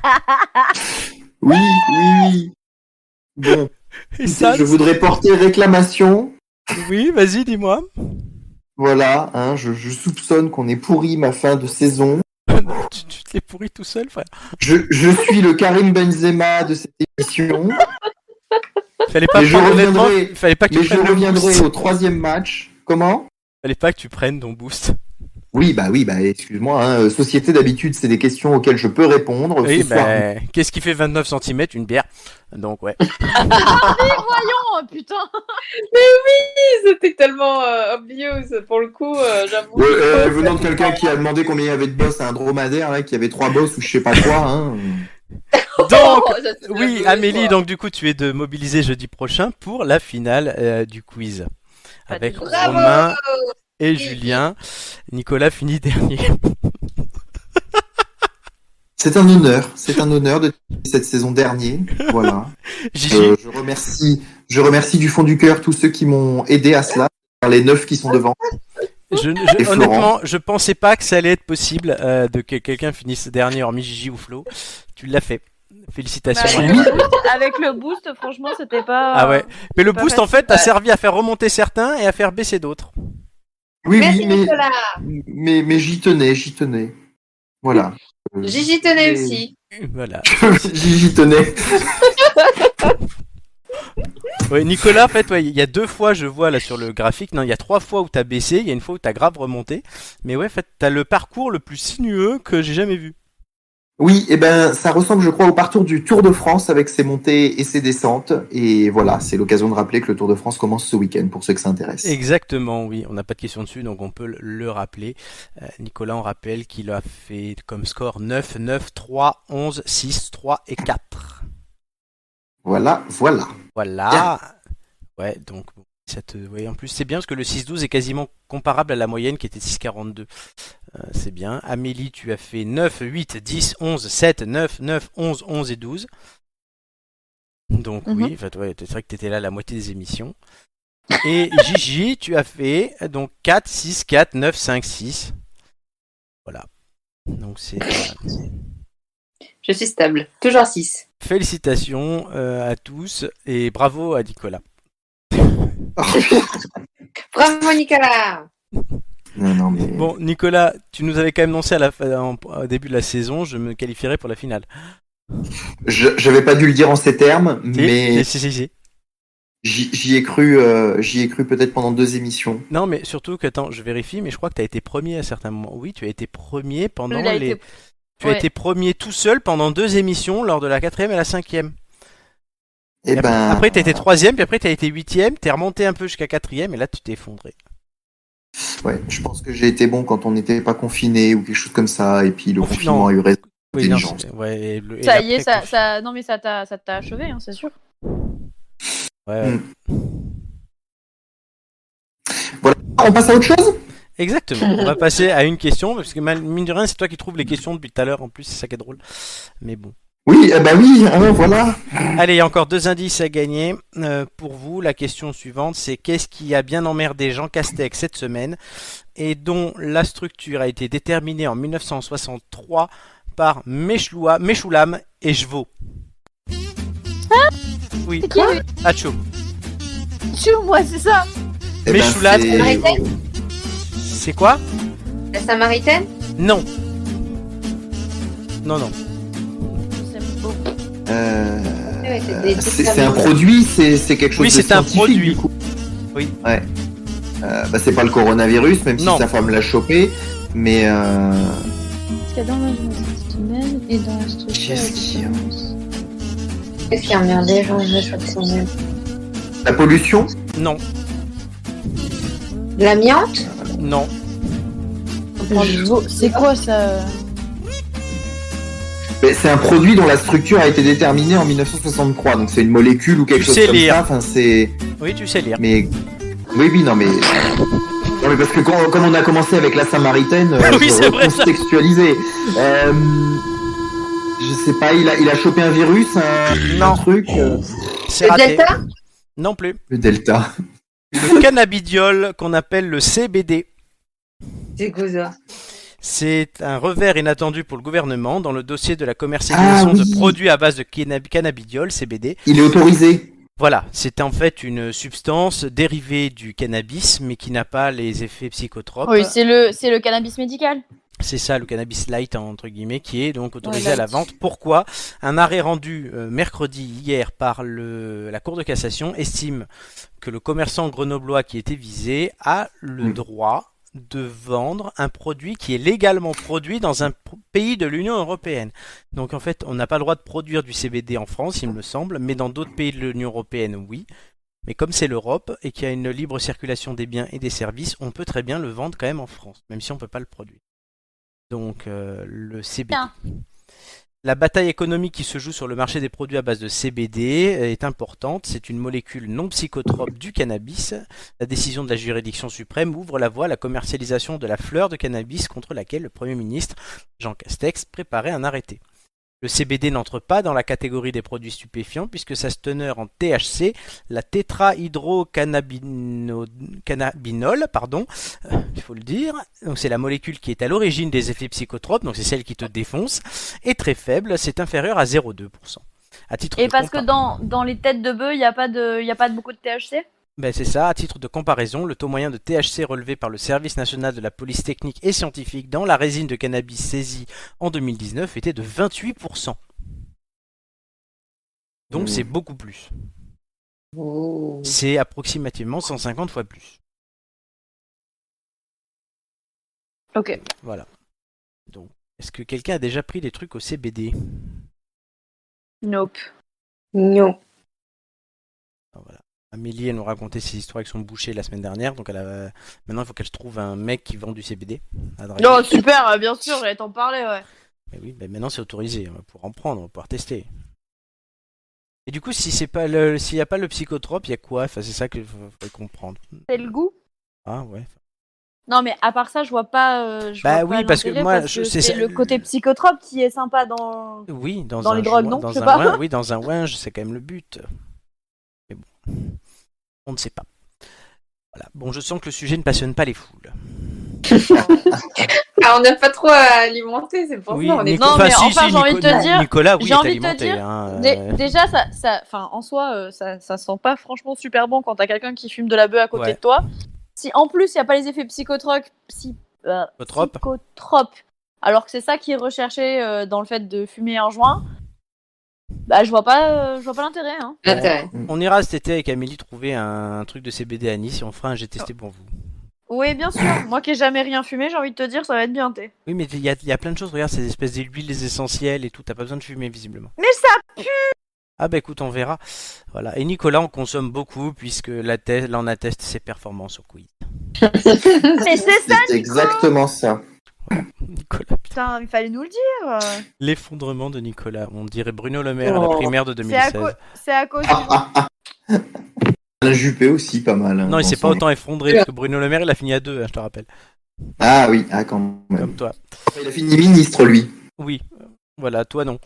Oui, oui, oui. Bon, Et ça, je voudrais porter réclamation. oui, vas-y, dis-moi. Voilà, hein, je soupçonne qu'on ait pourri ma fin de saison. Tu te l'es pourri tout seul, frère. Je suis le Karim Benzema de cette émission, Fallait pas Mais je prendre, reviendrai- honnêtement, fallait pas que tu mais je prennes le reviendrai boost. au 3e match. Comment ? Fallait pas que tu prennes ton boost. Oui, excuse-moi, hein, société d'habitude, c'est des questions auxquelles je peux répondre. Oui, Ce soir, qu'est-ce qui fait 29 cm Une bière. Donc, ouais. Oh putain. C'était tellement obvious pour le coup, j'avoue. venant de quelqu'un qui a demandé combien il y avait de boss à un dromadaire, là, qui avait 3 boss ou je sais pas quoi. Hein. Donc, Oh, ça, c'est oui, obvious, Amélie, quoi. donc du coup, tu es de mobiliser jeudi prochain pour la finale du quiz. Avec Bravo. Romain et Julien. Nicolas finit dernier. C'est un honneur de cette saison dernière. Voilà. Gigi, Je remercie du fond du cœur tous ceux qui m'ont aidé à cela, les 9 qui sont devant. Et Florent. honnêtement, je pensais pas que ça allait être possible de que quelqu'un finisse dernier, hormis Gigi ou Flo. Tu l'as fait. Félicitations. Avec, le boost, avec le boost, franchement, c'était pas. Ah ouais. Mais le pas boost, en facile. fait, a servi à faire remonter certains et à faire baisser d'autres. Oui, Merci oui, mais, Nicolas. mais j'y tenais. Voilà. Gigi tenait Mais- aussi. Voilà. J'y tenais. Ouais, Nicolas, en fait, ouais, il y a 2 fois, je vois là sur le graphique, non, il y a 3 fois où t'as baissé, il y a une fois où t'as grave remonté. Mais ouais, en fait, t'as le parcours le plus sinueux que j'ai jamais vu. Oui, et ben ça ressemble, je crois, au parcours du Tour de France avec ses montées et ses descentes. Et voilà, c'est l'occasion de rappeler que le Tour de France commence ce week-end pour ceux que ça intéresse. Exactement, oui. On n'a pas de question dessus, donc on peut le rappeler. Nicolas, on rappelle qu'il a fait comme score 9, 9, 3, 11, 6, 3 et 4. Voilà. Voilà. Ouais, donc bon, ouais, en plus c'est bien parce que le 6-12 est quasiment comparable à la moyenne qui était 6-42. C'est bien. Amélie, tu as fait 9, 8, 10, 11, 7, 9, 9, 11, 11 et 12. Donc oui, en fait, ouais, c'est vrai que tu étais là la moitié des émissions. Et Gigi, tu as fait donc 4, 6, 4, 9, 5, 6. Voilà. Donc c'est... Je suis stable. Toujours 6. Félicitations à tous et bravo à Nicolas. Bravo Nicolas. Non, mais... Bon, Nicolas, tu nous avais quand même annoncé au début de la saison, je me qualifierais pour la finale. J'avais pas dû le dire en ces termes, mais Si. j'y ai cru peut-être pendant 2 émissions. Non, mais surtout que, attends, je vérifie, mais je crois que tu as été premier à certains moments. Oui, tu as été premier pendant Il a les... été- Tu as été premier tout seul pendant 2 émissions, lors de la 4e et la 5e. Et ben... Après, tu as été 3e, puis après, tu as été 8e, tu es remonté un peu jusqu'à 4e, et là, tu t'es effondré. Ouais, je pense que j'ai été bon quand on n'était pas confiné ou quelque chose comme ça, et puis le Confinement. confinement a eu raison. Oui, non, Intelligence. ouais, et Ça y est, l'après-confinement. non mais ça t'a achevé, hein, c'est sûr. Ouais. Mm. Voilà, on passe à autre chose? Exactement. On va passer à une question, parce que mine de rien, c'est toi qui trouves les questions depuis tout à l'heure, en plus, c'est ça qui est drôle. Mais bon. Oui, oui, hein, voilà. Allez, il y a encore 2 indices à gagner. Pour vous, la question suivante, c'est qu'est-ce qui a bien emmerdé Jean Castex cette semaine et dont la structure a été déterminée en 1963 par Meshulam et Jevaux. Oui, C'est qui lui Hacho. Tchou, moi, c'est ça. Eh Mais ben, Choulade, c'est- Samaritaine c'est quoi? La Samaritaine Non. Non, non. C'est beau. Ouais, c'est des trucs C'est un comme- produit, c'est quelque chose Oui, de c'est un scientifique, produit. du coup. Oui. Ouais. C'est pas le coronavirus, même Non. si sa femme l'a chopé, mais Parce qu'il y a dans la génétique humaine et dans la structure. Qu'est-ce qu'il y a Qu'est-ce qui a emmerdé les gens cette semaine? la pollution. Non. De l'amiante? Non. C'est quoi ça? Mais c'est un produit dont la structure a été déterminée en 1963, donc c'est une molécule ou quelque Tu chose sais comme lire. ça. Enfin, c'est. Oui, tu sais lire. Mais oui, non, mais. Non, mais parce que comme on a commencé avec la Samaritaine, Oui, je c'est vrai, ça. recontextualiser. Je sais pas, il a chopé un virus, Non. un truc. C'est Le raté. Delta? Non plus. Le Delta. Le cannabidiol qu'on appelle le CBD. C'est quoi ça? C'est un revers inattendu pour le gouvernement dans le dossier de la commercialisation Ah oui. de produits à base de cannabidiol, CBD. Il est autorisé. Voilà, c'est en fait une substance dérivée du cannabis, mais qui n'a pas les effets psychotropes. Oui, c'est le cannabis médical. C'est ça, le cannabis light, entre guillemets, qui est donc autorisé Ouais, à la light. vente. Pourquoi? Un arrêt rendu mercredi hier par la Cour de cassation estime que le commerçant grenoblois qui était visé a le droit de vendre un produit qui est légalement produit dans un pays de l'Union européenne. Donc en fait, on n'a pas le droit de produire du CBD en France, il me semble, mais dans d'autres pays de l'Union européenne, oui. Mais comme c'est l'Europe et qu'il y a une libre circulation des biens et des services, on peut très bien le vendre quand même en France, même si on ne peut pas le produire. Donc le CBD. Tiens. La bataille économique qui se joue sur le marché des produits à base de CBD est importante. C'est une molécule non psychotrope du cannabis. La décision de la juridiction suprême ouvre la voie à la commercialisation de la fleur de cannabis contre laquelle le Premier ministre Jean Castex préparait un arrêté. Le CBD n'entre pas dans la catégorie des produits stupéfiants puisque sa teneur en THC, la tétrahydrocannabinol, il faut le dire, donc c'est la molécule qui est à l'origine des effets psychotropes, donc c'est celle qui te défonce, est très faible, c'est inférieur à 0,2%. À titre Et de parce que dans les têtes de bœuf, il n'y a pas de beaucoup de THC? Ben c'est ça, à titre de comparaison, le taux moyen de THC relevé par le Service national de la police technique et scientifique dans la résine de cannabis saisie en 2019 était de 28%. Donc c'est beaucoup plus. Oh. C'est approximativement 150 fois plus. Ok. Voilà. Donc, est-ce que quelqu'un a déjà pris des trucs au CBD? Nope. Non. Ah, voilà. Amélie, elle nous racontait ses histoires avec son boucher la semaine dernière, donc maintenant il faut qu'elle se trouve un mec qui vend du CBD. à draguer. Non, super, bien sûr, j'allais t'en parler, ouais. Mais oui, ben maintenant c'est autorisé, on va pouvoir en prendre, on va pouvoir tester. Et du coup, si c'est pas s'il n'y a pas le psychotrope, il y a quoi? Enfin, c'est ça qu'il faudrait comprendre. C'est le goût? Ah ouais. Non, mais à part ça, je vois pas. Bah vois oui, pas parce que l'intérêt, moi, parce je- que c'est c'est ça- le côté psychotrope qui est sympa dans. Oui, dans Dans un les drogues, joint- non, dans je sais un pas. ouin- oui, dans un ouinge, c'est quand même le but. Mais bon, on ne sait pas. Voilà. Bon, je sens que le sujet ne passionne pas les foules. Ah, on n'a pas trop à alimenter, c'est pour Oui, ça. On est... Non, mais enfin, j'ai envie de te dire- Nicolas, oui, j'ai est envie de te alimenté. dire, Hein, Déjà, enfin, en soi, ça sent pas franchement super bon quand t'as quelqu'un qui fume de la bœuf à côté Ouais. de toi. Si en plus il n'y a pas les effets psychotropes, psychotropes, alors que c'est ça qui est recherché dans le fait de fumer un joint, bah je vois pas l'intérêt. Hein. Intérêt. On ira cet été avec Amélie trouver un truc de CBD à Nice et on fera un j'ai testé pour vous. Oui, bien sûr. Moi qui ai jamais rien fumé, j'ai envie de te dire, ça va être bien. Oui, mais il y a plein de choses. Regarde, ces espèces d'huiles essentielles et tout. T'as pas besoin de fumer, visiblement. Mais ça pue. Ah bah écoute, on verra. Voilà. Et Nicolas, on consomme beaucoup puisque là, on atteste ses performances au quiz. Mais c'est ça, C'est exactement ça. Nicolas. putain, il fallait nous le dire. L'effondrement de Nicolas. On dirait Bruno Le Maire à la Oh. primaire de C'est à, 2016. c'est à cause. Un Juppé aussi, pas mal. hein, Non, il dans s'est pas son- autant effondré parce que Bruno Le Maire, il a fini à 2, je te rappelle. Ah oui, quand même. Comme toi. Il a fini ministre, lui. Oui. Voilà, toi non.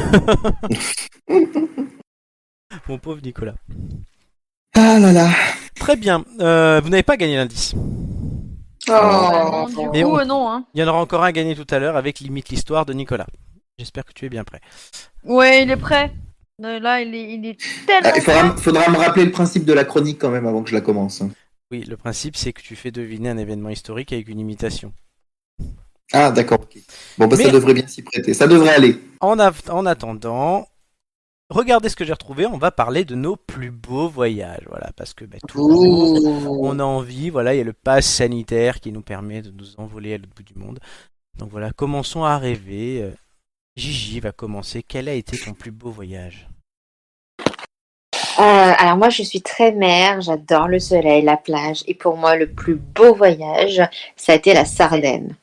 Mon pauvre Nicolas. Ah là là. Très bien. Vous n'avez pas gagné l'indice. Oh. Du Et coup, on- non. Hein. Il y en aura encore un à gagner tout à l'heure avec limite l'histoire de Nicolas. J'espère que tu es bien prêt. Ouais, il est prêt. Là, il est tellement. Il faudra me rappeler le principe de la chronique quand même avant que je la commence. Oui, le principe c'est que tu fais deviner un événement historique avec une imitation. Ah, d'accord. Ok. Bon, bah Mais- ça devrait bien s'y prêter. Ça devrait aller. En attendant, regardez ce que j'ai retrouvé. On va parler de nos plus beaux voyages. Voilà, parce que toujours, on a envie. Voilà, il y a le pass sanitaire qui nous permet de nous envoler à l'autre bout du monde. Donc voilà, commençons à rêver. Gigi va commencer. Quel a été ton plus beau voyage? Alors moi, je suis très mer, j'adore le soleil, la plage. Et pour moi, le plus beau voyage, ça a été la Sardaigne.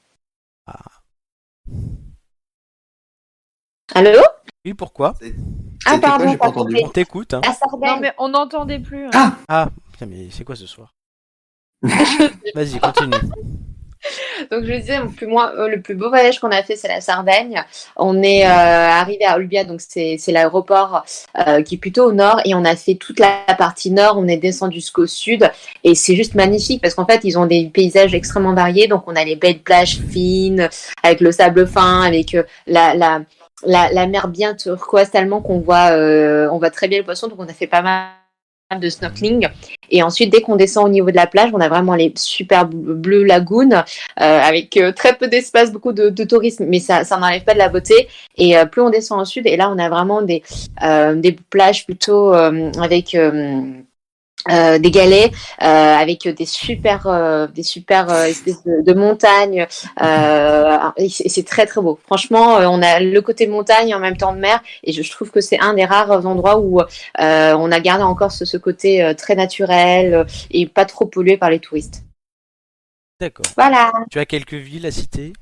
Allô? Oui, pourquoi? C'était Ah, quoi? pardon, J'ai pas entendu. On t'écoute. Hein. La Sardaigne. Non, mais on n'entendait plus. Ah, putain, mais c'est quoi ce soir? Vas-y, continue. Donc je disais, le plus beau voyage qu'on a fait, c'est la Sardaigne. On est arrivé à Olbia, donc c'est l'aéroport qui est plutôt au nord, et on a fait toute la partie nord. On est descendu jusqu'au sud, et c'est juste magnifique parce qu'en fait, ils ont des paysages extrêmement variés. Donc on a les belles plages fines avec le sable fin, avec la mer bien turquoise tellement qu'on voit, on voit très bien le poisson. Donc on a fait pas mal de snorkeling, et ensuite dès qu'on descend au niveau de la plage, on a vraiment les super bleues lagunes avec très peu d'espace, beaucoup de tourisme, mais ça n'enlève pas de la beauté. Et plus on descend au sud, et là on a vraiment des plages plutôt avec des galets avec des super espèces de montagnes, et c'est très très beau. Franchement, on a le côté montagne et en même temps de mer, et je trouve que c'est un des rares endroits où on a gardé encore ce côté très naturel et pas trop pollué par les touristes. D'accord. Voilà. Tu as quelques villes à citer?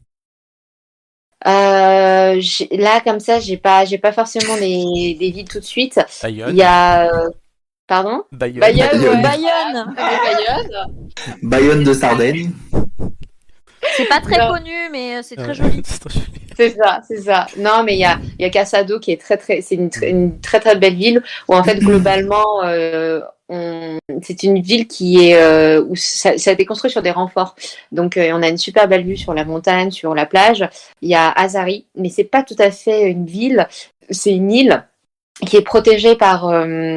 Là comme ça, j'ai pas forcément des villes tout de suite. Bayonne. Il y a pardon. Bayonne. Bayonne. Bayonne. Bayonne de Sardaigne. C'est pas très Non. connu, mais c'est très joli. C'est très joli. C'est ça. Non, mais il y a Casado qui est c'est une très très belle ville où en fait globalement c'est une ville qui est où ça a été construit sur des renforts. Donc on a une super belle vue sur la montagne, sur la plage. Il y a Azari, mais c'est pas tout à fait une ville, c'est une île qui est protégée par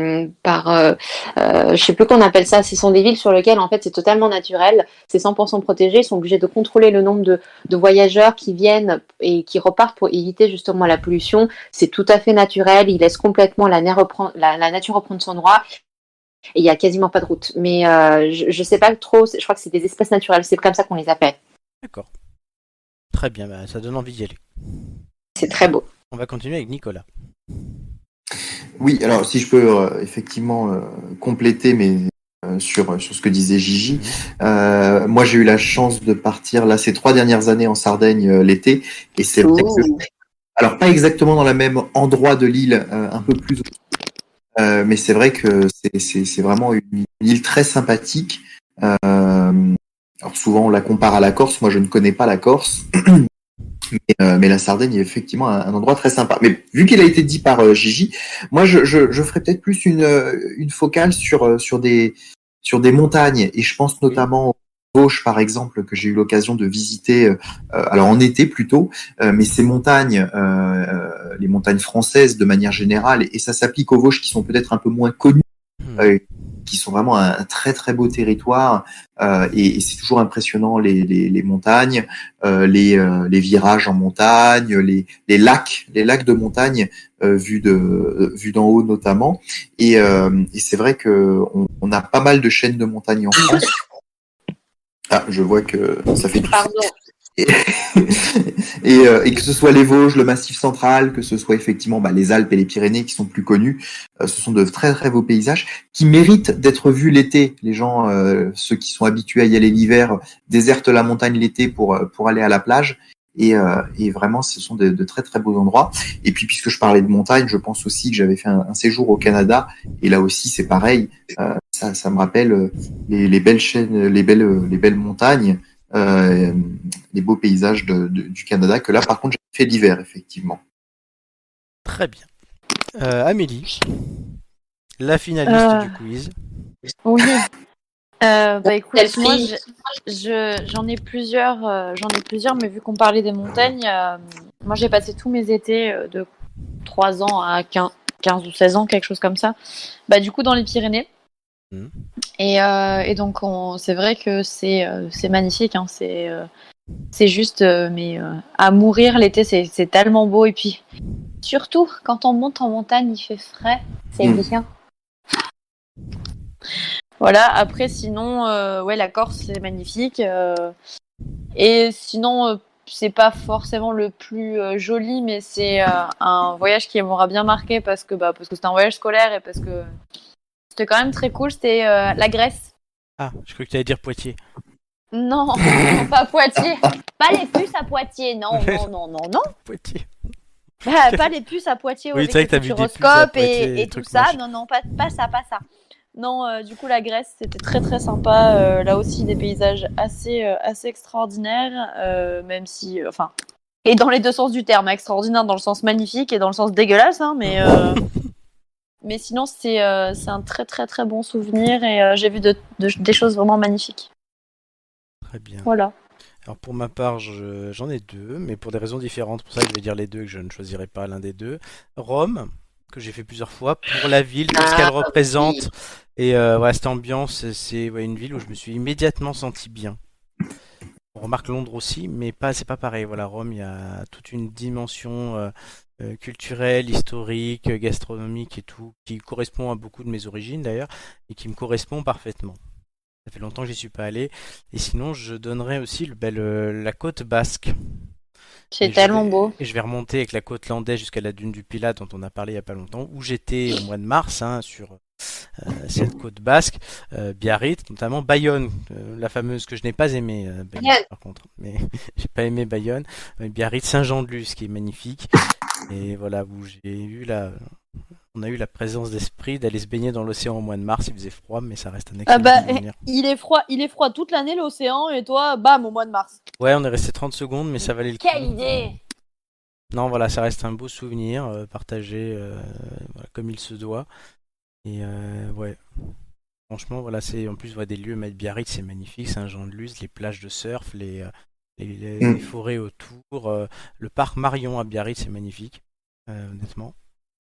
je sais plus qu'on appelle ça. Ce sont des villes sur lesquelles en fait c'est totalement naturel, c'est 100% protégé. Ils sont obligés de contrôler le nombre de voyageurs qui viennent et qui repartent pour éviter justement la pollution. C'est tout à fait naturel. Ils laissent complètement la nature reprendre son droit. Et il y a quasiment pas de route. Mais je sais pas trop. Je crois que c'est des espèces naturelles. C'est comme ça qu'on les appelle. D'accord. Très bien, bah, ça donne envie d'y aller. C'est très beau. On va continuer avec Nicolas. Oui, alors si je peux effectivement compléter sur ce que disait Gigi. Moi, j'ai eu la chance de partir là ces 3 dernières années en Sardaigne l'été, et c'est vrai que, alors pas exactement dans le même endroit de l'île, un peu plus mais c'est vrai que c'est vraiment une île très sympathique. Alors souvent on la compare à la Corse. Moi, je ne connais pas la Corse. Mais la Sardaigne est effectivement un endroit très sympa. Mais vu qu'il a été dit par Gigi, moi je ferais peut-être plus une focale sur des montagnes, et je pense notamment aux Vosges par exemple, que j'ai eu l'occasion de visiter alors en été plutôt, mais ces montagnes, les montagnes françaises de manière générale, et ça s'applique aux Vosges qui sont peut-être un peu moins connues, qui sont vraiment un très très beau territoire, et c'est toujours impressionnant les montagnes, les virages en montagne, les lacs de montagne vus d'en haut notamment, et c'est vrai que on a pas mal de chaînes de montagnes en France. Ah, je vois que ça fait tout. Pardon. Et que ce soit les Vosges, le Massif central, que ce soit effectivement les Alpes et les Pyrénées qui sont plus connus, ce sont de très très beaux paysages qui méritent d'être vus l'été. Les gens, ceux qui sont habitués à y aller l'hiver, désertent la montagne l'été pour aller à la plage. Et vraiment, ce sont de très très beaux endroits. Et puis, puisque je parlais de montagne, je pense aussi que j'avais fait un séjour au Canada, et là aussi c'est pareil. Ça me rappelle les belles chaînes, les belles montagnes. Les beaux paysages du Canada, que là par contre j'ai fait l'hiver effectivement. Très bien. Amélie, la finaliste du quiz. Oui. Écoute, Quelle moi fille. j'en ai plusieurs, mais vu qu'on parlait des montagnes, moi j'ai passé tous mes étés de 3 ans à 15 ou 16 ans, quelque chose comme ça. Bah, du coup, dans les Pyrénées. Mhm. Et donc, c'est vrai que c'est magnifique. Hein, c'est juste, mais à mourir l'été, c'est tellement beau. Et puis, surtout, quand on monte en montagne, il fait frais. C'est bien. Voilà, après, sinon, ouais, la Corse, c'est magnifique. Et sinon, c'est pas forcément le plus joli, mais c'est un voyage qui m'aura bien marqué parce que c'était un voyage scolaire et parce que c'était quand même très cool. C'était la Grèce. Ah, je crois que tu allais dire Poitiers. Non, pas Poitiers. Pas les puces à Poitiers. Non. Poitiers. Pas les puces à Poitiers Oui, avec c'est vrai les que t'as vu des puces à futuroscopes Poitiers, et tout trucs ça. moches. Non, pas ça. Non, du coup, la Grèce, c'était très très sympa. Là aussi, des paysages assez extraordinaires, même si, enfin, et dans les deux sens du terme, extraordinaire dans le sens magnifique et dans le sens dégueulasse, hein, mais sinon, c'est un très très très bon souvenir et j'ai vu des choses vraiment magnifiques. Très bien. Voilà. Alors pour ma part, j'en ai deux, mais pour des raisons différentes. C'est pour ça que je vais dire les deux et que je ne choisirai pas l'un des deux. Rome, que j'ai fait plusieurs fois, pour la ville, tout ce qu'elle représente. Et voilà, cette ambiance, c'est une ville où je me suis immédiatement senti bien. On remarque Londres aussi, mais c'est pas pareil. Voilà, Rome, il y a toute une dimension culturelle, historique, gastronomique et tout, qui correspond à beaucoup de mes origines d'ailleurs, et qui me correspond parfaitement. Ça fait longtemps que j'y suis pas allé. Et sinon, je donnerais aussi la côte basque. C'est tellement beau. Et je vais remonter avec la côte landaise jusqu'à la dune du Pilat dont on a parlé il y a pas longtemps, où j'étais au mois de mars sur cette côte basque, Biarritz, notamment Bayonne, la fameuse que je n'ai pas aimée, Bayonne, par contre. Mais j'ai pas aimé Bayonne. Biarritz, Saint-Jean-de-Luz, qui est magnifique. Et voilà, où on a eu la présence d'esprit d'aller se baigner dans l'océan au mois de mars. Il faisait froid, mais ça reste un excellent souvenir. Il est froid toute l'année l'océan et toi, bam, au mois de mars. Ouais, on est resté 30 secondes, mais ça valait le coup. Quelle idée! Non, voilà, ça reste un beau souvenir partagé voilà, comme il se doit. Et ouais, franchement, voilà, c'est en plus des lieux, Biarritz, c'est magnifique, Saint-Jean-de-Luz, les plages de surf, les forêts autour, le parc Marion à Biarritz, c'est magnifique, honnêtement.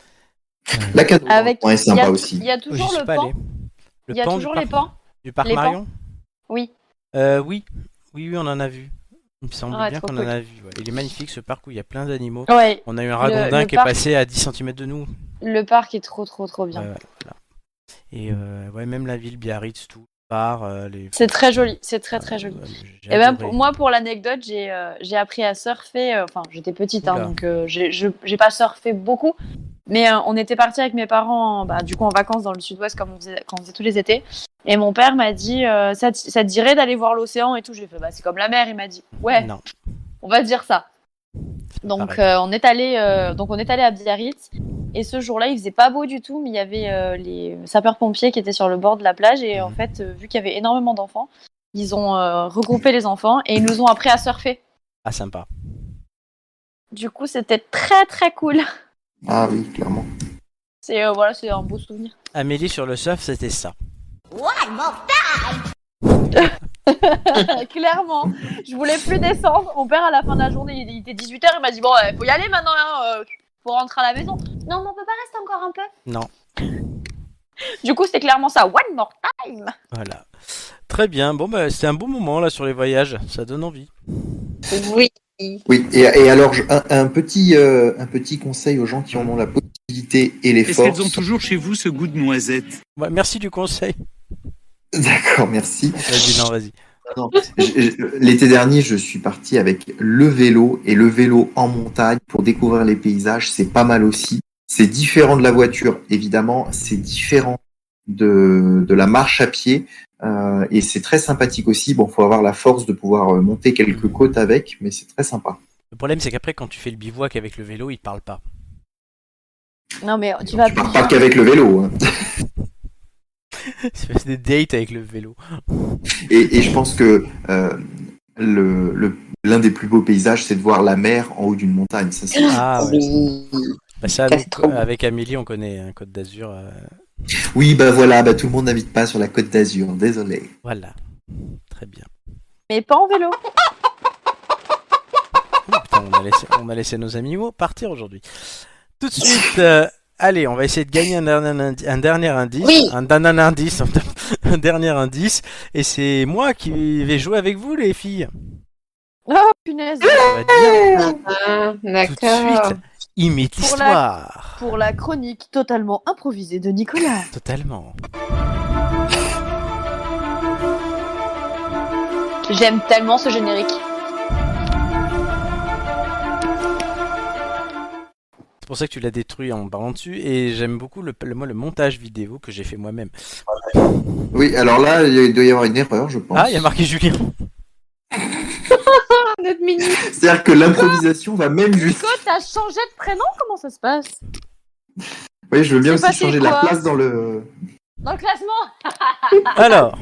La Cadre est sympa aussi. Il y a toujours le pan. Il y a toujours les pans. Du parc Marion. Oui. Oui, on en a vu. Il me semble bien qu'on en a vu. Ouais. Il est magnifique ce parc où il y a plein d'animaux. Ouais. On a eu un ragondin qui est passé à 10 cm de nous. Le parc est trop bien. Ouais, voilà. Et même la ville Biarritz, tout. C'est très joli, c'est très joli. Et même pour l'anecdote, j'ai appris à surfer. Enfin, j'étais petite, hein, donc j'ai pas surfé beaucoup. Mais on était partis avec mes parents, du coup en vacances dans le sud-ouest quand on faisait tous les étés. Et mon père m'a dit, ça te dirait d'aller voir l'océan et tout. J'ai fait, c'est comme la mer. Il m'a dit, ouais, non. On va dire ça. Donc on est allé à Biarritz. Et ce jour-là, il faisait pas beau du tout, mais il y avait les sapeurs-pompiers qui étaient sur le bord de la plage. Et en fait, vu qu'il y avait énormément d'enfants, ils ont regroupé les enfants et ils nous ont appris à surfer. Ah, sympa. Du coup, c'était très très cool. Ah oui, clairement. C'est un beau souvenir. Amélie sur le surf, c'était ça. One more time. Clairement, je voulais plus descendre. Mon père, à la fin de la journée, il était 18h, il m'a dit, bon, faut y aller maintenant, faut rentrer à la maison. Non, mais on peut pas rester encore un peu? Non. Du coup, c'est clairement ça, one more time. Voilà. Très bien, bon, c'était un beau moment là sur les voyages, ça donne envie. Oui. Oui, et alors, un petit conseil aux gens qui en ont la possibilité et les forces. Est-ce qu'elles ont toujours chez vous ce goût de noisette? Ouais, merci du conseil. D'accord, merci. Vas-y. Non, l'été dernier, je suis parti avec le vélo et le vélo en montagne pour découvrir les paysages. C'est pas mal aussi. C'est différent de la voiture, évidemment. C'est différent de la marche à pied. Et c'est très sympathique aussi. Bon, faut avoir la force de pouvoir monter quelques côtes avec, mais c'est très sympa. Le problème, c'est qu'après, quand tu fais le bivouac avec le vélo, il parle pas. Non, mais tu pars pas qu'avec le vélo. Hein. C'est des dates avec le vélo. Et je pense que l'un des plus beaux paysages, c'est de voir la mer en haut d'une montagne. Ça, c'est... Ah ouais. Ça, avec Amélie, on connaît Côte d'Azur. Oui, voilà, tout le monde n'habite pas sur la Côte d'Azur, désolé. Voilà, très bien. Mais pas en vélo. Oh, putain, on a laissé nos animaux partir aujourd'hui. Tout de suite, allez, on va essayer de gagner un dernier indice. Oui. Un dernier indice. Un dernier indice. Et c'est moi qui vais jouer avec vous, les filles. Oh, punaise. Ça va être bien. Ah, Tout de d'accord. suite, imite Pour l'histoire. Pour la chronique totalement improvisée de Nicolas. Totalement. J'aime tellement ce générique. C'est pour ça que tu l'as détruit en parlant dessus. Et j'aime beaucoup le montage vidéo que j'ai fait moi-même. Oui, alors là, il doit y avoir une erreur, je pense. Ah, il y a marqué Julien. Notre mini. C'est-à-dire que l'improvisation va même Nico, juste. t'as changé de prénom? Comment ça se passe? Oui, je veux bien C'est aussi passé changer quoi la place dans le. Dans le classement? Alors,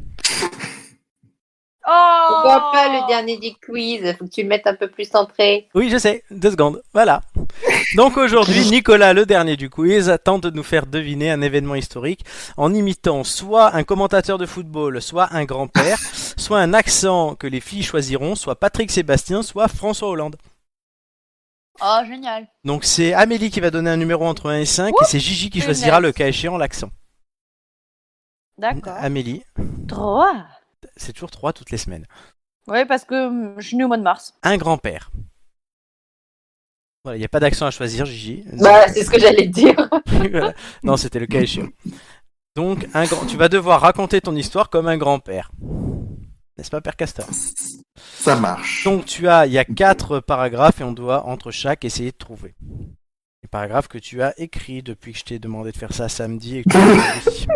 Oh! On voit pas le dernier du quiz. Faut que tu le mettes un peu plus centré. oui, je sais. 2 secondes. Voilà. Donc aujourd'hui, Nicolas, le dernier du quiz, tente de nous faire deviner un événement historique en imitant soit un commentateur de football, soit un grand-père, soit un accent que les filles choisiront, soit Patrick Sébastien, soit François Hollande. Oh, génial. Donc c'est Amélie qui va donner un numéro entre 1 et 5 et c'est Gigi qui choisira le cas échéant l'accent. D'accord. Amélie, 3. c'est toujours 3 toutes les semaines. Ouais, parce que je suis née au mois de mars. Un grand-père. Voilà, il n'y a pas d'accent à choisir, Gigi. Bah, c'est ce que j'allais te dire. Voilà. Non, c'était le cas échéant. Donc, tu vas devoir raconter ton histoire comme un grand-père. N'est-ce pas, Père Castor? Ça marche. Donc, il y a 4 paragraphes et on doit, entre chaque, essayer de trouver. Les paragraphes que tu as écrits depuis que je t'ai demandé de faire ça samedi et que tu as dit.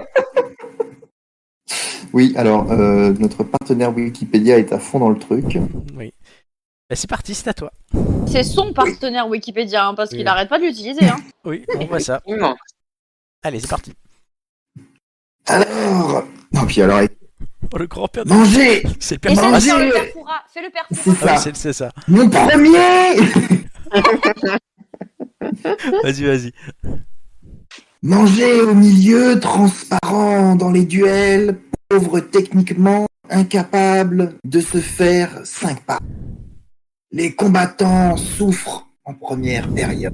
Oui, alors, notre partenaire Wikipédia est à fond dans le truc. Oui. Bah, c'est parti, c'est à toi. C'est son partenaire Wikipédia, hein, parce Oui. qu'il arrête pas de l'utiliser. Hein. Oui, on voit ça. Effectivement. Allez, c'est parti. Alors. Non, puis alors, Oh, le grand-père de... manger. C'est le père Essaye de Manger. faire le père Fouras. Fais le père C'est Fouras. Ah oui, ça. c'est ça. Mon premier. Vas-y. Manger au milieu, transparent dans les duels, pauvre techniquement, incapable de se faire 5 pas. Les combattants souffrent en première période.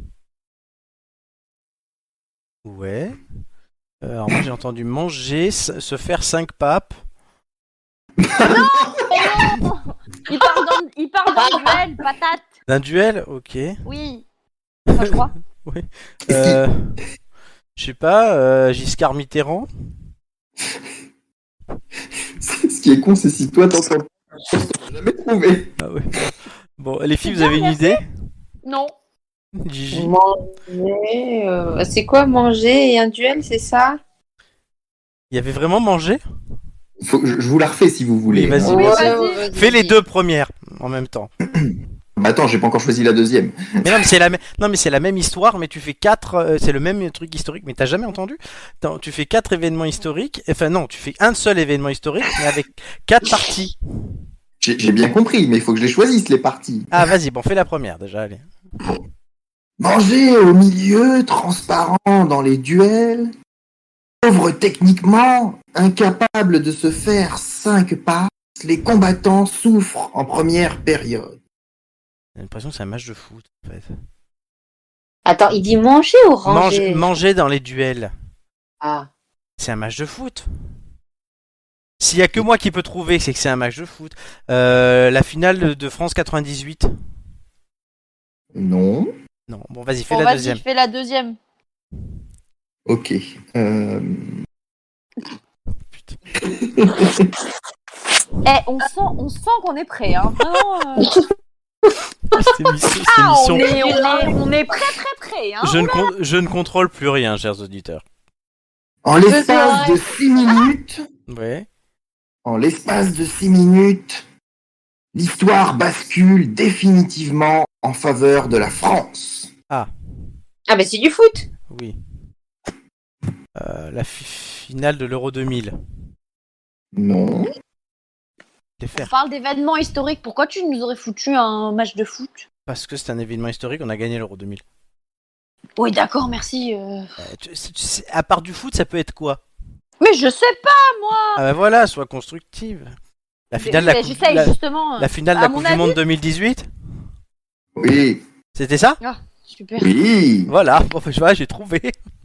Ouais. Alors moi j'ai entendu manger, se faire 5 papes. Il part d'un duel, patate. D'un duel, ok. Oui. Enfin, je crois. Je sais pas, Giscard Mitterrand. Ce qui est con, c'est si toi t'entends pas, je t'aurais jamais trouvé. Ah ouais. Bon, les filles, C'est vous avez bien, une idée? Non. Gigi. Manger. C'est quoi manger et un duel, c'est ça? Il y avait vraiment manger? Je vous la refais si vous voulez. Oui, vas-y, hein. merci. vas-y. Fais les 2 premières en même temps. Bah attends, j'ai pas encore choisi la deuxième. Mais non, mais c'est la même histoire, mais tu fais 4, c'est le même truc historique, mais t'as jamais entendu? Tu fais 4 événements historiques, enfin non, tu fais un seul événement historique, mais avec 4 parties. J'ai bien compris, mais il faut que je les choisisse, les parties. Ah, vas-y, bon, fais la première déjà, allez. Manger au milieu, transparent dans les duels, pauvre techniquement, incapable de se faire 5 passes, les combattants souffrent en première période. J'ai l'impression que c'est un match de foot, en fait. Attends, il dit manger ou ranger? Manger dans les duels. Ah. C'est un match de foot. S'il y a que moi qui peux trouver, c'est que c'est un match de foot. La finale de France 98. Non. Non, bon, vas-y, fais Bon, la vas-y, deuxième. fais la deuxième. Ok. Putain. On sent qu'on est prêt, hein. Vraiment, Cette émission. on est prêt, hein. Je ne contrôle plus rien, chers auditeurs. En l'espace de 6 minutes, Ouais. l'histoire bascule définitivement en faveur de la France. Ah, bah c'est du foot. Oui. La finale de l'Euro 2000. Non. Les On faire. parle d'événements historiques. Pourquoi tu nous aurais foutu un match de foot? Parce que c'est un événement historique, on a gagné l'Euro 2000. Oui, d'accord, merci. À part du foot, ça peut être quoi? Mais je sais pas, moi. Ah bah voilà, sois constructive. La finale de la coupe, J'essaye justement. la finale de à la mon Coupe du avis- Monde 2018? Oui. C'était ça? Super. Oui. Voilà, bon, je vois, j'ai trouvé.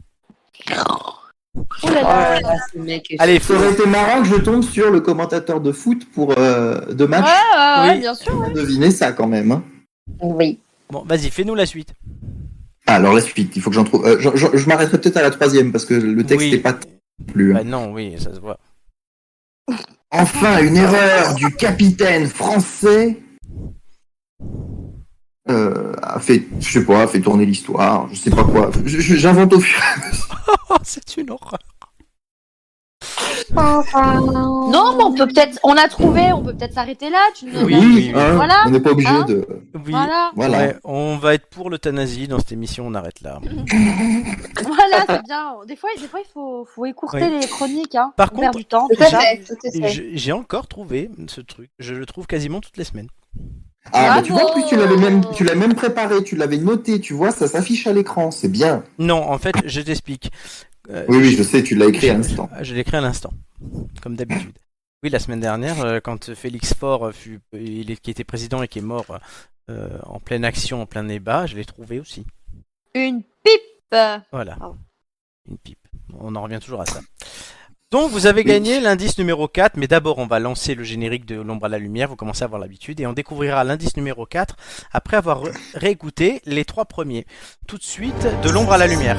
Oh là Oh là. là là, ce mec est Allez, Ça aurait été marrant que je tombe sur le commentateur de foot pour de Ouais, match. Oui. bien sûr. Ouais. Deviner ça quand même. Hein. Oui. Bon, vas-y, fais-nous la suite. Alors la suite, il faut que j'en trouve. Je m'arrêterai peut-être à la 3e parce que le texte Oui. n'est pas plus. Bah non, oui, ça se voit. Enfin, une erreur du capitaine français a fait, je sais pas, a fait tourner l'histoire. Je sais pas quoi. J'invente au fur et à mesure. Oh, c'est une horreur. Non, mais on a trouvé, on peut peut-être s'arrêter là. Tu nous Oui, donnes- oui. Hein, Voilà. on n'est pas obligé Hein de. Oui. Voilà. Voilà. Ouais, on va être pour l'euthanasie dans cette émission, on arrête là. Voilà, c'est bien. Des fois, il faut écourter Oui. les chroniques. Hein. Par On perd contre, du temps. Tout tout à ça. fait, tout à Et fait. j'ai encore trouvé ce truc. Je le trouve quasiment toutes les semaines. Ah, bah, tu vois, en plus, Bravo. tu l'as même préparé, tu l'avais noté, tu vois, ça s'affiche à l'écran, c'est bien. Non, en fait, je t'explique. Oui, je sais, tu l'as écrit à l'instant. Je l'ai écrit à l'instant, comme d'habitude. Oui, la semaine dernière, quand Félix Faure qui était président et qui est mort en pleine action, en plein débat, je l'ai trouvé aussi. Une pipe. Voilà. Oh. Une pipe. On en revient toujours à ça. Donc, vous avez gagné l'indice numéro 4, mais d'abord, on va lancer le générique de L'ombre à la lumière, vous commencez à avoir l'habitude, et on découvrira l'indice numéro 4 après avoir réécouté les 3 premiers. Tout de suite, de L'ombre à la lumière.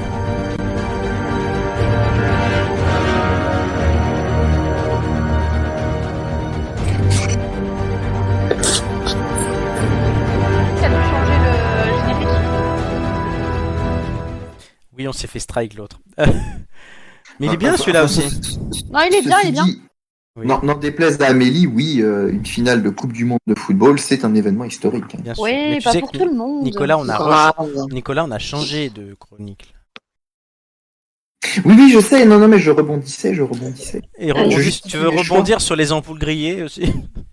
Ça peut changer le générique. Oui, on s'est fait strike l'autre. Mais il est bien celui-là aussi. Non, il est bien, il est bien. Oui. N'en déplaise à Amélie, oui, une finale de Coupe du Monde de football, c'est un événement historique. Bien sûr. Mais Oui, tu pas sais pour que tout le monde. Nicolas, on a Bravo. Nicolas, on a changé de chronique. Oui, oui, je sais, non, mais je rebondissais. Et Je tu justifie veux les rebondir sur les ampoules grillées aussi?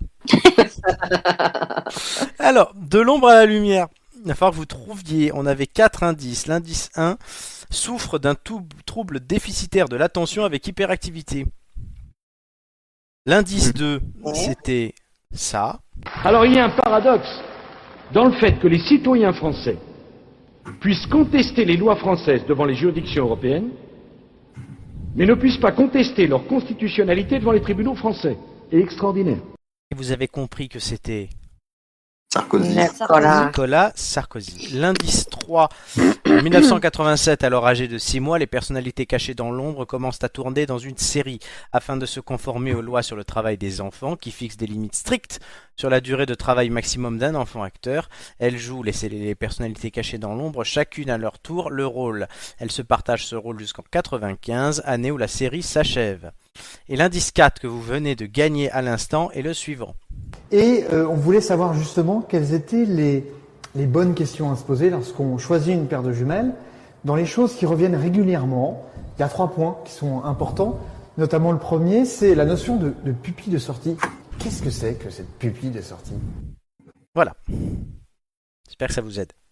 Alors, de l'ombre à la lumière. Il va falloir que vous trouviez. On avait 4 indices. L'indice 1 souffre d'un trouble déficitaire de l'attention avec hyperactivité. L'indice 2, c'était ça. Alors il y a un paradoxe dans le fait que les citoyens français puissent contester les lois françaises devant les juridictions européennes, mais ne puissent pas contester leur constitutionnalité devant les tribunaux français. Et extraordinaire. Et vous avez compris que c'était Sarkozy. Nicolas Sarkozy. L'indice 3, en 1987, alors âgé de 6 mois, les personnalités cachées dans l'ombre commencent à tourner dans une série afin de se conformer aux lois sur le travail des enfants qui fixent des limites strictes sur la durée de travail maximum d'un enfant acteur. Elles jouent, les personnalités cachées dans l'ombre, chacune à leur tour le rôle. Elles se partagent ce rôle jusqu'en 95, année où la série s'achève. Et l'indice 4 que vous venez de gagner à l'instant est le suivant. Et on voulait savoir justement quelles étaient les bonnes questions à se poser lorsqu'on choisit une paire de jumelles. Dans les choses qui reviennent régulièrement, il y a 3 points qui sont importants. Notamment le premier, c'est la notion de pupille de sortie. Qu'est-ce que c'est que cette pupille de sortie? Voilà. J'espère que ça vous aide.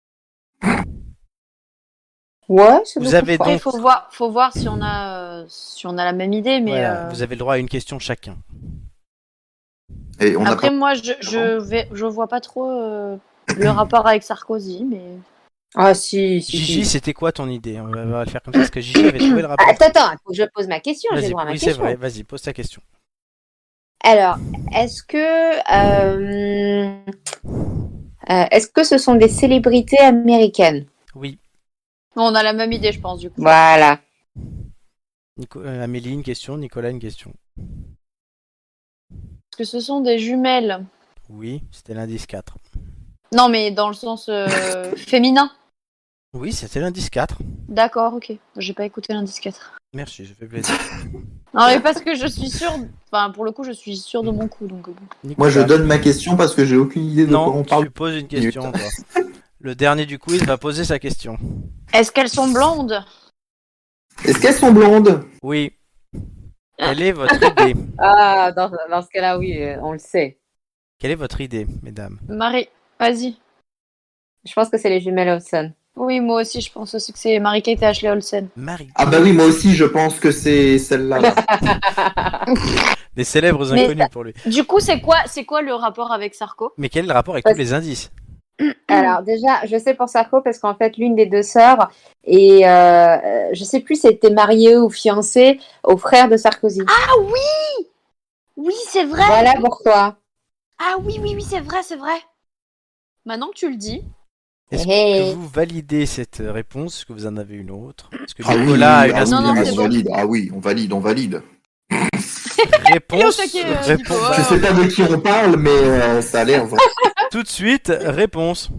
Ouais, c'est Vous avez Après, donc... faut voir si on a la même idée, mais Voilà, vous avez le droit à une question chacun. Et on après a moi je vois pas trop le rapport avec Sarkozy, mais Ah si. Gigi, c'était quoi ton idée? On va le faire comme ça parce que Gigi avait trouvé le rapport. Attends, il faut que je pose ma question. J'ai Vas-y, droit à ma oui, c'est question. vrai. Vas-y, pose ta question. Alors, est-ce que ce sont des célébrités américaines? Oui. on a la même idée, je pense du coup. Voilà. Amélie, une question. Nicolas, une question. Est-ce que ce sont des jumelles? Oui, c'était l'indice 4. Non, mais dans le sens féminin. Oui, c'était l'indice 4. D'accord, ok. J'ai pas écouté l'indice 4. Merci, ça fait plaisir. Non, mais parce que je suis sûre. Enfin, pour le coup, je suis sûre de mon coup, donc bon. Moi, je Nicolas. donne ma question parce que j'ai aucune idée de quoi Non, on parle. tu poses une question, toi. Le dernier du quiz va poser sa question. Est-ce qu'elles sont blondes? Est-ce qu'elles sont blondes? Oui. Quelle est votre idée? Ah, dans ce cas-là, oui, on le sait. Quelle est votre idée, mesdames? Marie, vas-y. Je pense que c'est les jumelles Olsen. Oui, moi aussi, je pense aussi que c'est Mary-Kate et Ashley Olsen. Marie. Ah bah oui, moi aussi, je pense que c'est celle-là. là. Des célèbres Mais- inconnus pour lui. Du coup, c'est quoi le rapport avec Sarko? Mais quel est le rapport avec tous les indices? Alors déjà, je sais pour Sarko parce qu'en fait, l'une des deux sœurs et je sais plus si elle était mariée ou fiancée au frère de Sarkozy. Ah oui! Oui, c'est vrai! Voilà pourquoi. Ah oui, c'est vrai, c'est vrai. Maintenant que tu le dis. Est-ce Hey. que vous validez cette réponse? Est-ce que vous en avez une autre? Est-ce que Ah oui, Nicolas a une ah oui, Non, non, on c'est bon. valide. Ah oui, on valide. réponse? Et au taquet, Réponse. Nico. Je sais pas de qui on parle, mais ça a l'air vrai. Tout de suite, réponse.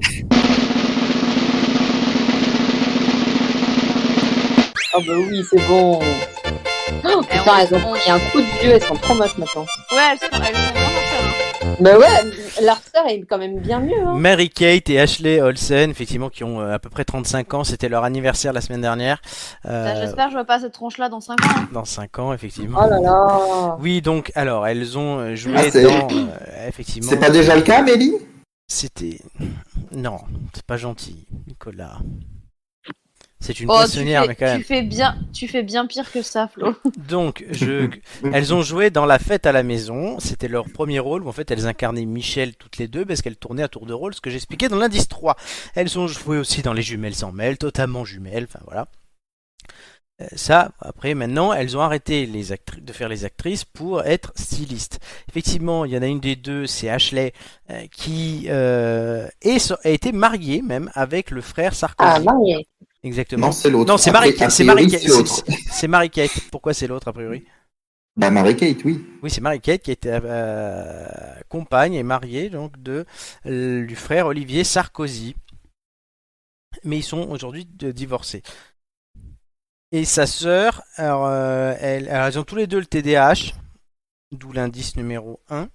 Oh bah oui, c'est bon. Oh, putain, elles ont pris un coup de vieux, elles sont trop moches maintenant. Ouais, elles sont vraiment chères. Bah ouais, leur sœur est quand même bien mieux. Hein. Mary-Kate et Ashley Olsen, effectivement, qui ont à peu près 35 ans. C'était leur anniversaire la semaine dernière. J'espère que je vois pas cette tronche-là dans 5 ans. Hein. Dans 5 ans, effectivement. Oh là là. Oui, donc, alors, elles ont joué Ah, c'est- dans... effectivement... C'est pas déjà le cas, Mélie? C'était... Non, c'est pas gentil, Nicolas. C'est une Oh, poissonnière, mais quand même. tu fais bien pire que ça, Flo. Donc, elles ont joué dans La Fête à la maison. C'était leur premier rôle où en fait elles incarnaient Michel toutes les deux parce qu'elles tournaient à tour de rôle, ce que j'expliquais dans l'indice 3. Elles ont joué aussi dans Les Jumelles s'en mêlent, totalement jumelles, enfin voilà. Ça, après, maintenant, elles ont arrêté de faire les actrices pour être stylistes. Effectivement, il y en a une des deux, c'est Ashley, qui a été mariée même avec le frère Sarkozy. Ah, mariée. Exactement. Non, c'est l'autre. Non, c'est A priori, Marie-Kate. c'est l'autre. C'est Marie-Kate. Pourquoi c'est l'autre, a priori? Bah, Mary-Kate, oui. Oui, c'est Marie-Kate qui était compagne et mariée donc du frère Olivier Sarkozy. Mais ils sont aujourd'hui divorcés. Et sa sœur, alors, elles ont tous les deux le TDAH, d'où l'indice numéro 1.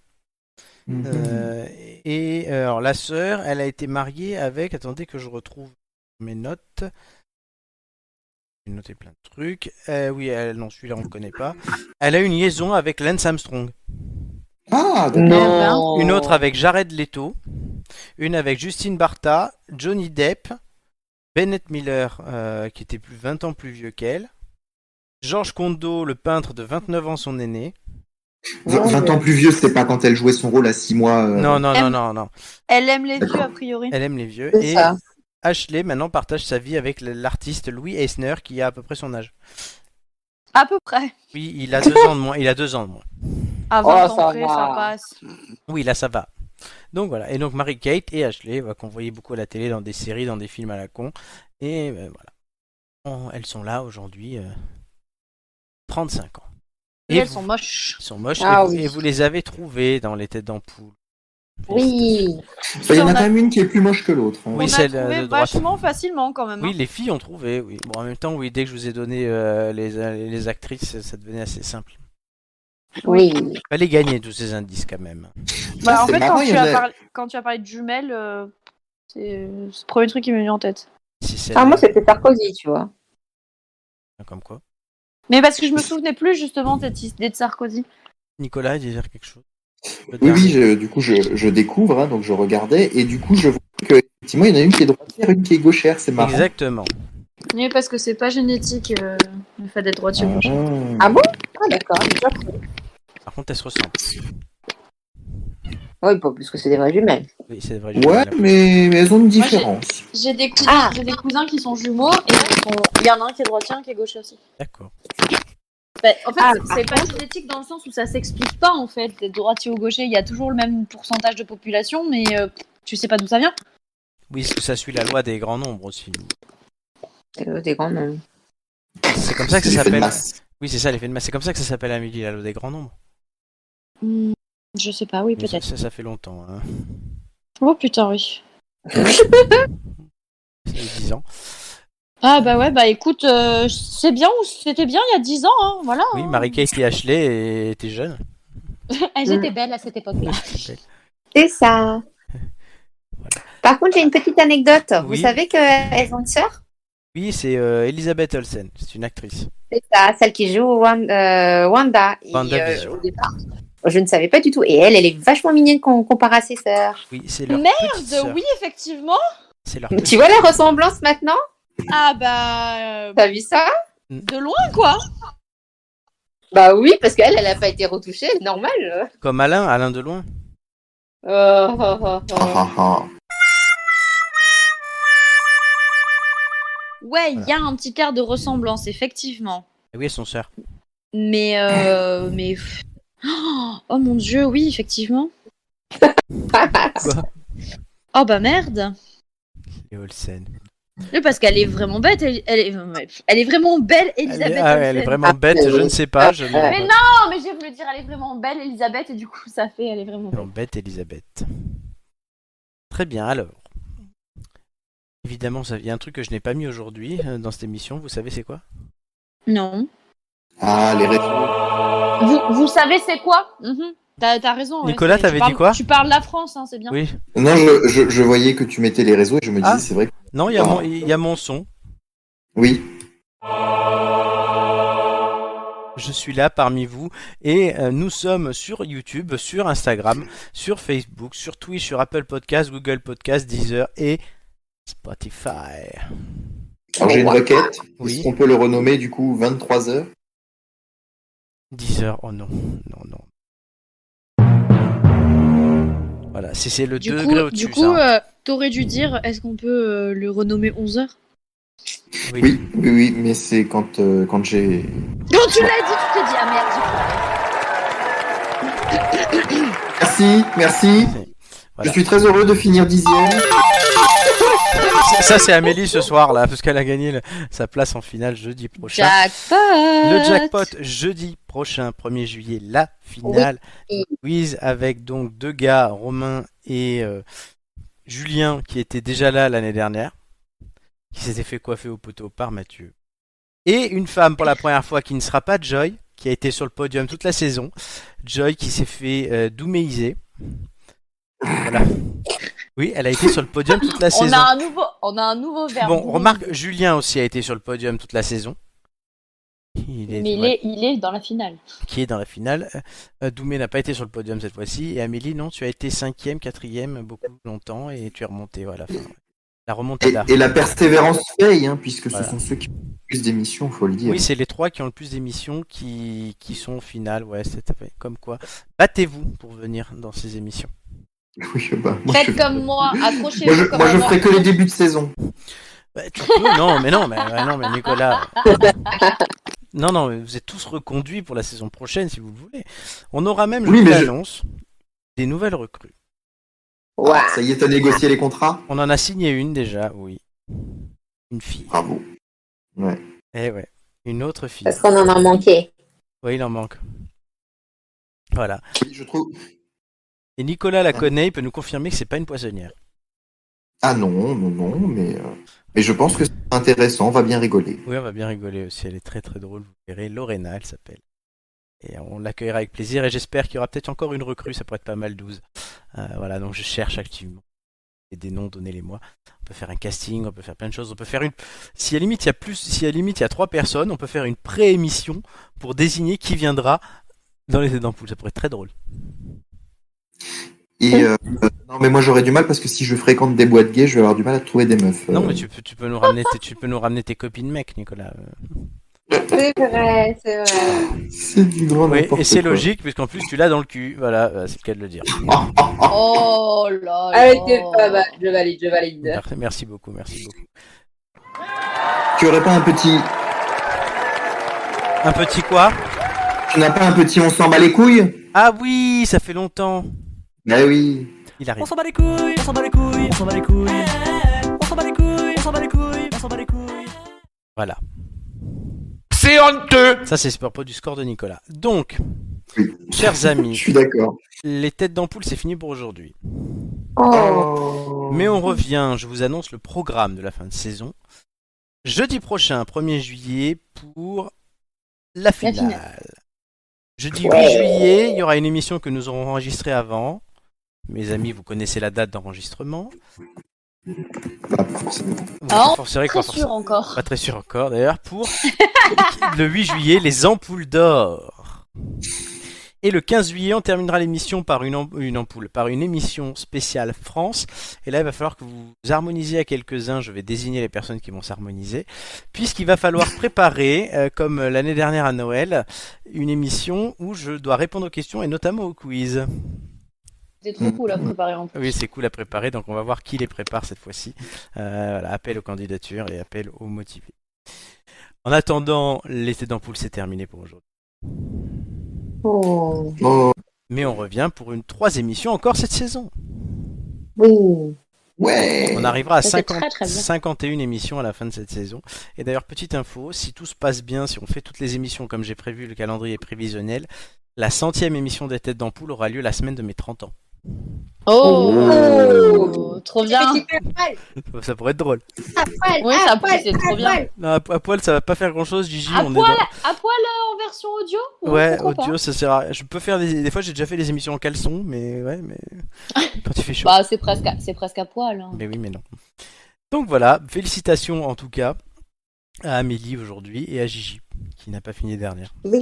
Alors la sœur, elle a été mariée avec, attendez que je retrouve mes notes. J'ai noté plein de trucs. Oui, non, celui-là on le connaît pas. Elle a une liaison avec Lance Armstrong. Ah, d'accord. Non. Une autre avec Jared Leto. Une avec Justine Bartha, Johnny Depp, Bennett Miller, qui était 20 ans plus vieux qu'elle. Georges Condo, le peintre de 29 ans, son aîné. 20 ans plus vieux, c'est pas quand elle jouait son rôle à 6 mois. Non. Elle aime les vieux, D'accord. a priori. Elle aime les vieux. C'est Et ça. Ashley, maintenant, partage sa vie avec l'artiste Louis Eisner, qui a à peu près son âge. À peu près. Oui, il a 2 ans de moins. Il a 2 ans de moins. À Oh, 20 ça ans près, va. ça passe. Oui, là, ça va. Donc voilà. Et donc Mary-Kate et Ashley, qu'on voyait beaucoup à la télé, dans des séries, dans des films à la con. Et voilà. Elles sont là aujourd'hui, 35 ans. Et elles sont moches. Elles sont moches. Ah et, oui. et vous les avez trouvées dans les têtes d'ampoule. Oui. Il y en a quand même une qui est plus moche que l'autre. Hein. Oui, On a celle trouvé de droite. vachement facilement quand même. Oui, hein. les filles ont trouvé, oui. Bon, en même temps, oui, dès que je vous ai donné les actrices, ça devenait assez simple. Oui. Fallait gagner tous ces indices quand même. Bah, en C'est fait, marrant, il y en a- quand tu as parlé de jumelles, c'est le premier truc qui m'est venu en tête. Si c'est Ah, moi, c'était Sarkozy, tu vois. comme quoi. Mais parce que je me souvenais plus justement de cette idée de Sarkozy. Nicolas, il dire quelque chose. Oui, du coup, je découvre, hein, donc je regardais, et du coup, je vois qu'effectivement, il y en a une qui est droitière, une qui est gauchère, c'est marrant. Exactement. Oui, parce que c'est pas génétique le fait d'être droitier gauche. Ah bon? Ah, d'accord. j'ai pas cru. Par contre, elles se ressemblent. Oui, pas plus que c'est des vraies jumelles. Oui, c'est vrai. Ouais, mais elles ont une différence. J'ai des cousins qui sont jumeaux et il y en a un qui est droitier, un qui est gaucher aussi. D'accord. Bah, en fait, Ah, c'est pas génétique dans le sens où ça s'explique pas en fait. D'être droitier ou gaucher, il y a toujours le même pourcentage de population, mais tu sais pas d'où ça vient. Oui, parce que ça suit la loi des grands nombres aussi. C'est des grands noms. C'est comme ça que ça L'effet de s'appelle. masse. Oui, c'est ça, l'effet de masse. C'est comme ça que ça s'appelle Amélie, la loi des grands nombres. Je sais pas, oui, Mais peut-être. ça fait longtemps. Hein. Oh putain, oui. Ça fait 10 ans. Ah bah ouais, bah écoute, c'est bien ou c'était bien il y a 10 ans, hein, voilà. Oui, hein. Marie-Kate et Ashley étaient jeunes. Elles étaient belles à cette époque-là. C'est ça. Voilà. Par contre, j'ai une petite anecdote. Oui. Vous savez qu'elles ont une sœur? Oui, c'est Elisabeth Olsen. C'est une actrice. C'est ça, celle qui joue Wanda. Et, WandaVision. au départ, je ne savais pas du tout. Et elle est vachement mignonne comparée à ses sœurs. Oui, c'est leur Merde, petite sœur. oui, effectivement. C'est leur Tu petite vois la ressemblance maintenant? Ah bah, T'as vu ça? de loin quoi. Bah oui, parce qu'elle, elle a pas été retouchée, normal. Comme Alain Delon. Oh, oh, oh, oh. Ah, ah, ah. Ouais, il y a un petit quart de ressemblance, effectivement. Et oui, elles sont sœurs. Mais oh mon Dieu, oui, effectivement. Quoi? Oh bah merde. Et Olsen. Oui, parce qu'elle est vraiment bête. Elle est vraiment belle, Elisabeth. Elle est vraiment bête, je ne sais pas. Mais non, mais j'ai voulu dire elle est vraiment belle, Elisabeth, et du coup ça fait elle est vraiment belle. Bête, Elisabeth. Très bien, alors. Évidemment, il y a un truc que je n'ai pas mis aujourd'hui dans cette émission. Vous savez c'est quoi? Non. Ah, les réseaux. Vous savez c'est quoi? T'as raison. Nicolas, t'avais dit quoi? Tu parles de la France, hein, c'est bien. Oui. Non, je voyais que tu mettais les réseaux et je me disais, c'est vrai. Non, il y a mon son. Oui. Je suis là parmi vous et nous sommes sur YouTube, sur Instagram, sur Facebook, sur Twitch, sur Apple Podcast, Google Podcast, Deezer et Spotify. Alors j'ai une requête. Oui. Est-ce qu'on peut le renommer du coup 23h? Deezer, oh non, non, non. Voilà, c'est le degré au-dessus. Du coup, t'aurais dû dire, est-ce qu'on peut le renommer 11h? Oui, mais c'est quand j'ai... Quand tu l'as dit, tu t'es dit, ah merde. Merci. Voilà. Je suis très heureux de finir 10e. Ça c'est Amélie ce soir là, parce qu'elle a gagné sa place en finale jeudi prochain. Jackpot. Le jackpot jeudi prochain, 1er juillet, la finale. Quiz avec donc 2 gars, Romain et Julien, qui étaient déjà là l'année dernière, qui s'était fait coiffer au poteau par Mathieu. Et une femme pour la première fois qui ne sera pas Joy, qui a été sur le podium toute la saison. Joy qui s'est fait douméiser. Voilà. Oui, elle a été sur le podium toute la saison. On a un nouveau verbe. Bon, remarque, Julien aussi a été sur le podium toute la saison. Il est dans la finale. Qui est dans la finale. Doumé n'a pas été sur le podium cette fois-ci. Et Amélie, non, tu as été 5e, 4e beaucoup longtemps et tu es remonté. Voilà. Enfin, la remontada. Et la persévérance paye, hein, puisque ce sont ceux qui ont le plus d'émissions, faut le dire. Oui, c'est les 3 qui ont le plus d'émissions qui sont au final. Ouais, c'est comme quoi. Battez-vous pour venir dans ces émissions. Oui, faites comme moi, accrochez-vous. Moi, je ferai que les débuts de saison. Tu peux, non, mais Nicolas. Non, mais vous êtes tous reconduits pour la saison prochaine si vous le voulez. On aura même, l'annonce, des nouvelles recrues. Wow. Ça y est, t'as négocié les contrats? On en a signé une déjà, oui. Une fille. Bravo. Ouais. Eh ouais, une autre fille. Parce qu'on en a manqué. Oui, il en manque. Voilà. Oui, je trouve. Et Nicolas la connaît, il peut nous confirmer que c'est pas une poissonnière. Ah non, mais je pense que c'est intéressant, on va bien rigoler. Oui, on va bien rigoler aussi, elle est très très drôle, vous verrez. Lorena, elle s'appelle. Et on l'accueillera avec plaisir, et j'espère qu'il y aura peut-être encore une recrue, ça pourrait être pas mal, 12. Voilà, donc je cherche activement. Et des noms, donnez-les-moi. On peut faire un casting, on peut faire plein de choses, on peut faire une... Si à la limite il y a 3 personnes, on peut faire une pré-émission pour désigner qui viendra dans les têtes d'ampoule, ça pourrait être très drôle. Et non, mais moi j'aurais du mal parce que si je fréquente des boîtes gays, je vais avoir du mal à trouver des meufs. Non, mais tu peux nous ramener tes copines mecs, Nicolas. C'est vrai. C'est du grand n'importe quoi. Et c'est logique puisqu'en plus tu l'as dans le cul. Voilà, c'est le cas de le dire. Oh là là. Allez, je valide. Merci beaucoup. Tu aurais pas un petit... Un petit quoi? Tu n'as pas un petit on s'en bat les couilles? Ah oui, ça fait longtemps. Ah oui. Il arrive. On s'en bat les couilles. Voilà. C'est honteux. Ça c'est à propos du score de Nicolas. Donc, oui. Chers amis, je suis d'accord. Les têtes d'ampoule c'est fini pour aujourd'hui. Oh. Mais on revient, je vous annonce le programme de la fin de saison. Jeudi prochain, 1er juillet, pour la finale. Jeudi 8 juillet, il y aura une émission que nous aurons enregistrée avant. Mes amis, vous connaissez la date d'enregistrement. Pas forcément. Pas très sûr encore d'ailleurs. Pour le 8 juillet, les ampoules d'or. Et le 15 juillet, on terminera l'émission par une ampoule, par une émission spéciale France. Et là, il va falloir que vous harmonisiez à quelques-uns. Je vais désigner les personnes qui vont s'harmoniser. Puisqu'il va falloir préparer, comme l'année dernière à Noël, une émission où je dois répondre aux questions et notamment aux quiz. C'était trop cool à préparer en plus. Oui, c'est cool à préparer, donc on va voir qui les prépare cette fois-ci. Voilà, appel aux candidatures et appel aux motivés. En attendant, l'été d'ampoule c'est terminé pour aujourd'hui. Oh. Mais on revient pour une 3 émission encore cette saison. Oui. Ouais. On arrivera à Ça, c'est 50 très, très bien. 51 émissions à la fin de cette saison. Et d'ailleurs, petite info, si tout se passe bien, si on fait toutes les émissions comme j'ai prévu, le calendrier est prévisionnel, la 100e émission des Têtes d'Ampoule aura lieu la semaine de mes 30 ans. Oh, trop bien. Ça pourrait être drôle. Oui, ça c'est trop bien. Non, à poil, ça va pas faire grand-chose, Gigi. À on est poil, dans- à poil en version audio? Ouais, Pourquoi audio, ça sert à... Je peux faire des fois, j'ai déjà fait des émissions en caleçon, mais ouais, mais quand il fait chaud. Bah, c'est presque à poil. Hein. Mais oui, mais non. Donc voilà, félicitations en tout cas à Amélie aujourd'hui et à Gigi, qui n'a pas fini dernière. Oui.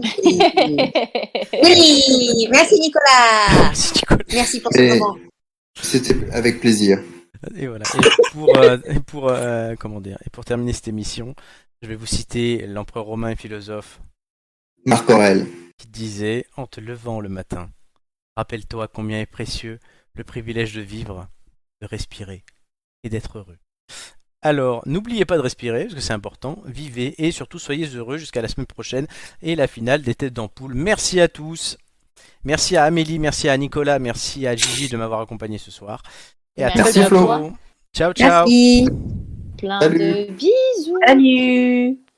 Oui. Merci Nicolas. Merci, Nicolas. Merci pour ce moment. C'était avec plaisir. Et voilà. Comment dire, et pour terminer cette émission, je vais vous citer l'empereur romain et philosophe Marc Aurèle. qui disait: en te levant le matin, rappelle-toi combien est précieux le privilège de vivre, de respirer et d'être heureux. Alors, n'oubliez pas de respirer, parce que c'est important, vivez et surtout soyez heureux jusqu'à la semaine prochaine et la finale des Têtes d'Ampoule. Merci à tous. Merci à Amélie, merci à Nicolas, merci à Gigi de m'avoir accompagné ce soir. Et à Merci très Flo. bientôt. Ciao, ciao. Merci. Plein Salut. de bisous. Salut.